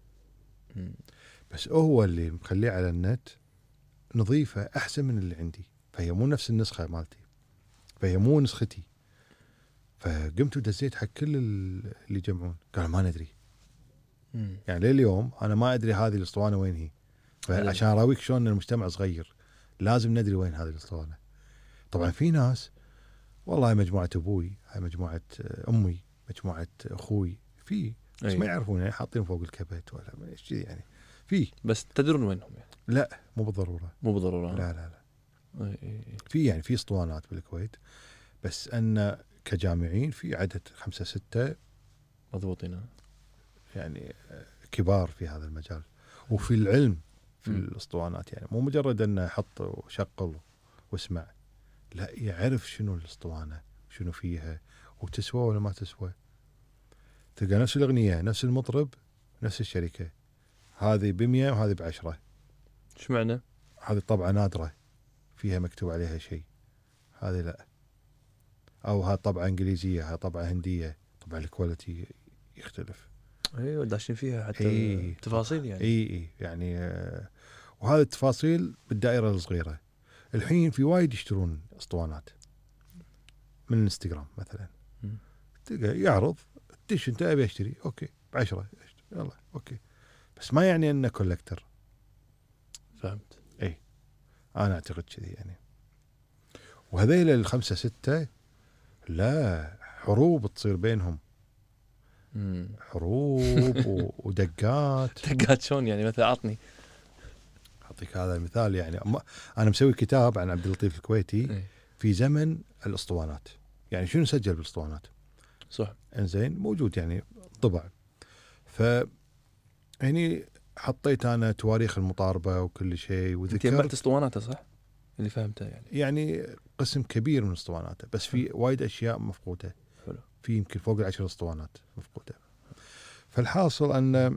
بس هو اللي مخليه على النت نظيفة أحسن من اللي عندي، فهي مو نفس النسخة مالتي، فهي مو نسختي. فقمت ودزيت حق كل اللي يجمعون، قالوا ما ندري. يعني لليوم أنا ما أدري هذه الأسطوانة وين هي. فعشان أراويك شلون المجتمع صغير لازم ندري وين هذه الأسطوانة. طبعا في ناس والله هاي مجموعة أبوي، هاي مجموعة أمي، مجموعة أخوي، بس ما يعرفون يعني حاطين فوق الكبت ولا ايش يعني. بس تدرون وينهم يعني؟ لا مو بالضرورة. لا. في اسطوانات بالكويت، بس أن كجامعين في عدد 5-6 مضبوطين يعني كبار في هذا المجال وفي العلم في الاسطوانات. يعني مو مجرد انه حط وشغل واسمع، لا يعرف شنو الاسطوانة، شنو فيها وتسوى ولا ما تسوى. تلقى نفس الأغنية، نفس المطرب، نفس الشركة، هذه ب100 وهذه ب10. ايش معنى؟ هذه طبعا نادرة فيها مكتوب عليها شيء، هذه لا. او ها طبعا انجليزية، ها طبعا هندية، طبعا الكواليتي يختلف. ايوه داشين فيها حتى تفاصيل يعني. اي يعني وهذه التفاصيل بالدائرة الصغيرة. الحين في وايد يشترون اسطوانات من الانستغرام مثلا، تلقى يعرض تدش انت ابي اشتري، اوكي ب10 يلا اوكي، بس ما يعني انه كولكتر. فهمت. اي انا اعتقد كذي يعني. وهذيل 5-6 لا حروب تصير بينهم، حروب ودقات. شلون يعني؟ مثلا اعطني. اعطيك هذا المثال يعني. انا مسوي كتاب عن عبد اللطيف الكويتي في زمن الاسطوانات، يعني شنو سجل بالاسطوانات. صح. انزين موجود يعني طبع. فهني حطيت انا تواريخ المطاربه وكل شيء، وذكرت انت اسطواناته صح اللي فهمته يعني قسم كبير من اسطواناته، بس في وايد اشياء مفقوده. حلو. في يمكن فوق 10 اسطوانات مفقوده. فالحاصل ان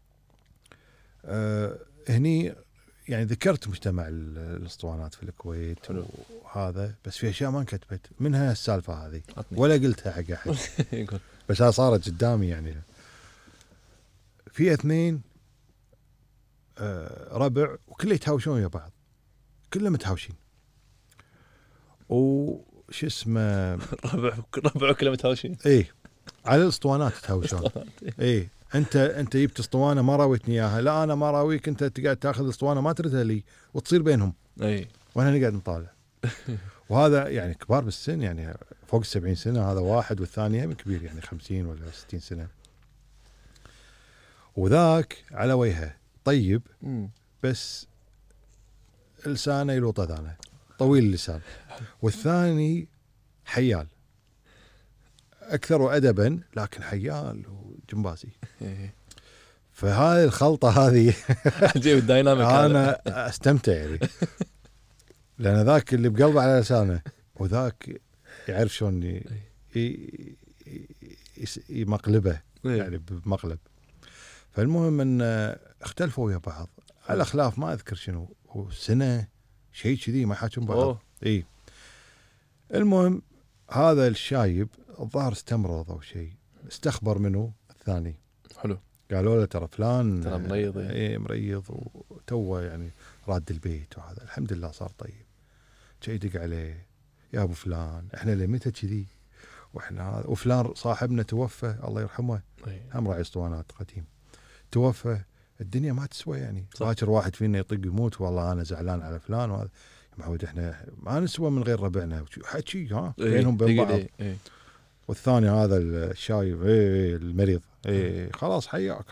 هني يعني ذكرت مجتمع الاسطوانات في الكويت. حلو. وهذا بس في اشياء ما انكتبت منها السالفه هذه ولا قلتها حق احد. بس هذا صارت قدامي يعني. في 2 ربع وكله يتهاوشون ويا بعض، كلهم متهاوشين. وش اسمه ربع كلهم متهاوشين. ايه على الاسطوانات يتهاوشون. ايه انت جبت اسطوانه ما راويتني اياها، لا انا ما راويك، انت تقعد تاخذ اسطوانه ما تردها لي وتصير بينهم اي وانا نقعد نطالع. وهذا يعني كبار بالسن، يعني فوق 70 سنه هذا واحد، والثاني هم كبير يعني 50 ولا 60 سنه. وذاك على وجهه طيب بس لسانه يلوط اذانه، طويل اللسان. والثاني حيال اكثر ادبا لكن حيال وجمبازي. فهذه الخلطه هذه عجيب الدايناميك. انا استمتع يعني، لان ذاك اللي بقلبه على لسانه وذاك يعرف شلون يمقلبه يعني بمقلب. فالمهم ان اختلفوا ويا بعض على خلاف ما اذكر شنو، وسنه شيء كذي ما يحاكون بعض. اي المهم هذا الشايب الظاهر استمرض او شيء، استخبر منه الثاني. حلو. قالوا له ترى فلان ترى مريض. اي مريض وتوه يعني راد البيت، وهذا الحمد لله صار طيب. شيء يدق عليه يا ابو فلان احنا لمتى كذي واحنا هذا، وفلان صاحبنا توفى الله يرحمه، هم راعي اسطوانات قديم، توفى، الدنيا ما تسوى يعني. باكر واحد فينا يطق يموت والله انا زعلان على فلان، وهذا معود احنا ما نسوى من غير ربعنا، حكي ها بينهم بين بعض. والثاني هذا الشايب المريض خلاص حياك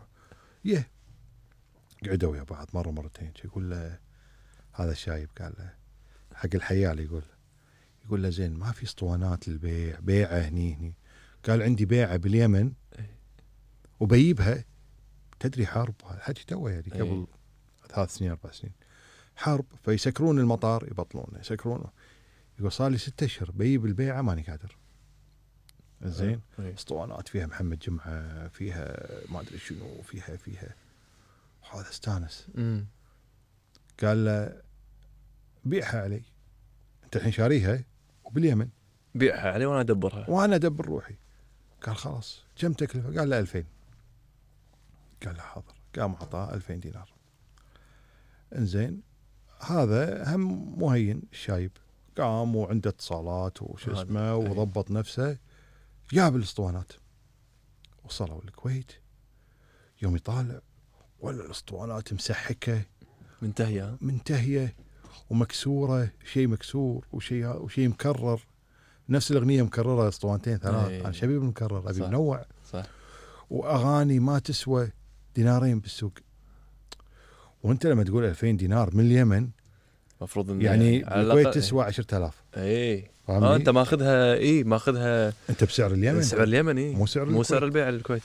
قعدوا ويا بعض مره مرتين. يقول له هذا الشايب قال له حق الحيال، يقول له زين ما في اسطوانات للبيع، بيعه هني. قال عندي بيعه باليمن وبيبها، تدري حرب هذا حكي توه يعني قبل 3 سنين 4 سنين، حرب فيسكرون المطار يبطلونه يسكرونه. يقول صار لي 6 أشهر بيب البيعه ماني قادر. زين اسطوانات فيها محمد جمعه، فيها ما ادري شنو، فيها هذا استانس. قال له بيعها علي، انت الحين شاريها وباليمن، بيعها علي وانا ادبرها وانا ادبر روحي. قال خلاص كم تكلفه؟ قال له 2000. قال له حاضر. قام اعطاه 2000 دينار. انزين هذا هم مهين الشايب، قام وعنده اتصالات وش اسمه وضبط نفسه، جاب الاسطوانات وصلوا الكويت. يوم يطالع ولا الاسطوانات مسحكه منتهيه ومكسوره، شيء مكسور وشيء مكرر، نفس الاغنيه مكرره اسطوانتين 3. انا شبيب مكرر ابي منوع صح. واغاني ما تسوى دينارين بالسوق. وانت لما تقول 2000 دينار من اليمن مفروض يعني بالكويت تسوى 10,000. انت ماخذها ماخذها انت بسعر اليمن، سعر اليمن مو سعر البيع للكويت.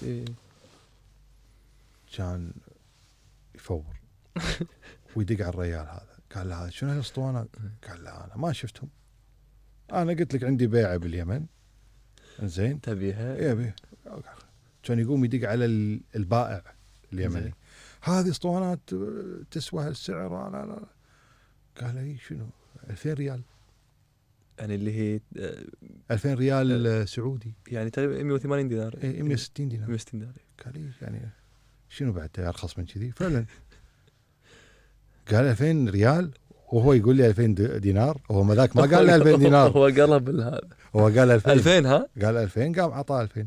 كان يفور ويدق على الرجال هذا، قال له هذا شنو هالاسطوانات؟ قال له انا ما شفتهم، انا قلت لك عندي بيعه باليمن زين تبيها يبي. كان يقوم يدق على البائع اليمني، هذه اسطوانات تسوى هالسعر؟ لا. قال لي شنو 2000 ريال يعني اللي هي 2000 ريال سعودي يعني تقريبا 180 دينار 160 دينار 160 دينار. قال لي يعني شنو بعد ارخص من كذي فعلا. قال 2000 ريال وهو يقول لي 2000 دينار، هو ما ذاك ما قال لي 2000 دينار هو قلب هذا، هو قال 2000 ها قال 2000 قام عطاه 2000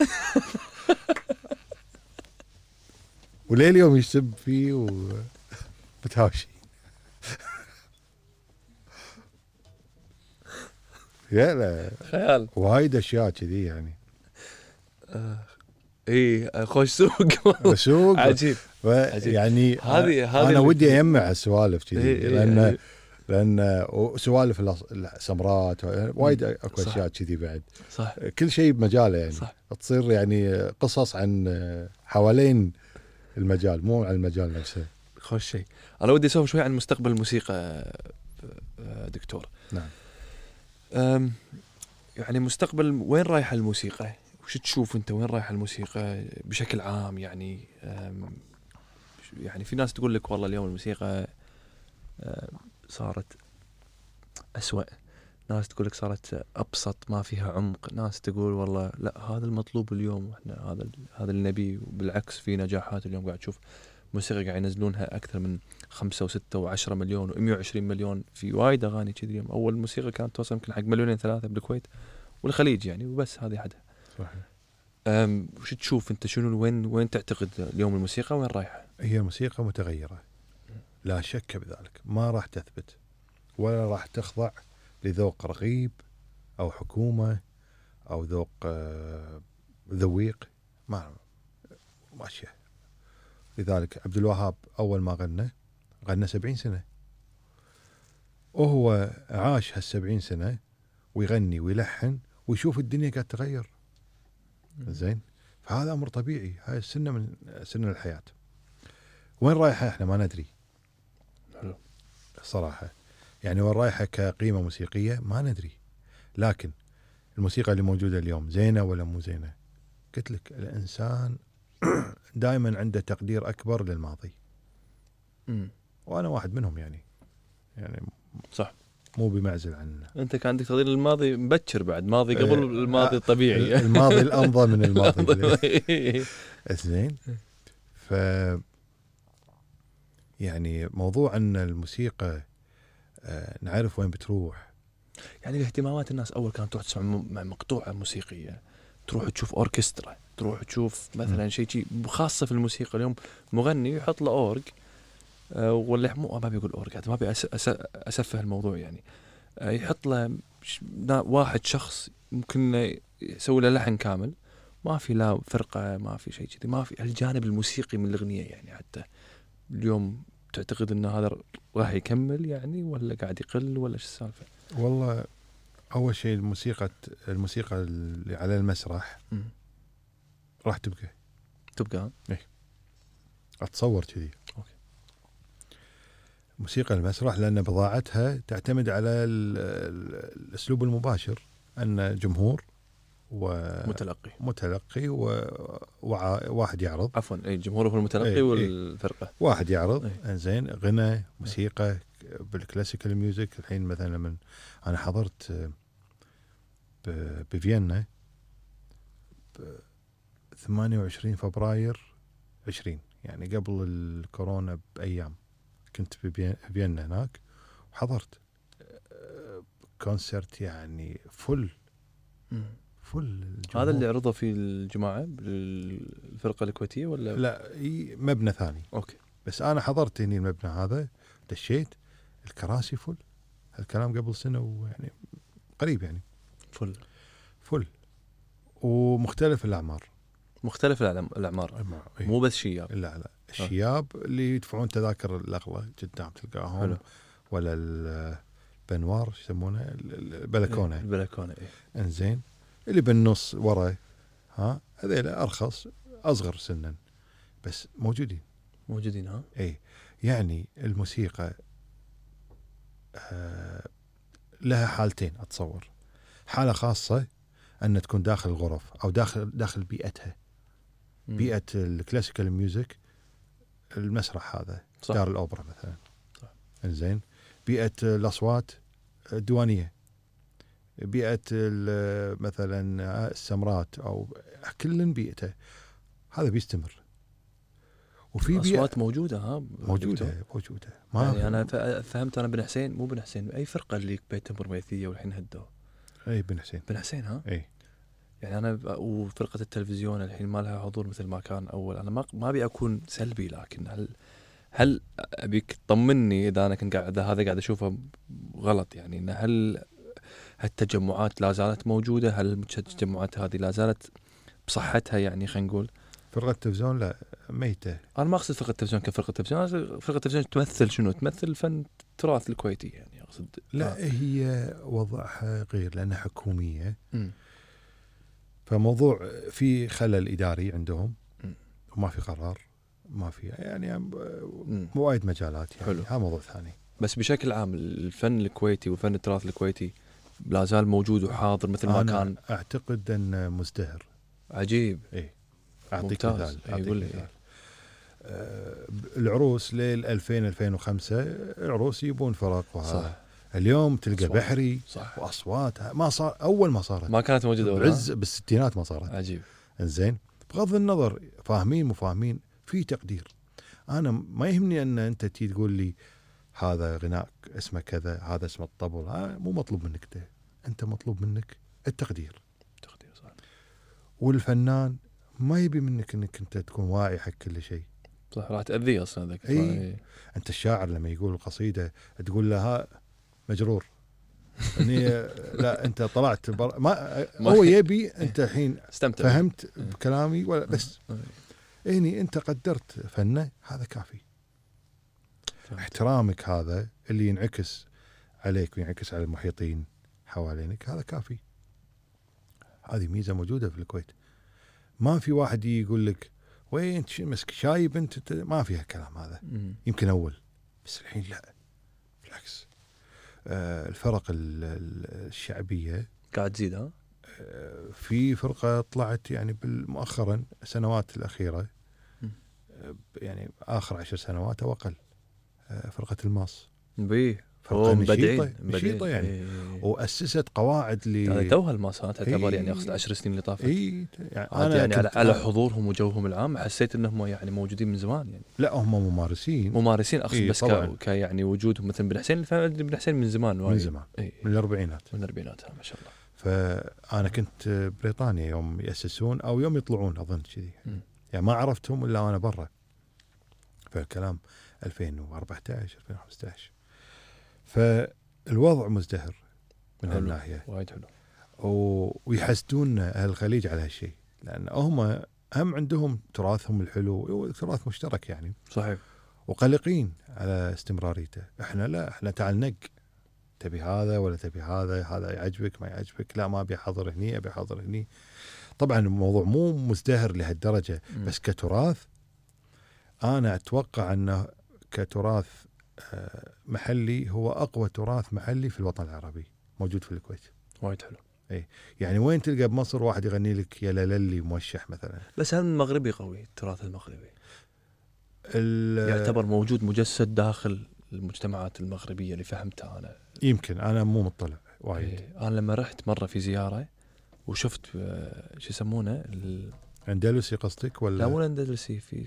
وليه اليوم يسب فيه وبتهاوشي. يا لا خيال وايد اشياء كذي يعني. خوش سوق عجيب. يعني هذه انا ودي اجمع السوالف كذي لان سوالف السمرات وايد اكو اشياء كذي بعد صح. كل شيء بمجاله يعني صح. تصير يعني قصص عن حوالين المجال مو عن المجال نفسه. خوش شيء. انا ودي اسولف شوي عن مستقبل الموسيقى دكتور. نعم. يعني مستقبل وين رايحه الموسيقى؟ وش تشوف انت وين رايحه الموسيقى بشكل عام؟ يعني يعني في ناس تقول لك والله اليوم الموسيقى صارت أسوأ، ناس تقول لك صارت أبسط ما فيها عمق، ناس تقول والله لا هذا المطلوب اليوم واحنا هذا اللي نبيه. وبالعكس في نجاحات اليوم قاعد تشوف موسيقى قاعد ينزلونها أكثر من 5 و6 و10 مليون و120 مليون في وايد أغاني كذي. اليوم أول الموسيقى كانت توصل يمكن حق 2-3 بالكويت والخليج يعني، وبس هذه حدها. صحيح. وش تشوف انت؟ شنو وين تعتقد اليوم الموسيقى وين رايحه؟ هي الموسيقى متغيرة لا شك بذلك، ما راح تثبت ولا راح تخضع لذوق رغيب أو حكومة أو ذوق ذويق، ما ماشية. لذلك عبد الوهاب أول ما غنى 70 سنة، وهو عاش هال70 سنة ويغني ويلحن ويشوف الدنيا قاعد تغير. زين، فهذا أمر طبيعي، هاي السنة من سنة الحياة. وين رايحة احنا ما ندري صراحة، يعني وين رايحة كقيمة موسيقية ما ندري، لكن الموسيقى اللي موجودة اليوم زينة ولا مو زينة؟ قلت لك الإنسان دائما عنده تقدير أكبر للماضي، وأنا واحد منهم يعني صح، مو بمعزل عنه. انت كان عندك تقدير الماضي مبكر، بعد ماضي قبل الماضي الطبيعي. الماضي الأمضى من الماضي. زين، ف يعني موضوع أن الموسيقى نعرف وين بتروح. يعني الاهتمامات الناس أول كانت تروح تسمع مع مقطوعة موسيقية، تروح تشوف أوركسترا، تروح تشوف مثلا شيء خاصة في الموسيقى. اليوم مغني يحط له أورج، ولا ما بيقول أورج، ما بي أسفه الموضوع يعني، يحط له واحد شخص ممكن يسوي له لحن كامل، ما في لا فرقة، ما في شيء كذي، ما في الجانب الموسيقي من الأغنية. يعني حتى اليوم تعتقد أن هذا راح يكمل يعني، ولا قاعد يقل، ولا شو السالفة؟ والله أول شيء الموسيقى اللي على المسرح راح تبقى إيه، أتصور كذي. موسيقى المسرح لأن بضاعتها تعتمد على الأسلوب المباشر، أن جمهور ومتلقي وواحد يعرض، عفوا أي الجمهور هو المتلقي والفرقة واحد يعرض. زين، غنى موسيقى بالكلاسيكال ميوزك. الحين مثلا من أنا حضرت بفيينا 28 فبراير 20، يعني قبل الكورونا بأيام، كنت بفيينا هناك وحضرت كونسرت يعني فل الجمهور. هذا اللي عرضه في الجماعة بالفرقة الكويتية ولا لا مبنى ثاني؟ أوكي، بس أنا حضرت هني المبنى هذا، دشيت الكراسي فل. هالكلام قبل سنة ويعني قريب يعني فل ومختلف الأعمار. مختلف الأعمار مو بس شياب، لا الشياب اللي يدفعون تذاكر الأغلى قدام تلقاهم حلو. ولا البنوار يسمونه البلكونة إيه. انزين، اللي بالنص ورا هذيل أرخص أصغر سنا، بس موجودين ها. اي يعني الموسيقى لها حالتين أتصور. حالة خاصة أن تكون داخل الغرف أو داخل بيئتها، بيئة الكلاسيكال ميوزك، المسرح هذا صح. دار الأوبرا مثلا صح. إنزين، بيئة الأصوات الديوانية، بيئة مثلا السمرات أو كل بيئته، هذا بيستمر. وفي أصوات موجودة موجودة ما يعني أنا فهمت. أنا بن حسين مو بن حسين، أي فرقة اللي بيت برميثية والحين هدوا أي بن حسين أي يعني أنا وفرقة التلفزيون الحين ما لها حضور مثل ما كان أول. أنا ما أبي أكون سلبي، لكن هل أبيك تطمني إذا أنا كنت هذا قاعد أشوفه غلط يعني، إن هل هالتجمعات لا زالت موجودة؟ هل التجمعات هذه لا زالت بصحتها يعني؟ خلينا نقول فرقة التلفزيون لا ميتة. أنا ما أقصد فرقة التلفزيون كفرقة تلفزيون، فرقة التلفزيون تمثل شنو؟ تمثل فن التراث الكويتي يعني أقصد. لا هي وضعها غير لأنها حكومية. فموضوع في خلل إداري عندهم وما في قرار، ما في يعني وايد مجالات يعني. هذا موضوع ثاني. بس بشكل عام الفن الكويتي وفن التراث الكويتي لا زال موجود وحاضر مثل ما كان. أنا أعتقد أن مزدهر. عجيب. إيه أعطيك مثال. العروس ليل 2000-2005 العروس يبون فرق وهذا. اليوم تلقى صح. بحري صح. وأصوات ما صار أول ما صارت، ما كانت موجودة بعز بالستينات ما صارت. عجيب. إنزين، بغض النظر فاهمين مو فاهمين في تقدير. أنا ما يهمني أن أنت تقول لي هذا غناء اسمه كذا، هذا اسمه الطبل، مو مطلوب منك ده. أنت مطلوب منك التقدير صح. والفنان ما يبي منك انك انت تكون واعي حق كل شيء. صح، راح تأذيه اصلا ذاك. اي انت الشاعر لما يقول القصيده تقول له ها مجرور يعني لا انت طلعت ما هو يبي انت الحين استمتع فهمت بكلامي ولا بس يعني انت قدرت فنه هذا كافي. احترامك هذا اللي ينعكس عليك وينعكس على المحيطين حوالينك هذا كافي. هذه ميزه موجوده في الكويت. ما في واحد يقول لك وين مسك شايب انت، ما فيها كلام هذا. يمكن اول بس الحين لا بالعكس. الفرق الشعبية قاعد تزيد. ها في فرقة طلعت يعني مؤخرا السنوات الأخيرة يعني آخر 10 سنوات أو أقل، فرقة الماس فرقة نشيطة يعني وأسست قواعد يعني توها الماسات تعتبر يعني أخذ 10 سنين اللي طافت. يعني أنا يعني على حضورهم وجوهم العام حسيت إنهم يعني موجودين من زمان يعني. لا هم ممارسين أقصد بس يعني وجودهم مثلا بن حسين من زمان من زمان من الأربعينات ما شاء الله. فأنا كنت بريطانيا يوم يأسسون أو يوم يطلعون أظن كذي يعني ما عرفتهم إلا وأنا برا. فالكلام 2014 2015. فالوضع مزدهر من هالناحية وايد حلو ويحسدون أهل الخليج على هالشيء لأن هم عندهم تراثهم الحلو وتراث مشترك يعني صحيح وقلقين على استمراريته. احنا لا، احنا تعال نق تبي هذا ولا تبي هذا يعجبك ما يعجبك، لا ما ابي احضر هني ابي احضر هني. طبعا الموضوع مو مزدهر لهالدرجة بس كتراث انا اتوقع انه كتراث محلي هو أقوى تراث محلي في الوطن العربي موجود في الكويت. وايد حلو. أي يعني وين تلقى بمصر واحد يغني لك يا للي موشح مثلا. بس هل المغربي قوي؟ التراث المغربي يعتبر موجود مجسد داخل المجتمعات المغربية اللي فهمتها أنا. يمكن أنا مو مطلع وايد. أنا لما رحت مرة في زيارة وشفت شو يسمونه أندلسي قصدك ولا؟ لا مو أندلسي، في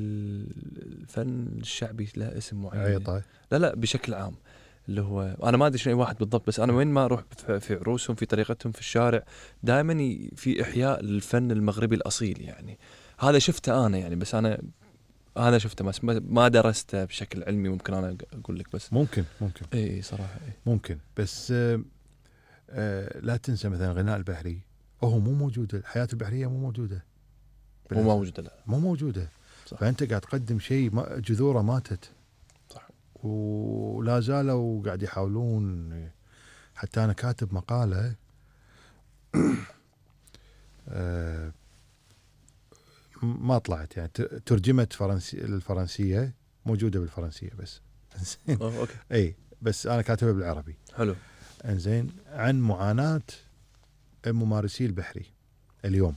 الفن الشعبي له اسم معين. عيطة. لا بشكل عام اللي هو أنا ما أدري شنو أي واحد بالضبط، بس أنا وين ما أروح في عروسهم في طريقتهم في الشارع دائما في إحياء الفن المغربي الأصيل يعني. هذا شفته أنا يعني، بس أنا شفته بس ما درسته بشكل علمي. ممكن أنا أقول لك بس ممكن إيه صراحة إيه. ممكن بس لا تنسى مثلا غناء البحري وهو مو موجود. الحياة البحرية مو موجودة مو موجودة صح. فأنت قاعد تقدم شيء جذوره ماتت صح. ولا زالوا قاعد يحاولون. حتى أنا كاتب مقالة ما طلعت يعني ترجمة الفرنسية موجودة بالفرنسية بس أوكي. أي بس أنا كاتبها بالعربي. حلو. إنزين عن معاناة الممارسي البحري اليوم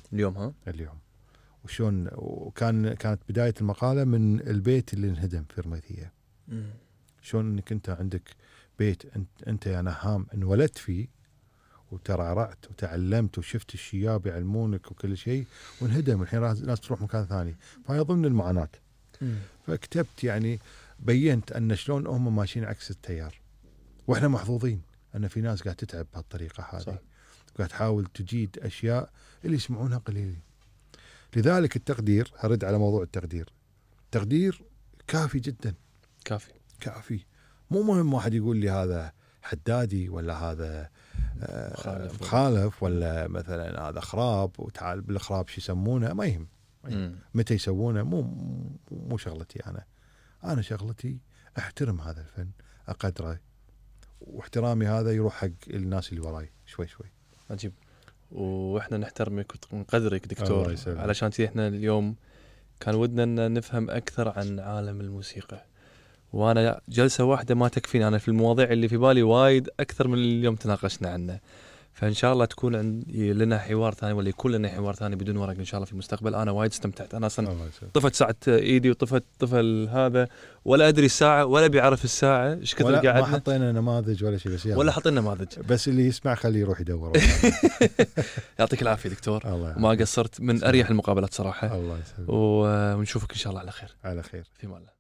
وشون كانت بداية المقالة من البيت اللي انهدم في رميثية. شون انك انت عندك بيت انت يا نهام انولدت فيه وترعرعت وتعلمت وشفت الشياب يعلمونك وكل شيء وانهدم الحين ناس تروح مكان ثاني. فهي ضمن المعاناة. فكتبت يعني بينت ان شلون هم ماشيين عكس التيار واحنا محظوظين ان في ناس قاعد تتعب بهالطريقة هذه قاعد تحاول تجيد اشياء اللي يسمعونها قليلين. لذلك التقدير، هرد على موضوع التقدير كافي جدا. كافي مو مهم واحد يقول لي هذا حدادي ولا هذا مخالف ولا مثلا هذا خراب وتعال بالخراب شو يسمونه ما يهم. متى يسوونه مو شغلتي. أنا شغلتي أحترم هذا الفن أقدره واحترامي هذا يروح حق الناس اللي وراي شوي. عجيب. واحنا نحترمك ونقدرك دكتور علشان احنا اليوم كان ودنا نفهم اكثر عن عالم الموسيقى، وانا جلسه واحده ما تكفيني. انا في المواضيع اللي في بالي وايد اكثر من اليوم تناقشنا عنه. فان شاء الله تكون لنا حوار ثاني ولا يكون لنا حوار ثاني بدون ورق ان شاء الله في المستقبل. انا وايد استمتعت. انا اصلا طفت ساعه ايدي وطفت طفل هذا ولا ادري الساعه ولا بيعرف الساعه ايش كثر قاعدنا. ما حطينا نماذج ولا شيء بس ولا حطينا نماذج بس اللي يسمع خليه يروح يدور. يعطيك العافيه دكتور. ما قصرت من اريح المقابلات صراحه. الله يسلمك. ونشوفك ان شاء الله على خير في مالك.